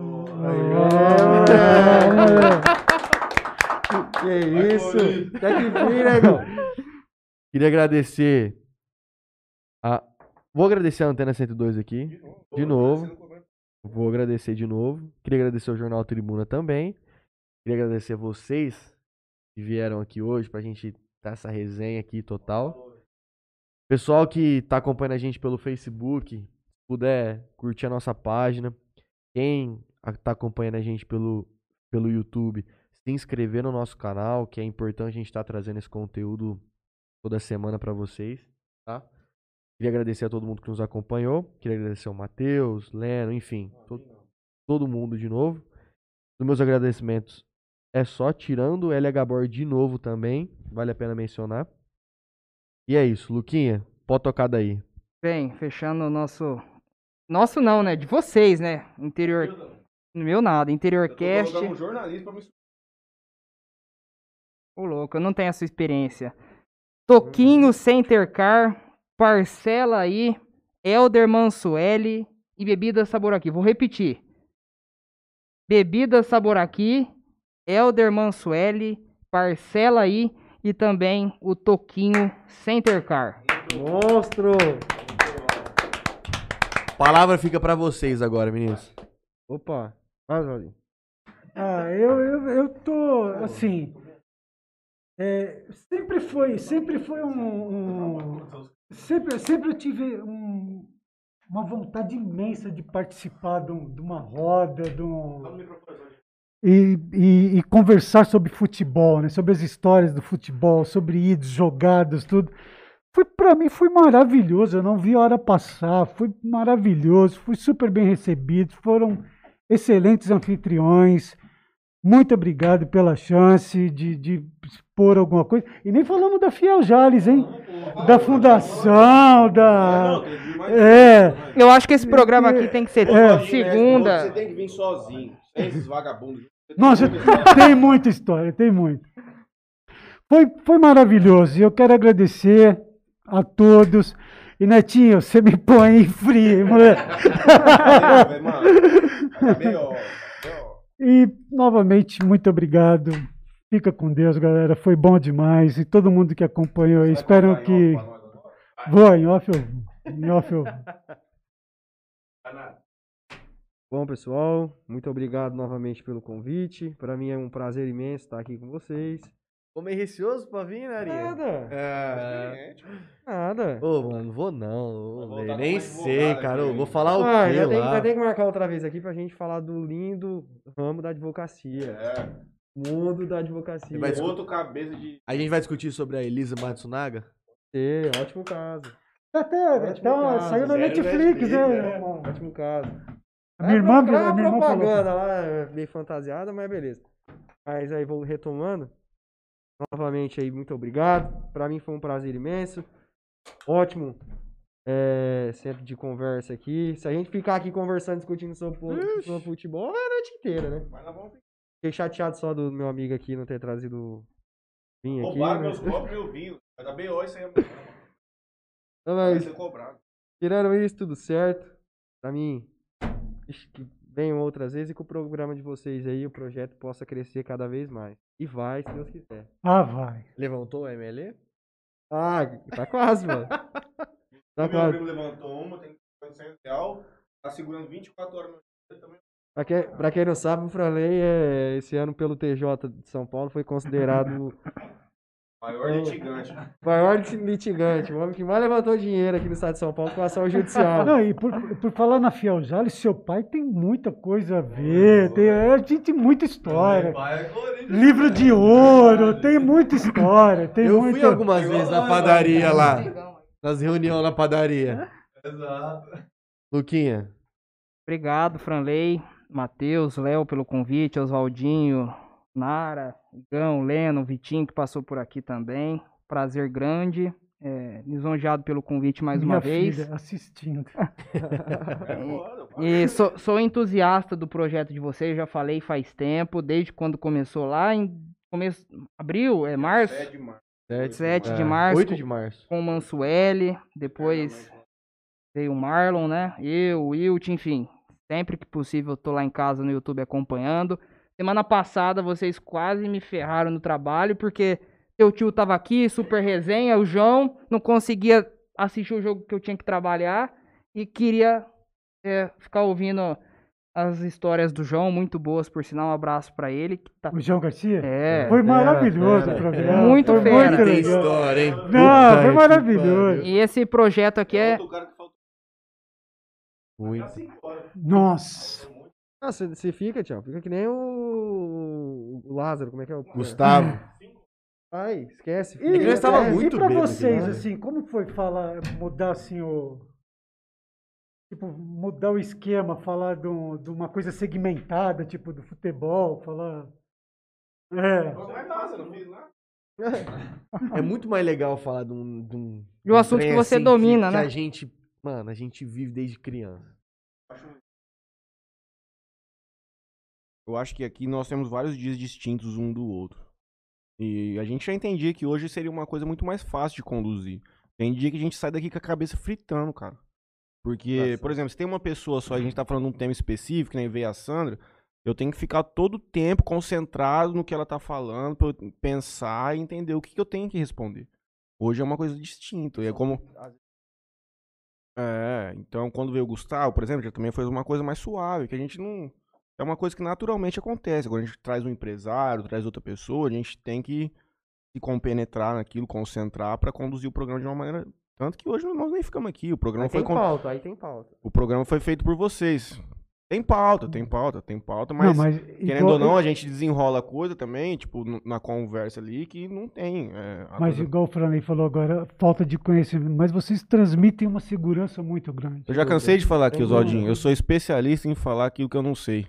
Que isso? Quer que vire, negão? Queria agradecer a... Vou agradecer a Antena cento e dois aqui. De novo. Vou agradecer de novo. Queria agradecer ao Jornal Tribuna também. Queria agradecer a vocês que vieram aqui hoje pra gente dar essa resenha aqui total. Pessoal que tá acompanhando a gente pelo Facebook, se puder curtir a nossa página. Quem a- tá acompanhando a gente pelo, pelo YouTube, se inscrever no nosso canal, que é importante a gente estar trazendo esse conteúdo toda semana pra vocês, tá? Queria agradecer a todo mundo que nos acompanhou. Queria agradecer ao Matheus, Leno, enfim, to- todo mundo de novo. Os meus agradecimentos é só tirando o L H Bor de novo também, vale a pena mencionar. E é isso, Luquinha, pode tocar daí. Bem, fechando o nosso... Nosso não, né? De vocês, né? Interior... Meu nada, Interior Cast. um jornalista pra me... Ô, louco, eu não tenho essa experiência. Toquinho Center Car, parcela aí, Elder Mansueli e Bebida Sabor Aqui. Vou repetir. Bebida Sabor Aqui, Elder Mansueli, parcela aí e também o Toquinho Center Car. Monstro! Palavra fica pra vocês agora, meninos. Opa, vai, Jolinho. Ah, eu, eu, eu tô, assim, é, sempre foi, sempre foi um, um- sempre, sempre eu tive um- uma vontade imensa de participar de, um- de uma roda, de um, e, e- e conversar sobre futebol, né, sobre as histórias do futebol, sobre idos, jogadas, tudo. Foi, para mim foi maravilhoso, eu não vi a hora passar, foi maravilhoso, fui super bem recebido, foram excelentes anfitriões. Muito obrigado pela chance de, de expor alguma coisa. E nem falamos da Fiel Jales, hein? Da fundação, da... É, Eu acho que esse programa aqui tem que ser É. segunda. Você tem que vir sozinho, sem esses vagabundos. nossa, tem muita história, tem muito. Foi, foi maravilhoso e eu quero agradecer a todos. E Netinho, você me põe em frio, hein, moleque? Mano, acabei, ó. E, novamente, muito obrigado. Fica com Deus, galera. Foi bom demais. E todo mundo que acompanhou aí. Espero que... Vou, em off eu vou. Em off eu vou. Bom, pessoal, muito obrigado novamente pelo convite. Para mim é um prazer imenso estar aqui com vocês. Ficou meio receoso pra vir, né, Arinha? Nada, É... nada. Ô, mano, vou não. ô, voltar nem com nem uma sei, advogada cara. aqui. Eu vou falar o Ah, quê já tem, lá? já tem que marcar outra vez aqui pra gente falar do lindo ramo da advocacia. É, Mundo da advocacia. Vai discutir- outro cabeça de... A gente vai discutir sobre a Elisa Matsunaga? É, ótimo caso. Até, Ótimo até uma- caso, saiu na sério, Netflix, né? Netflix, irmão? Ótimo caso. A minha irmã, É uma a minha irmã falou. propaganda lá, é meio fantasiada, mas beleza. Mas aí vou retomando. Novamente aí, muito obrigado. Pra mim foi um prazer imenso. Ótimo é, centro de conversa aqui. Se a gente ficar aqui conversando, discutindo sobre, fu- sobre futebol, é a noite inteira, né? Mas nós vamos ter que Fiquei chateado só do meu amigo aqui não ter trazido vinho aqui. roubar mas- meus copos e meu vinho. Vai dar B O isso aí, mano. Não, Vai mas, ser cobrado. tirando isso, tudo certo. Pra mim, acho que venham outras vezes e que o programa de vocês aí, o projeto, possa crescer cada vez mais. E vai, se Deus quiser. Ah, vai. Levantou o M L E? Ah, tá quase, mano. Tá Meu quase. primo levantou uma, tem quatrocentos reais, tá segurando vinte e quatro horas no dia também. Pra quem, pra quem não sabe, o Franley, é, esse ano, pelo T J de São Paulo, foi considerado Maior litigante. Maior litigante. O homem que mais levantou dinheiro aqui no estado de São Paulo com ação judicial. Não, e por, por falar na Fiel Jales, seu pai tem muita coisa a ver, tem, é, tem muita história. Livro de ouro, tem muita história. Tem Eu muita... fui algumas vezes na padaria lá. Nas reuniões na padaria. Exato. Luquinha. Obrigado, Franley, Matheus, Léo, pelo convite, Oswaldinho, Nara, Igão, Leno, Vitinho, que passou por aqui também. Prazer grande. É, lisonjeado pelo convite mais Minha uma vez. filha assistindo. E sou, sou entusiasta do projeto de vocês, já falei faz tempo, desde quando começou lá em começo, abril, é março? sete de março. sete de É, março. oito de março. Com o Mansueli, depois veio o Marlon, né? Eu, o Wilt, enfim. Sempre que possível eu tô lá em casa no YouTube acompanhando. Semana passada vocês quase me ferraram no trabalho, porque seu tio tava aqui, super resenha, o João não conseguia assistir o jogo que eu tinha que trabalhar e queria é, ficar ouvindo as histórias do João, muito boas, por sinal, um abraço pra ele. Que tá... O João Garcia? É. Foi maravilhoso fera, o programa. Muito foi fera. muito Tem legal. história, hein? Não, Puta foi que maravilhoso. E esse projeto aqui é... Muito. Nossa. Ah, você, você fica, tchau. Fica que nem o, o Lázaro, como é que é o... Gustavo. Ai, esquece. E, nós tava é, muito e pra bêbado, vocês, né? assim, como foi falar, mudar assim o... Tipo, mudar o esquema, falar de, um- de uma coisa segmentada, tipo, do futebol, falar... É. É muito mais legal falar de um. De um, De um assunto trem que você assim domina, que né? a gente. Mano, a gente vive desde criança. Eu acho que aqui nós temos vários dias distintos um do outro. E a gente já entendia que hoje seria uma coisa muito mais fácil de conduzir. Tem dia que a gente sai daqui com a cabeça fritando, cara. Porque, Nossa. por exemplo, se tem uma pessoa só e a gente tá falando de um tema específico, que nem veio a Sandra, eu tenho que ficar todo o tempo concentrado no que ela tá falando, pra eu pensar e entender o que, que eu tenho que responder. Hoje é uma coisa distinta. E é como. É, então quando veio o Gustavo, por exemplo, já também foi uma coisa mais suave, que a gente não. É uma coisa que naturalmente acontece. Quando a gente traz um empresário, traz outra pessoa, a gente tem que se compenetrar naquilo, concentrar pra conduzir o programa de uma maneira. Tanto que hoje nós nem ficamos aqui. O programa Aí foi tem con- pauta, aí tem pauta. o programa foi feito por vocês. Tem pauta, tem pauta, tem pauta, Não, mas, mas querendo igual- ou não, a gente desenrola a coisa também, tipo, no- na conversa ali, que não tem. é, a Mas coisa- igual o Franley falou agora, falta de conhecimento. Mas vocês transmitem uma segurança muito grande. Eu já cansei de falar aqui, Oswaldinho. Eu sou especialista em falar aquilo que eu não sei.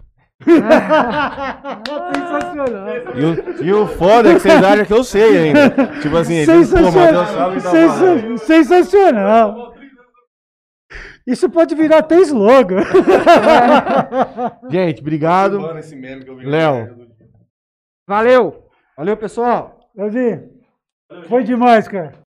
Sensacional. E o, e o foda é que vocês acham que eu sei ainda. Tipo assim, eles, pô, Matheus sabe tá Sensacional. falando. Sensa- Sensacional. Isso pode virar até slogan. Gente, obrigado. Esse meme que eu vi. Léo. Valeu! Valeu, pessoal. Davi, foi demais, cara.